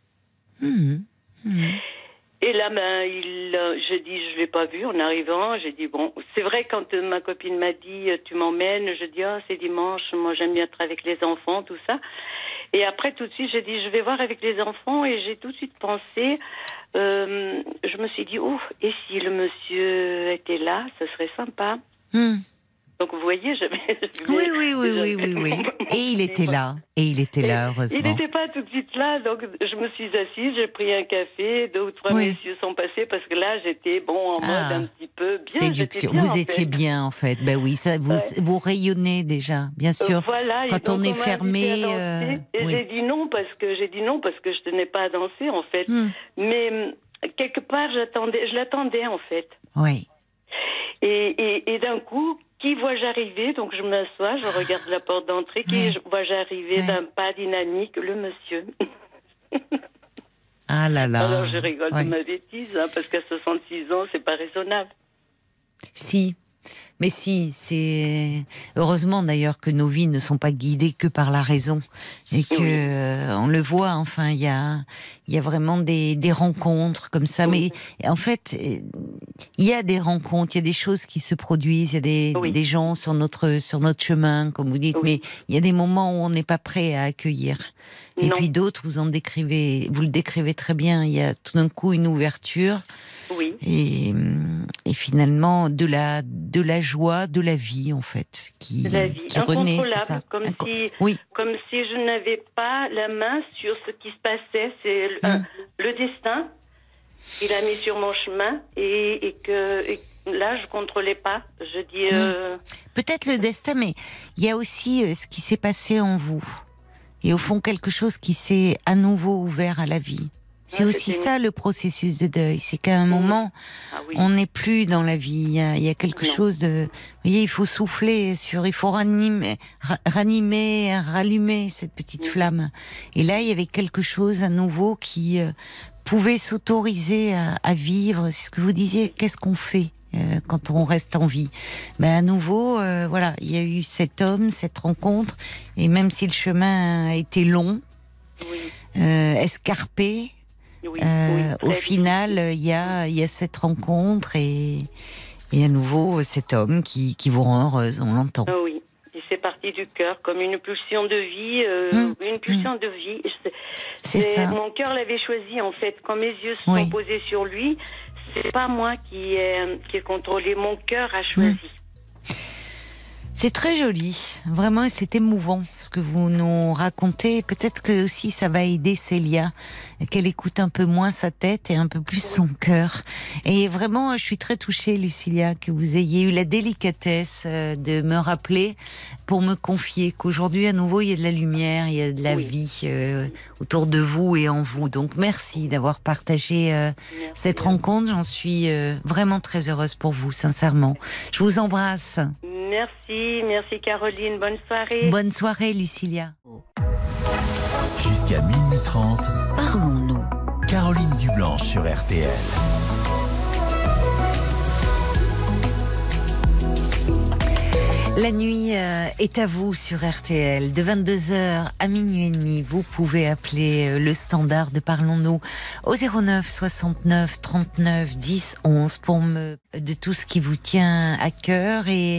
Speaker 9: Et là, jeudi, je l'ai pas vu en arrivant. J'ai dit, bon, c'est vrai, quand ma copine m'a dit, tu m'emmènes, je dis, c'est dimanche, moi j'aime bien être avec les enfants, tout ça. Et après, tout de suite, j'ai dit, je vais voir avec les enfants. Et j'ai tout de suite pensé, je me suis dit, et si le monsieur était là, ce serait sympa. Donc, vous voyez,
Speaker 6: Oui. Et il était là. Heureusement.
Speaker 9: Il n'était pas tout de suite là. Donc, je me suis assise, j'ai pris un café. 2 ou 3 messieurs sont passés parce que là, j'étais, en mode un petit peu bien.
Speaker 6: Séduction. Vous étiez bien, en fait. Ben oui, ça, vous rayonnez déjà, bien sûr.
Speaker 9: Voilà.
Speaker 6: Quand on est fermé.
Speaker 9: J'ai dit non parce que je tenais pas à danser, en fait. Mais quelque part, je l'attendais, en fait.
Speaker 6: Oui.
Speaker 9: Et d'un coup, qui vois-je arriver? Donc je m'assois, je regarde la porte d'entrée, qui vois-je arriver d'un pas dynamique? Le monsieur.
Speaker 6: Ah là là.
Speaker 9: Alors je rigole de ma bêtise, parce qu'à 66 ans, c'est pas raisonnable.
Speaker 6: Mais c'est heureusement d'ailleurs que nos vies ne sont pas guidées que par la raison et que on le voit. Enfin, il y a vraiment des rencontres comme ça. Mais en fait, il y a des rencontres, il y a des choses qui se produisent, il y a des gens sur notre chemin, comme vous dites. Mais il y a des moments où on n'est pas prêt à accueillir Et puis d'autres, vous le décrivez très bien. Il y a tout d'un coup une ouverture.
Speaker 9: Oui.
Speaker 6: Et finalement de la joie, de la vie en fait, qui renaît, c'est ça.
Speaker 9: Comme si je n'avais pas la main sur ce qui se passait. C'est le destin qu'il a mis sur mon chemin et que là je contrôlais pas. Je dis
Speaker 6: peut-être le destin, mais il y a aussi ce qui s'est passé en vous. Et au fond quelque chose qui s'est à nouveau ouvert à la vie. C'est aussi ça le processus de deuil, c'est qu'à un moment, on n'est plus dans la vie. Il y a quelque chose de, vous voyez, il faut souffler il faut rallumer cette petite flamme. Et là, il y avait quelque chose à nouveau qui pouvait s'autoriser à vivre. C'est ce que vous disiez. Qu'est-ce qu'on fait quand on reste en vie? À nouveau, voilà, il y a eu cet homme, cette rencontre, et même si le chemin a été long, escarpé. Au final, il y a cette rencontre et à nouveau cet homme qui vous rend heureuse, on l'entend.
Speaker 9: Oui, et c'est parti du cœur, comme une pulsion de vie, une pulsion de vie.
Speaker 6: C'est ça.
Speaker 9: Mon cœur l'avait choisi en fait. Quand mes yeux se sont posés sur lui, c'est pas moi qui ai contrôlé. Mon cœur a choisi.
Speaker 6: C'est très joli, vraiment, c'est émouvant ce que vous nous racontez. Peut-être que aussi ça va aider Célia, qu'elle écoute un peu moins sa tête et un peu plus son cœur. Et vraiment, je suis très touchée, Lucilia, que vous ayez eu la délicatesse de me rappeler pour me confier qu'aujourd'hui, à nouveau, il y a de la lumière, il y a de la vie autour de vous et en vous. Donc merci d'avoir partagé cette rencontre. J'en suis vraiment très heureuse pour vous, sincèrement. Je vous embrasse.
Speaker 9: Merci Caroline, bonne soirée.
Speaker 6: Bonne soirée Lucilia.
Speaker 1: Jusqu'à minuit 30,
Speaker 2: parlons-nous.
Speaker 1: Caroline Dublanche sur RTL.
Speaker 6: La nuit est à vous sur RTL. De 22h à minuit et demi, vous pouvez appeler le standard de Parlons-nous au 09 69 39 10 11 pour de tout ce qui vous tient à cœur. Et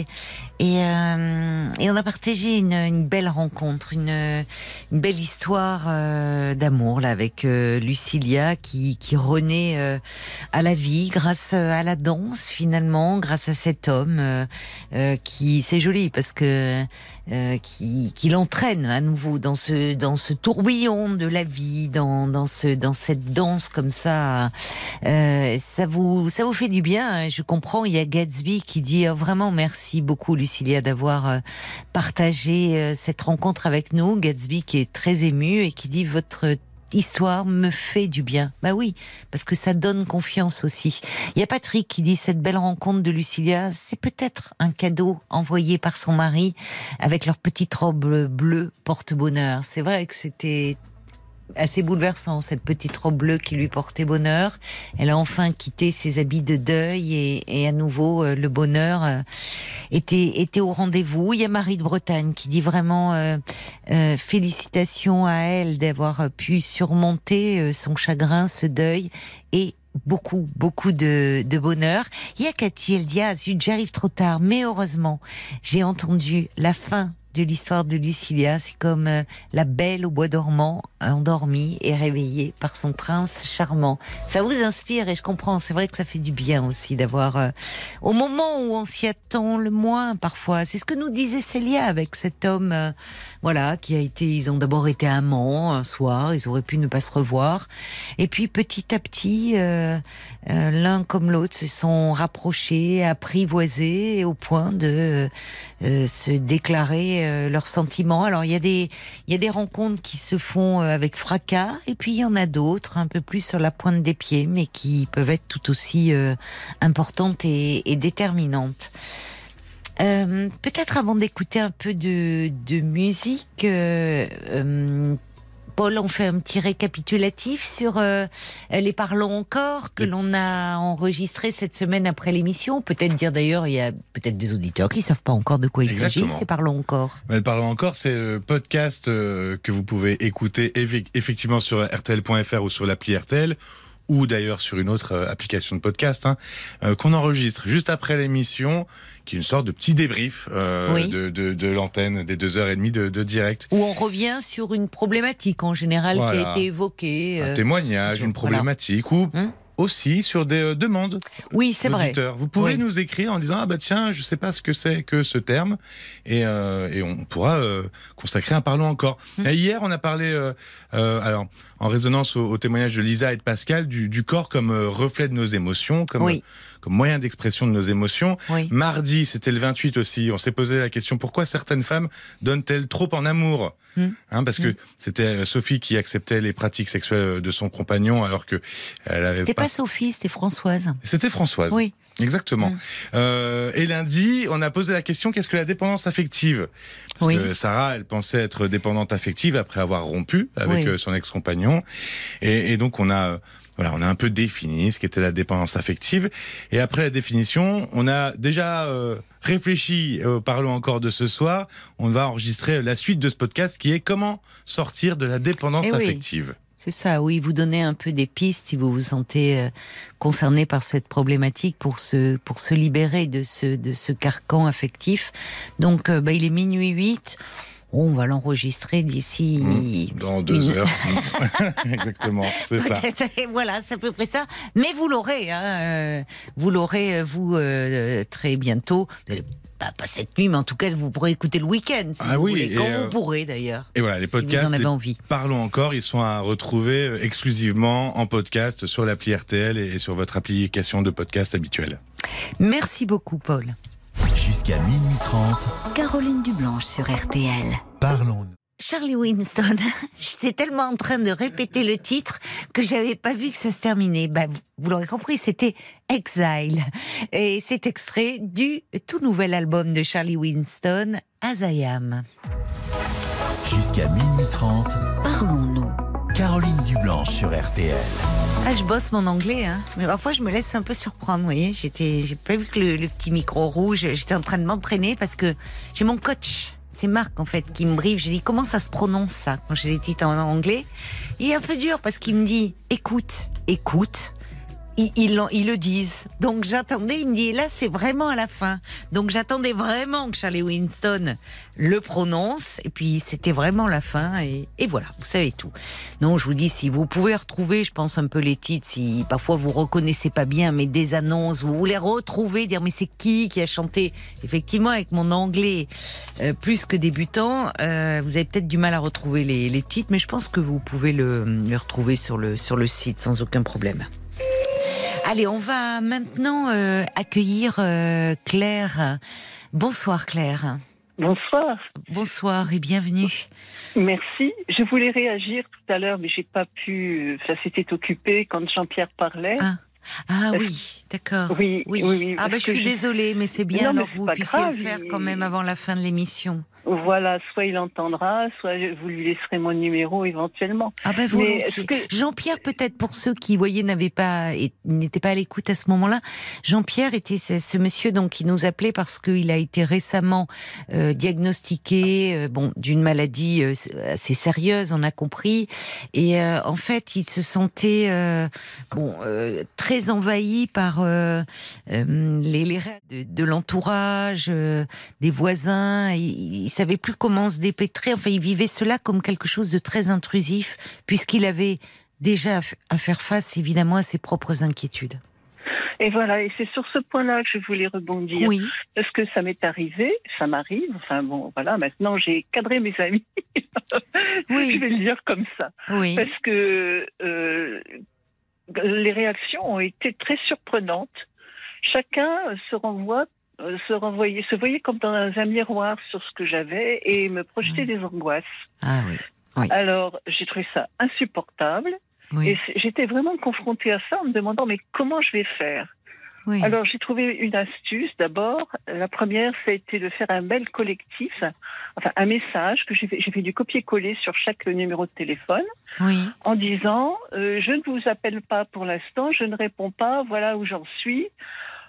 Speaker 6: on a partagé une belle rencontre, une belle histoire d'amour là avec Lucilia qui renaît à la vie grâce à la danse finalement, grâce à cet homme qui, c'est joli parce que qui l'entraîne à nouveau dans ce tourbillon de la vie, dans cette danse comme ça. Ça vous fait du bien. Je comprends. Il y a Gatsby qui dit vraiment merci beaucoup Lucilia d'avoir partagé cette rencontre avec nous. Gatsby qui est très ému et qui dit votre histoire me fait du bien. Bah oui, parce que ça donne confiance aussi. Il y a Patrick qui dit cette belle rencontre de Lucilia, c'est peut-être un cadeau envoyé par son mari avec leur petite robe bleue porte-bonheur. C'est vrai que c'était assez bouleversant, cette petite robe bleue qui lui portait bonheur. Elle a enfin quitté ses habits de deuil et à nouveau le bonheur était au rendez-vous. Il y a Marie de Bretagne qui dit vraiment félicitations à elle d'avoir pu surmonter son chagrin, ce deuil et beaucoup de bonheur. Il y a Cathy, elle dit zut, j'arrive trop tard, mais heureusement j'ai entendu la fin de l'histoire de Lucilia. C'est comme la belle au bois dormant, endormie et réveillée par son prince charmant. Ça vous inspire et je comprends, c'est vrai que ça fait du bien aussi d'avoir au moment où on s'y attend le moins parfois. C'est ce que nous disait Célia avec cet homme ils ont d'abord été amants un soir, ils auraient pu ne pas se revoir et puis petit à petit l'un comme l'autre se sont rapprochés, apprivoisés au point de se déclarer leurs sentiments. Alors il y a des rencontres qui se font avec fracas et puis il y en a d'autres un peu plus sur la pointe des pieds mais qui peuvent être tout aussi importantes et déterminantes. Peut-être avant d'écouter un peu de musique, Paul, on fait un petit récapitulatif sur les Parlons encore que l'on a enregistrés cette semaine après l'émission. Peut-être dire d'ailleurs, il y a peut-être des auditeurs qui ne savent pas encore de quoi il s'agit, c'est Parlons encore.
Speaker 7: Mais Parlons encore, c'est le podcast que vous pouvez écouter effectivement sur rtl.fr ou sur l'appli RTL, ou d'ailleurs sur une autre application de podcast, qu'on enregistre juste après l'émission, qui est une sorte de petit débrief de l'antenne des 2h30 de direct.
Speaker 6: Où on revient sur une problématique en général qui a été évoquée.
Speaker 7: Un témoignage, une problématique, ou aussi sur des demandes.
Speaker 6: Oui, c'est vrai.
Speaker 7: Vous pouvez nous écrire en disant tiens, je sais pas ce que c'est que ce terme, et on pourra consacrer un Parlons encore. Hier, on a parlé alors en résonance au témoignage de Lisa et de Pascal du corps comme reflet de nos émotions, comme moyen d'expression de nos émotions. Mardi, c'était le 28 aussi, on s'est posé la question pourquoi certaines femmes donnent-elles trop en amour, parce que c'était Sophie qui acceptait les pratiques sexuelles de son compagnon alors que elle avait
Speaker 6: pas Sophie, c'était Françoise.
Speaker 7: C'était Françoise. Oui. Exactement. Et lundi, on a posé la question, qu'est-ce que la dépendance affective ? Parce que Sarah, elle pensait être dépendante affective après avoir rompu avec son ex-compagnon. Et donc, on a un peu défini ce qu'était la dépendance affective. Et après la définition, on a déjà réfléchi, parlons encore de ce soir, on va enregistrer la suite de ce podcast qui est comment sortir de la dépendance affective.
Speaker 6: C'est ça, oui, vous donnez un peu des pistes si vous vous sentez concerné par cette problématique pour se libérer de ce carcan affectif. Donc, il est minuit 8. On va l'enregistrer d'ici...
Speaker 7: Dans 2 heures. Exactement, c'est ça.
Speaker 6: Voilà, c'est à peu près ça. Mais vous l'aurez, vous l'aurez, très bientôt. Vous allez pas cette nuit, mais en tout cas, vous pourrez écouter le week-end, si vous voulez. Quand vous pourrez, d'ailleurs.
Speaker 7: Et voilà, les podcasts,
Speaker 6: si vous en avez envie.
Speaker 7: Parlons encore, ils sont à retrouver exclusivement en podcast sur l'appli RTL et sur votre application de podcast habituelle.
Speaker 6: Merci beaucoup, Paul.
Speaker 1: Jusqu'à minuit 30.
Speaker 2: Caroline Dublanche sur RTL.
Speaker 1: Parlons-nous.
Speaker 6: Charlie Winston, j'étais tellement en train de répéter le titre que j'avais pas vu que ça se terminait. Vous l'aurez compris, c'était Exile. Et c'est extrait du tout nouvel album de Charlie Winston, As I Am.
Speaker 1: Jusqu'à minuit 30.
Speaker 2: Parlons-nous.
Speaker 1: Caroline Dublanche sur RTL.
Speaker 6: Je bosse mon anglais, mais parfois je me laisse un peu surprendre, vous voyez. J'ai pas vu que le petit micro rouge, j'étais en train de m'entraîner parce que j'ai mon coach. C'est Marc, en fait, qui me brive. J'ai dit, comment ça se prononce, ça, quand j'ai les titres en anglais. Il est un peu dur, parce qu'il me dit, écoute. Ils le disent. Donc j'attendais, il me dit, là, c'est vraiment à la fin. Donc j'attendais vraiment que Charlie Winston le prononce. Et puis, c'était vraiment la fin. Et voilà, vous savez tout. Non, je vous dis, si vous pouvez retrouver, je pense, un peu les titres, si parfois vous reconnaissez pas bien, mais des annonces, vous voulez retrouver, dire, mais c'est qui a chanté? Effectivement, avec mon anglais plus que débutant, vous avez peut-être du mal à retrouver les titres, mais je pense que vous pouvez le retrouver sur le site sans aucun problème. Allez, on va maintenant accueillir Claire. Bonsoir Claire.
Speaker 10: Bonsoir.
Speaker 6: Bonsoir et bienvenue.
Speaker 10: Merci. Je voulais réagir tout à l'heure, mais j'ai pas pu. Ça s'était occupé quand Jean-Pierre parlait.
Speaker 6: Oui, d'accord.
Speaker 10: Oui.
Speaker 6: Je suis désolée, mais c'est bien alors que vous puissiez le faire quand même avant la fin de l'émission.
Speaker 10: Voilà, soit il entendra, soit vous lui laisserez mon numéro éventuellement.
Speaker 6: Volontiers. Jean-Pierre, peut-être pour ceux qui, voyez, n'étaient pas à l'écoute à ce moment-là, Jean-Pierre était ce monsieur donc qui nous appelait parce qu'il a été récemment diagnostiqué d'une maladie assez sérieuse, on a compris, et en fait il se sentait très envahi par les rêves de l'entourage, des voisins. Il savait plus comment se dépêtrer. Enfin, il vivait cela comme quelque chose de très intrusif, puisqu'il avait déjà à faire face, évidemment, à ses propres inquiétudes.
Speaker 10: Et voilà, et c'est sur ce point-là que je voulais rebondir.
Speaker 6: Oui.
Speaker 10: Parce que ça m'est arrivé, ça m'arrive, maintenant j'ai cadré mes amis. Oui. Je vais le dire comme ça. Oui. Parce que les réactions ont été très surprenantes. Chacun se voyait comme dans un miroir sur ce que j'avais et me projetait des angoisses.
Speaker 6: Ah oui. Oui.
Speaker 10: Alors, j'ai trouvé ça insupportable. Oui. Et j'étais vraiment confrontée à ça en me demandant mais comment je vais faire. Oui. Alors, j'ai trouvé une astuce. D'abord, la première, ça a été de faire un mail collectif, un message que j'ai fait du copier-coller sur chaque numéro de téléphone, en disant je ne vous appelle pas pour l'instant, je ne réponds pas, voilà où j'en suis.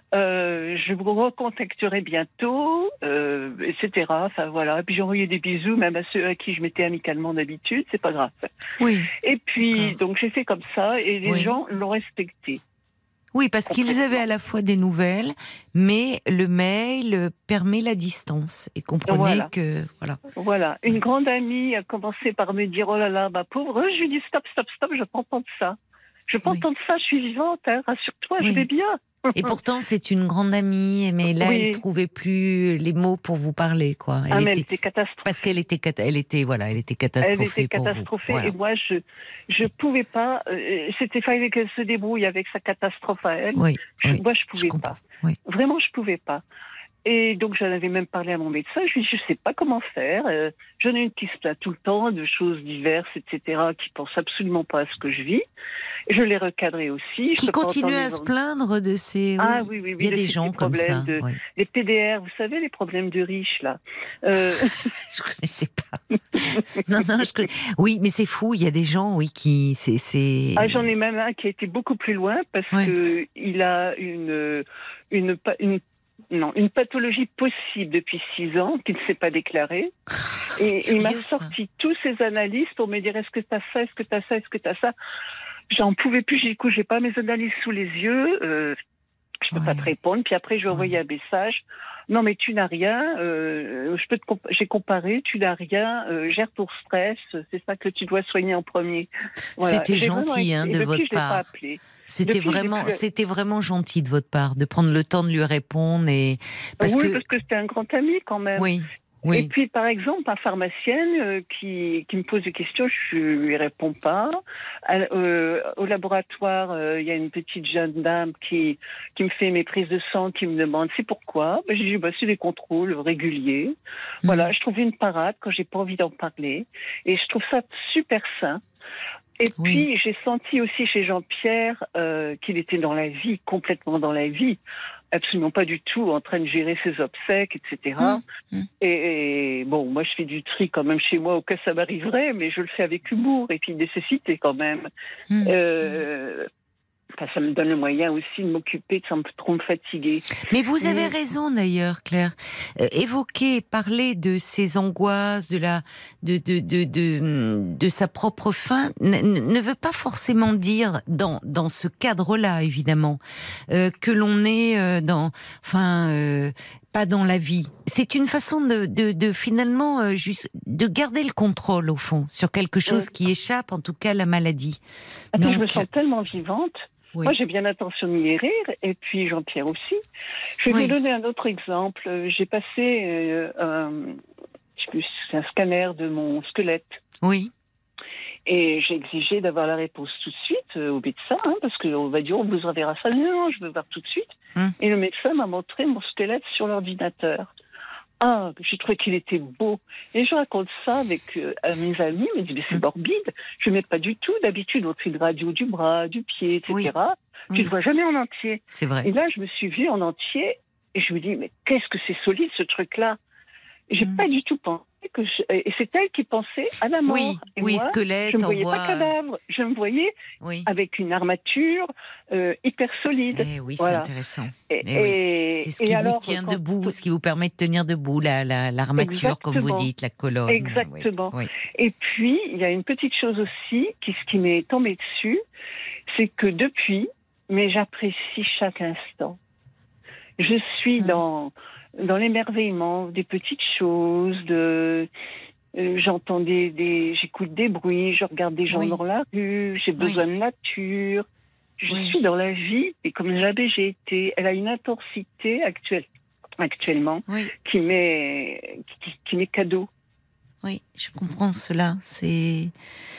Speaker 10: Je vous recontacterai bientôt, etc. Enfin voilà. Puis j'ai envoyé des bisous, même à ceux à qui je m'étais amicalement d'habitude, c'est pas grave.
Speaker 6: Oui.
Speaker 10: Et puis, donc j'ai fait comme ça, et les gens l'ont respecté.
Speaker 6: Oui, parce qu'ils avaient à la fois des nouvelles, mais le mail permet la distance. Et comprenez que...
Speaker 10: Voilà. Une grande amie a commencé par me dire, oh là là, ma pauvre, je lui dis stop, je peux entendre ça. Je peux entendre ça, je suis vivante, hein, rassure-toi, je vais bien.
Speaker 6: Et pourtant, c'est une grande amie, mais là, elle trouvait plus les mots pour vous parler, quoi.
Speaker 10: Mais elle était catastrophée.
Speaker 6: Parce qu'elle était, catastrophée. Elle était catastrophée.
Speaker 10: Et moi, je pouvais pas. C'était fallait qu'elle se débrouille avec sa catastrophe à elle. Moi, je pouvais pas. Vraiment, je pouvais pas. Et donc, j'en avais même parlé à mon médecin. Je lui ai dit, je sais pas comment faire. J'en ai une qui se plaint tout le temps de choses diverses, etc., qui pensent absolument pas à ce que je vis. Je l'ai recadré aussi.
Speaker 6: Qui continue à se plaindre de ces...
Speaker 10: Oui.
Speaker 6: Il y a des gens comme ça.
Speaker 10: Les PDR, vous savez, les problèmes de riches, là.
Speaker 6: Je connaissais pas. non, je connais... Oui, mais c'est fou. Il y a des gens, qui...
Speaker 10: J'en ai même un qui a été beaucoup plus loin parce que il a une pathologie possible depuis 6 ans qui ne s'est pas déclarée. Et il m'a sorti tous ses analyses pour me dire est-ce que tu as ça, est-ce que tu as ça, est-ce que tu as ça. J'en pouvais plus, j'ai pas mes analyses sous les yeux, je peux pas te répondre. Puis après, je lui ai envoyé un message. Non, mais tu n'as rien, j'ai comparé, tu n'as rien, gère ton stress, c'est ça que tu dois soigner en premier. Voilà.
Speaker 6: C'était gentil de votre part. C'était vraiment gentil de votre part de prendre le temps de lui répondre
Speaker 10: parce que c'était un grand ami quand même.
Speaker 6: Oui.
Speaker 10: Et puis, par exemple, ma pharmacienne qui me pose des questions, je lui réponds pas. Au laboratoire, il y a une petite jeune dame qui me fait mes prises de sang, qui me demande c'est pourquoi. Je dis c'est des contrôles réguliers. Voilà, je trouve une parade quand j'ai pas envie d'en parler, et je trouve ça super sain. Et puis, j'ai senti aussi chez Jean-Pierre qu'il était dans la vie, complètement dans la vie, absolument pas du tout en train de gérer ses obsèques, etc. Et bon, moi, je fais du tri quand même chez moi au cas où ça m'arriverait, mais je le fais avec humour et puis nécessité quand même. Ça me donne le moyen aussi de m'occuper sans trop me fatiguer.
Speaker 6: Mais vous avez raison d'ailleurs, Claire. Parler de ses angoisses, de sa propre faim, ne veut pas forcément dire dans ce cadre-là, évidemment, que l'on est pas dans la vie. C'est une façon de finalement juste de garder le contrôle au fond sur quelque chose qui échappe, en tout cas la maladie.
Speaker 10: Donc, je me sens tellement vivante. Moi, j'ai bien l'intention de m'y guérir, et puis Jean-Pierre aussi. Je vais vous donner un autre exemple. J'ai passé un scanner de mon squelette.
Speaker 6: Oui.
Speaker 10: Et j'ai exigé d'avoir la réponse tout de suite au médecin, parce qu'on va dire, on vous enverra ça. Non, je veux voir tout de suite. Et le médecin m'a montré mon squelette sur l'ordinateur. J'ai trouvé qu'il était beau. Et je raconte ça avec à mes amis, ils me disent, mais c'est morbide. Je ne mets pas du tout. D'habitude, on fait une radio du bras, du pied, etc. Tu ne le vois jamais en entier.
Speaker 6: C'est vrai.
Speaker 10: Et là, je me suis vue en entier et je me dis, mais qu'est-ce que c'est solide, ce truc-là. J'ai pas du tout pensé et c'est elle qui pensait à la mort. Et moi,
Speaker 6: squelette,
Speaker 10: je ne me voyais pas cadavre. Je me voyais avec une armature hyper solide.
Speaker 6: C'est intéressant. C'est ce qui vous tient debout, ce qui vous permet de tenir debout, l'armature, comme vous dites, la colonne.
Speaker 10: Exactement. Et puis, il y a une petite chose aussi qui m'est tombée dessus, c'est que depuis, mais j'apprécie chaque instant. Je suis dans l'émerveillement des petites choses, j'entends j'écoute des bruits, je regarde des gens dans la rue, j'ai besoin de nature. Je suis dans la vie, et comme jamais j'ai été, elle a une intensité actuellement qui m'est cadeau.
Speaker 6: Oui, je comprends cela. C'est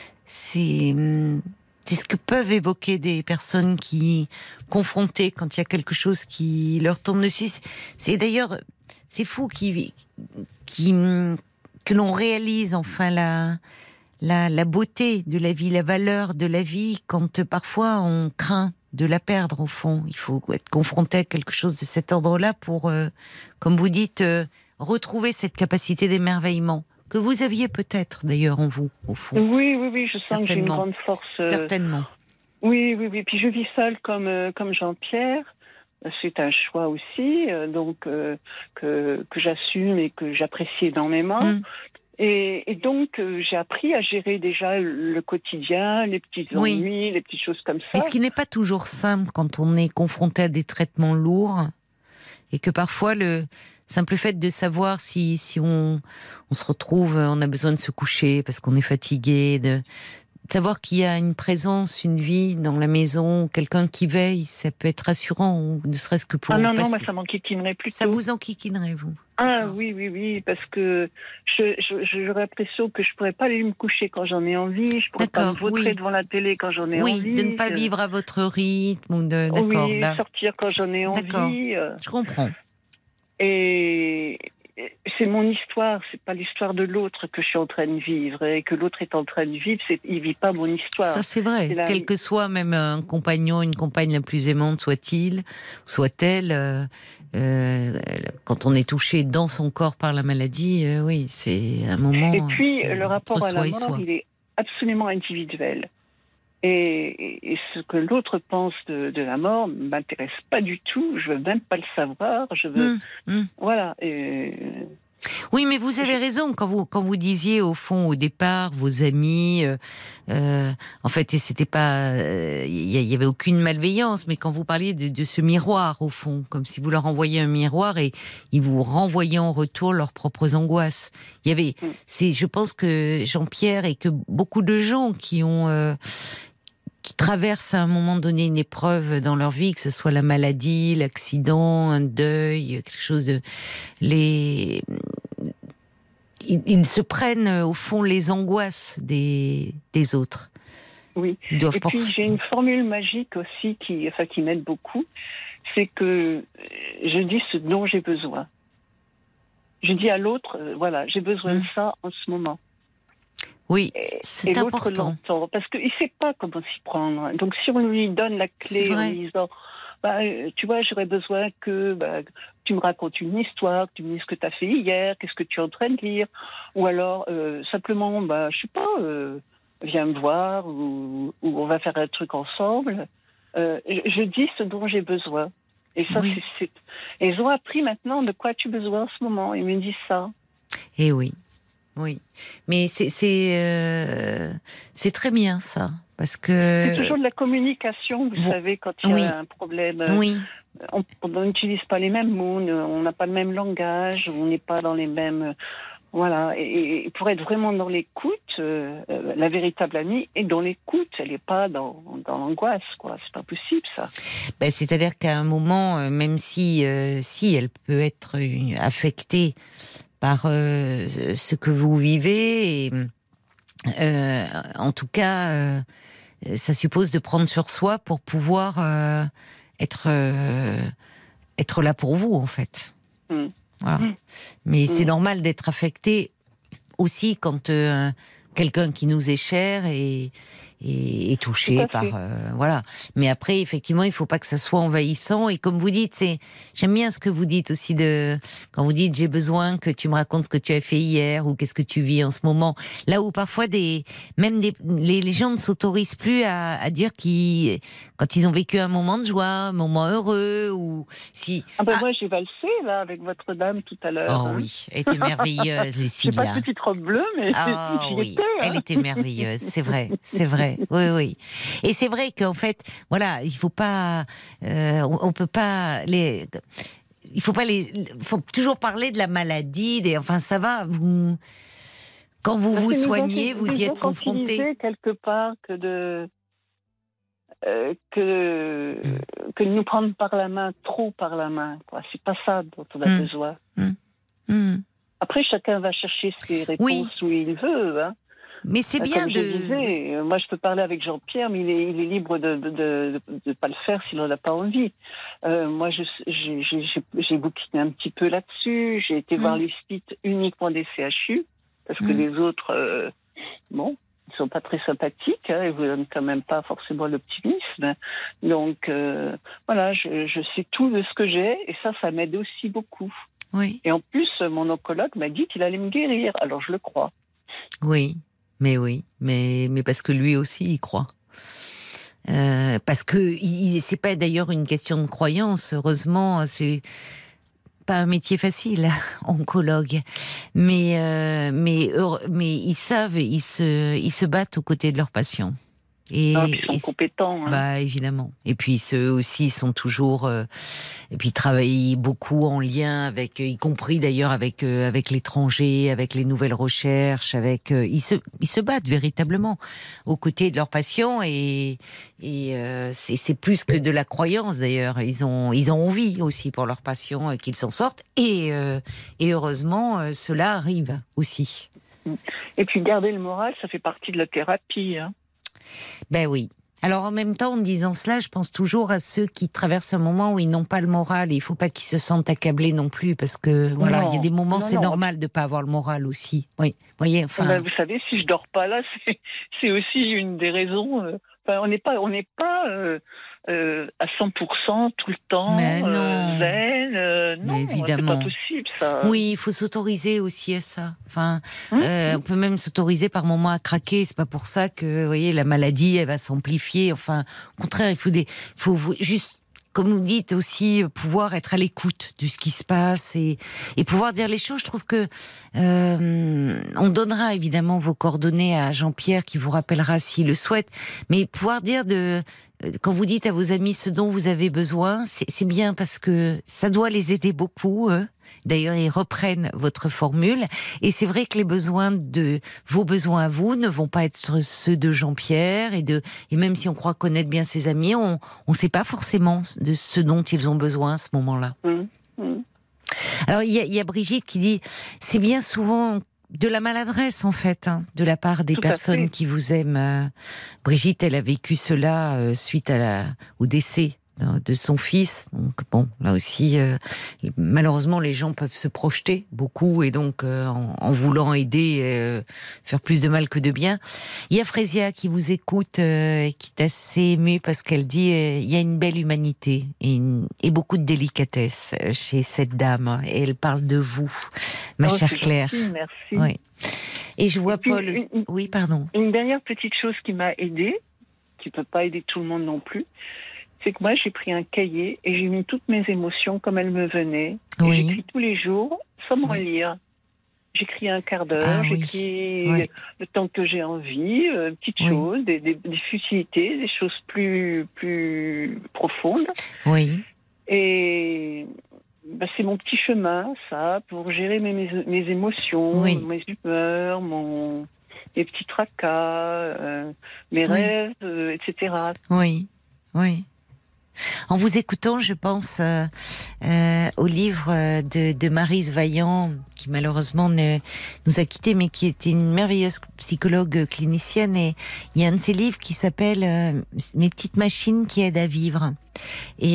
Speaker 6: ce que peuvent évoquer des personnes confrontées quand il y a quelque chose qui leur tombe dessus. C'est d'ailleurs, c'est fou que l'on réalise enfin la beauté de la vie, la valeur de la vie, quand parfois on craint de la perdre au fond. Il faut être confronté à quelque chose de cet ordre-là pour, comme vous dites, retrouver cette capacité d'émerveillement que vous aviez peut-être d'ailleurs en vous, au fond.
Speaker 10: Oui, je sens que j'ai une grande force.
Speaker 6: Certainement.
Speaker 10: Oui. Puis je vis seule comme Jean-Pierre. c'est un choix aussi, donc que j'assume et que j'apprécie énormément. Et donc, j'ai appris à gérer déjà le quotidien, les petits ennuis, les petites choses comme ça.
Speaker 6: Mais ce qui n'est pas toujours simple quand on est confronté à des traitements lourds, et que parfois le simple fait de savoir si on se retrouve, on a besoin de se coucher parce qu'on est fatigué, de savoir qu'il y a une présence, une vie dans la maison, quelqu'un qui veille, ça peut être rassurant, ou ne serait-ce que pour
Speaker 10: non, moi ça m'enquiquinerait plutôt.
Speaker 6: Ça vous enquiquinerait, vous?
Speaker 10: Oui, parce que j'aurais l'impression que je pourrais pas aller me coucher quand j'en ai envie, je pourrais pas me vautrer devant la télé quand j'en ai envie.
Speaker 6: De ne pas vivre à votre rythme, ou
Speaker 10: sortir quand j'en ai envie.
Speaker 6: Je comprends.
Speaker 10: Et c'est mon histoire, c'est pas l'histoire de l'autre que je suis en train de vivre, et que l'autre est en train de vivre, il vit pas mon histoire.
Speaker 6: Ça c'est vrai, quel que soit même un compagnon, une compagne la plus aimante soit-elle, quand on est touché dans son corps par la maladie, oui, c'est un moment.
Speaker 10: Et puis le rapport à la mort, il est absolument individuel. Et ce que l'autre pense de la mort m'intéresse pas du tout. Je veux même pas le savoir. Je veux, voilà.
Speaker 6: Oui, mais vous avez raison quand vous disiez au fond au départ vos amis, en fait, et c'était pas, il y avait aucune malveillance, mais quand vous parliez de ce miroir au fond, comme si vous leur envoyiez un miroir et ils vous renvoyaient en retour leurs propres angoisses. Il y avait, je pense que Jean-Pierre et que beaucoup de gens qui traversent à un moment donné une épreuve dans leur vie, que ce soit la maladie, l'accident, un deuil, quelque chose de... Ils se prennent au fond les angoisses des autres.
Speaker 10: Oui. Et puis j'ai une formule magique aussi qui m'aide beaucoup, c'est que je dis ce dont j'ai besoin. Je dis à l'autre, voilà, j'ai besoin de ça en ce moment.
Speaker 6: Oui, c'est important.
Speaker 10: Et l'autre l'entend, parce qu'il ne sait pas comment s'y prendre. Donc si on lui donne la clé en disant, tu vois, j'aurais besoin que tu me racontes une histoire, que tu me dises ce que tu as fait hier, qu'est-ce que tu es en train de lire, ou alors simplement, je sais pas, viens me voir, ou on va faire un truc ensemble. Je dis ce dont j'ai besoin. Et ça, et ils ont appris maintenant de quoi as-tu besoin en ce moment. Ils me disent ça.
Speaker 6: Eh oui. Oui, mais c'est très bien ça, parce que...
Speaker 10: C'est toujours de la communication, vous savez, quand il y a un problème. On n'utilise pas les mêmes mots, on n'a pas le même langage, on n'est pas dans les mêmes... Voilà, et pour être vraiment dans l'écoute, la véritable amie est dans l'écoute, elle n'est pas dans l'angoisse, quoi. C'est pas possible, ça.
Speaker 6: C'est-à-dire qu'à un moment, même si elle peut être affectée par ce que vous vivez, et, en tout cas, ça suppose de prendre sur soi pour pouvoir être là pour vous, en fait. Voilà. Mais c'est normal d'être affecté aussi quand quelqu'un qui nous est cher est touché par voilà. Mais après, effectivement, il faut pas que ça soit envahissant. Et comme vous dites, j'aime bien ce que vous dites aussi quand vous dites j'ai besoin que tu me racontes ce que tu as fait hier ou qu'est-ce que tu vis en ce moment. Là où parfois les gens ne s'autorisent plus à dire quand ils ont vécu un moment de joie, un moment heureux ou si.
Speaker 10: Moi j'ai valsé là avec votre dame tout à l'heure.
Speaker 6: Oh oui, elle était merveilleuse, Lucilia.
Speaker 10: J'ai pas de petite robe bleue, mais
Speaker 6: oui, elle était merveilleuse, c'est vrai. Oui. Et c'est vrai qu'en fait, voilà, il faut pas, on peut pas il faut toujours parler de la maladie, enfin ça va, quand vous vous soignez, vous y êtes confronté.
Speaker 10: Quelque part que de nous prendre trop par la main, quoi. C'est pas ça dont on a besoin. Après, chacun va chercher ses réponses où il veut, hein.
Speaker 6: Mais c'est bien
Speaker 10: comme je disais, moi je peux parler avec Jean-Pierre, mais il est libre de pas le faire s'il n'en a pas envie. Moi j'ai bouquiné un petit peu là-dessus, j'ai été voir les sites uniquement des CHU, parce que les autres, ils sont pas très sympathiques, hein, ils vous donnent quand même pas forcément l'optimisme. Donc voilà, je sais tout de ce que j'ai, et ça m'aide aussi beaucoup.
Speaker 6: Oui.
Speaker 10: Et en plus, mon oncologue m'a dit qu'il allait me guérir, alors je le crois.
Speaker 6: Oui, mais parce que lui aussi y croit. Parce que c'est pas d'ailleurs une question de croyance. Heureusement, c'est pas un métier facile, oncologue. Mais ils savent, ils se battent aux côtés de leurs patients.
Speaker 10: Et ils sont compétents. Hein.
Speaker 6: Bah évidemment. Et puis ceux aussi sont toujours. Et puis ils travaillent beaucoup en lien avec, y compris d'ailleurs avec l'étranger, avec les nouvelles recherches, ils se battent véritablement aux côtés de leurs patients et c'est plus que de la croyance d'ailleurs. Ils ont envie aussi pour leurs patients qu'ils s'en sortent et heureusement cela arrive aussi.
Speaker 10: Et puis garder le moral, ça fait partie de la thérapie. Hein.
Speaker 6: Ben oui. Alors en même temps, en disant cela, je pense toujours à ceux qui traversent un moment où ils n'ont pas le moral. Et il ne faut pas qu'ils se sentent accablés non plus, parce que voilà, il y a des moments, c'est normal de ne pas avoir le moral aussi. Oui, voyez. Enfin.
Speaker 10: Ben, vous savez, si je dors pas là, c'est aussi une des raisons. On n'est pas à 100% tout le temps zen. Non,
Speaker 6: évidemment.
Speaker 10: C'est pas possible ça.
Speaker 6: Oui, il faut s'autoriser aussi à ça. Enfin, on peut même s'autoriser par moments à craquer. C'est pas pour ça que, vous voyez, la maladie, elle va s'amplifier. Enfin, au contraire, il faut juste, comme vous dites aussi, pouvoir être à l'écoute de ce qui se passe et pouvoir dire les choses. Je trouve que on donnera évidemment vos coordonnées à Jean-Pierre qui vous rappellera s'il le souhaite, mais pouvoir dire quand vous dites à vos amis ce dont vous avez besoin, c'est bien parce que ça doit les aider beaucoup. D'ailleurs, ils reprennent votre formule. Et c'est vrai que vos besoins à vous ne vont pas être ceux de Jean-Pierre et même si on croit connaître bien ses amis, on ne sait pas forcément de ce dont ils ont besoin à ce moment-là. Alors, il y a Brigitte qui dit, c'est bien souvent de la maladresse, en fait, de la part des personnes qui vous aiment. Brigitte, elle a vécu cela suite au décès de son fils. Donc, bon, là aussi, malheureusement, les gens peuvent se projeter beaucoup et donc, en voulant aider, faire plus de mal que de bien. Il y a Frésia qui vous écoute et qui est assez émue parce qu'elle dit il y a une belle humanité et beaucoup de délicatesse chez cette dame. Et elle parle de vous, ma chère Claire.
Speaker 10: Gentil, merci.
Speaker 6: Oui. Et je vois Paul... Oui, pardon.
Speaker 10: Une dernière petite chose qui m'a aidée, qui ne peut pas aider tout le monde non plus, c'est que moi, j'ai pris un cahier et j'ai mis toutes mes émotions comme elles me venaient.
Speaker 6: Oui.
Speaker 10: J'écris tous les jours, sans me relire. J'écris un quart d'heure, j'écris le temps que j'ai envie, petites choses, des futilités, des choses plus profondes. Oui. Et c'est mon petit chemin, ça, pour gérer mes émotions, mes humeurs, mes petits tracas, mes rêves, etc.
Speaker 6: Oui, oui. En vous écoutant, je pense au livre de Maryse Vaillant, qui malheureusement nous a quittés, mais qui était une merveilleuse psychologue clinicienne. Et il y a un de ses livres qui s'appelle « Mes petites machines qui aident à vivre ». Et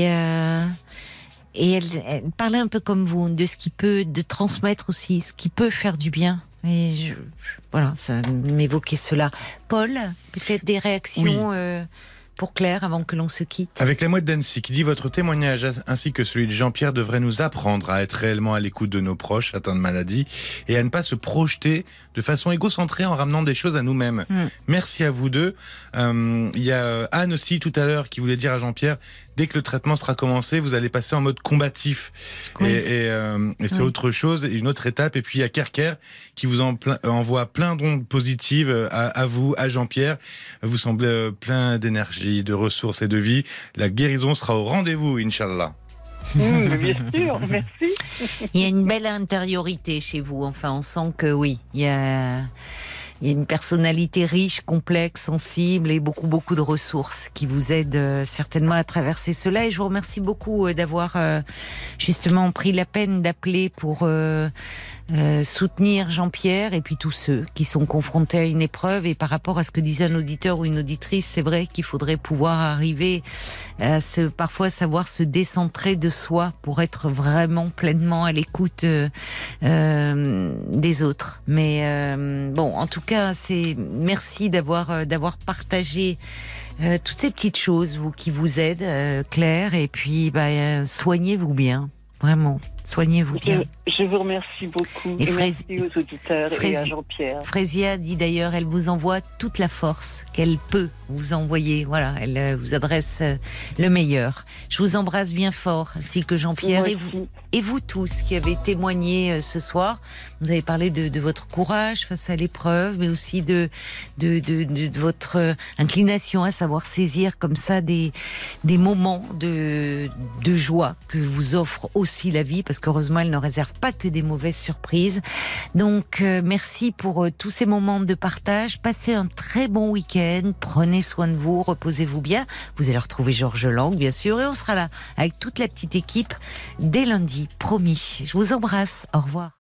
Speaker 6: elle parlait un peu comme vous, de ce qui peut, de transmettre aussi, ce qui peut faire du bien. Et voilà, ça m'évoquait cela. Paul, peut-être des réactions pour Claire, avant que l'on se quitte.
Speaker 7: Avec la mouette d'Annecy, qui dit « Votre témoignage, ainsi que celui de Jean-Pierre, devrait nous apprendre à être réellement à l'écoute de nos proches atteints de maladie et à ne pas se projeter de façon égocentrée en ramenant des choses à nous-mêmes. » Merci à vous deux. Il y a Anne aussi, tout à l'heure, qui voulait dire à Jean-Pierre, dès que le traitement sera commencé, vous allez passer en mode combatif. Et c'est autre chose, une autre étape. Et puis il y a Kerker, qui vous envoie plein d'ondes positives à vous, à Jean-Pierre. Vous semblez plein d'énergie, de ressources et de vie. La guérison sera au rendez-vous, Inch'Allah.
Speaker 10: Bien sûr, merci.
Speaker 6: Il y a une belle intériorité chez vous. Enfin, on sent que oui, il y a une personnalité riche, complexe, sensible et beaucoup de ressources qui vous aident certainement à traverser cela. Et je vous remercie beaucoup d'avoir justement pris la peine d'appeler pour soutenir Jean-Pierre et puis tous ceux qui sont confrontés à une épreuve. Et par rapport à ce que disait un auditeur ou une auditrice, c'est vrai qu'il faudrait pouvoir arriver à parfois savoir se décentrer de soi pour être vraiment pleinement à l'écoute des autres. Mais bon, en tout cas, merci d'avoir partagé toutes ces petites choses, vous qui vous aident, Claire. Et puis, soignez-vous bien, vraiment. Soignez-vous bien.
Speaker 10: Je vous remercie beaucoup. Et merci aux auditeurs et à Jean-Pierre.
Speaker 6: Frésia dit d'ailleurs, elle vous envoie toute la force qu'elle peut vous envoyer. Voilà, elle vous adresse le meilleur. Je vous embrasse bien fort, ainsi que Jean-Pierre et vous tous qui avez témoigné ce soir. Vous avez parlé de votre courage face à l'épreuve, mais aussi de votre inclination à savoir saisir comme ça des moments de joie que vous offre aussi la vie, parce qu'heureusement elle ne réserve pas que des mauvaises surprises. Donc merci pour tous ces moments de partage. Passez un très bon week-end, prenez soin de vous, reposez-vous bien. Vous allez retrouver Georges Lang bien sûr, et on sera là avec toute la petite équipe dès lundi, promis. Je vous embrasse, au revoir.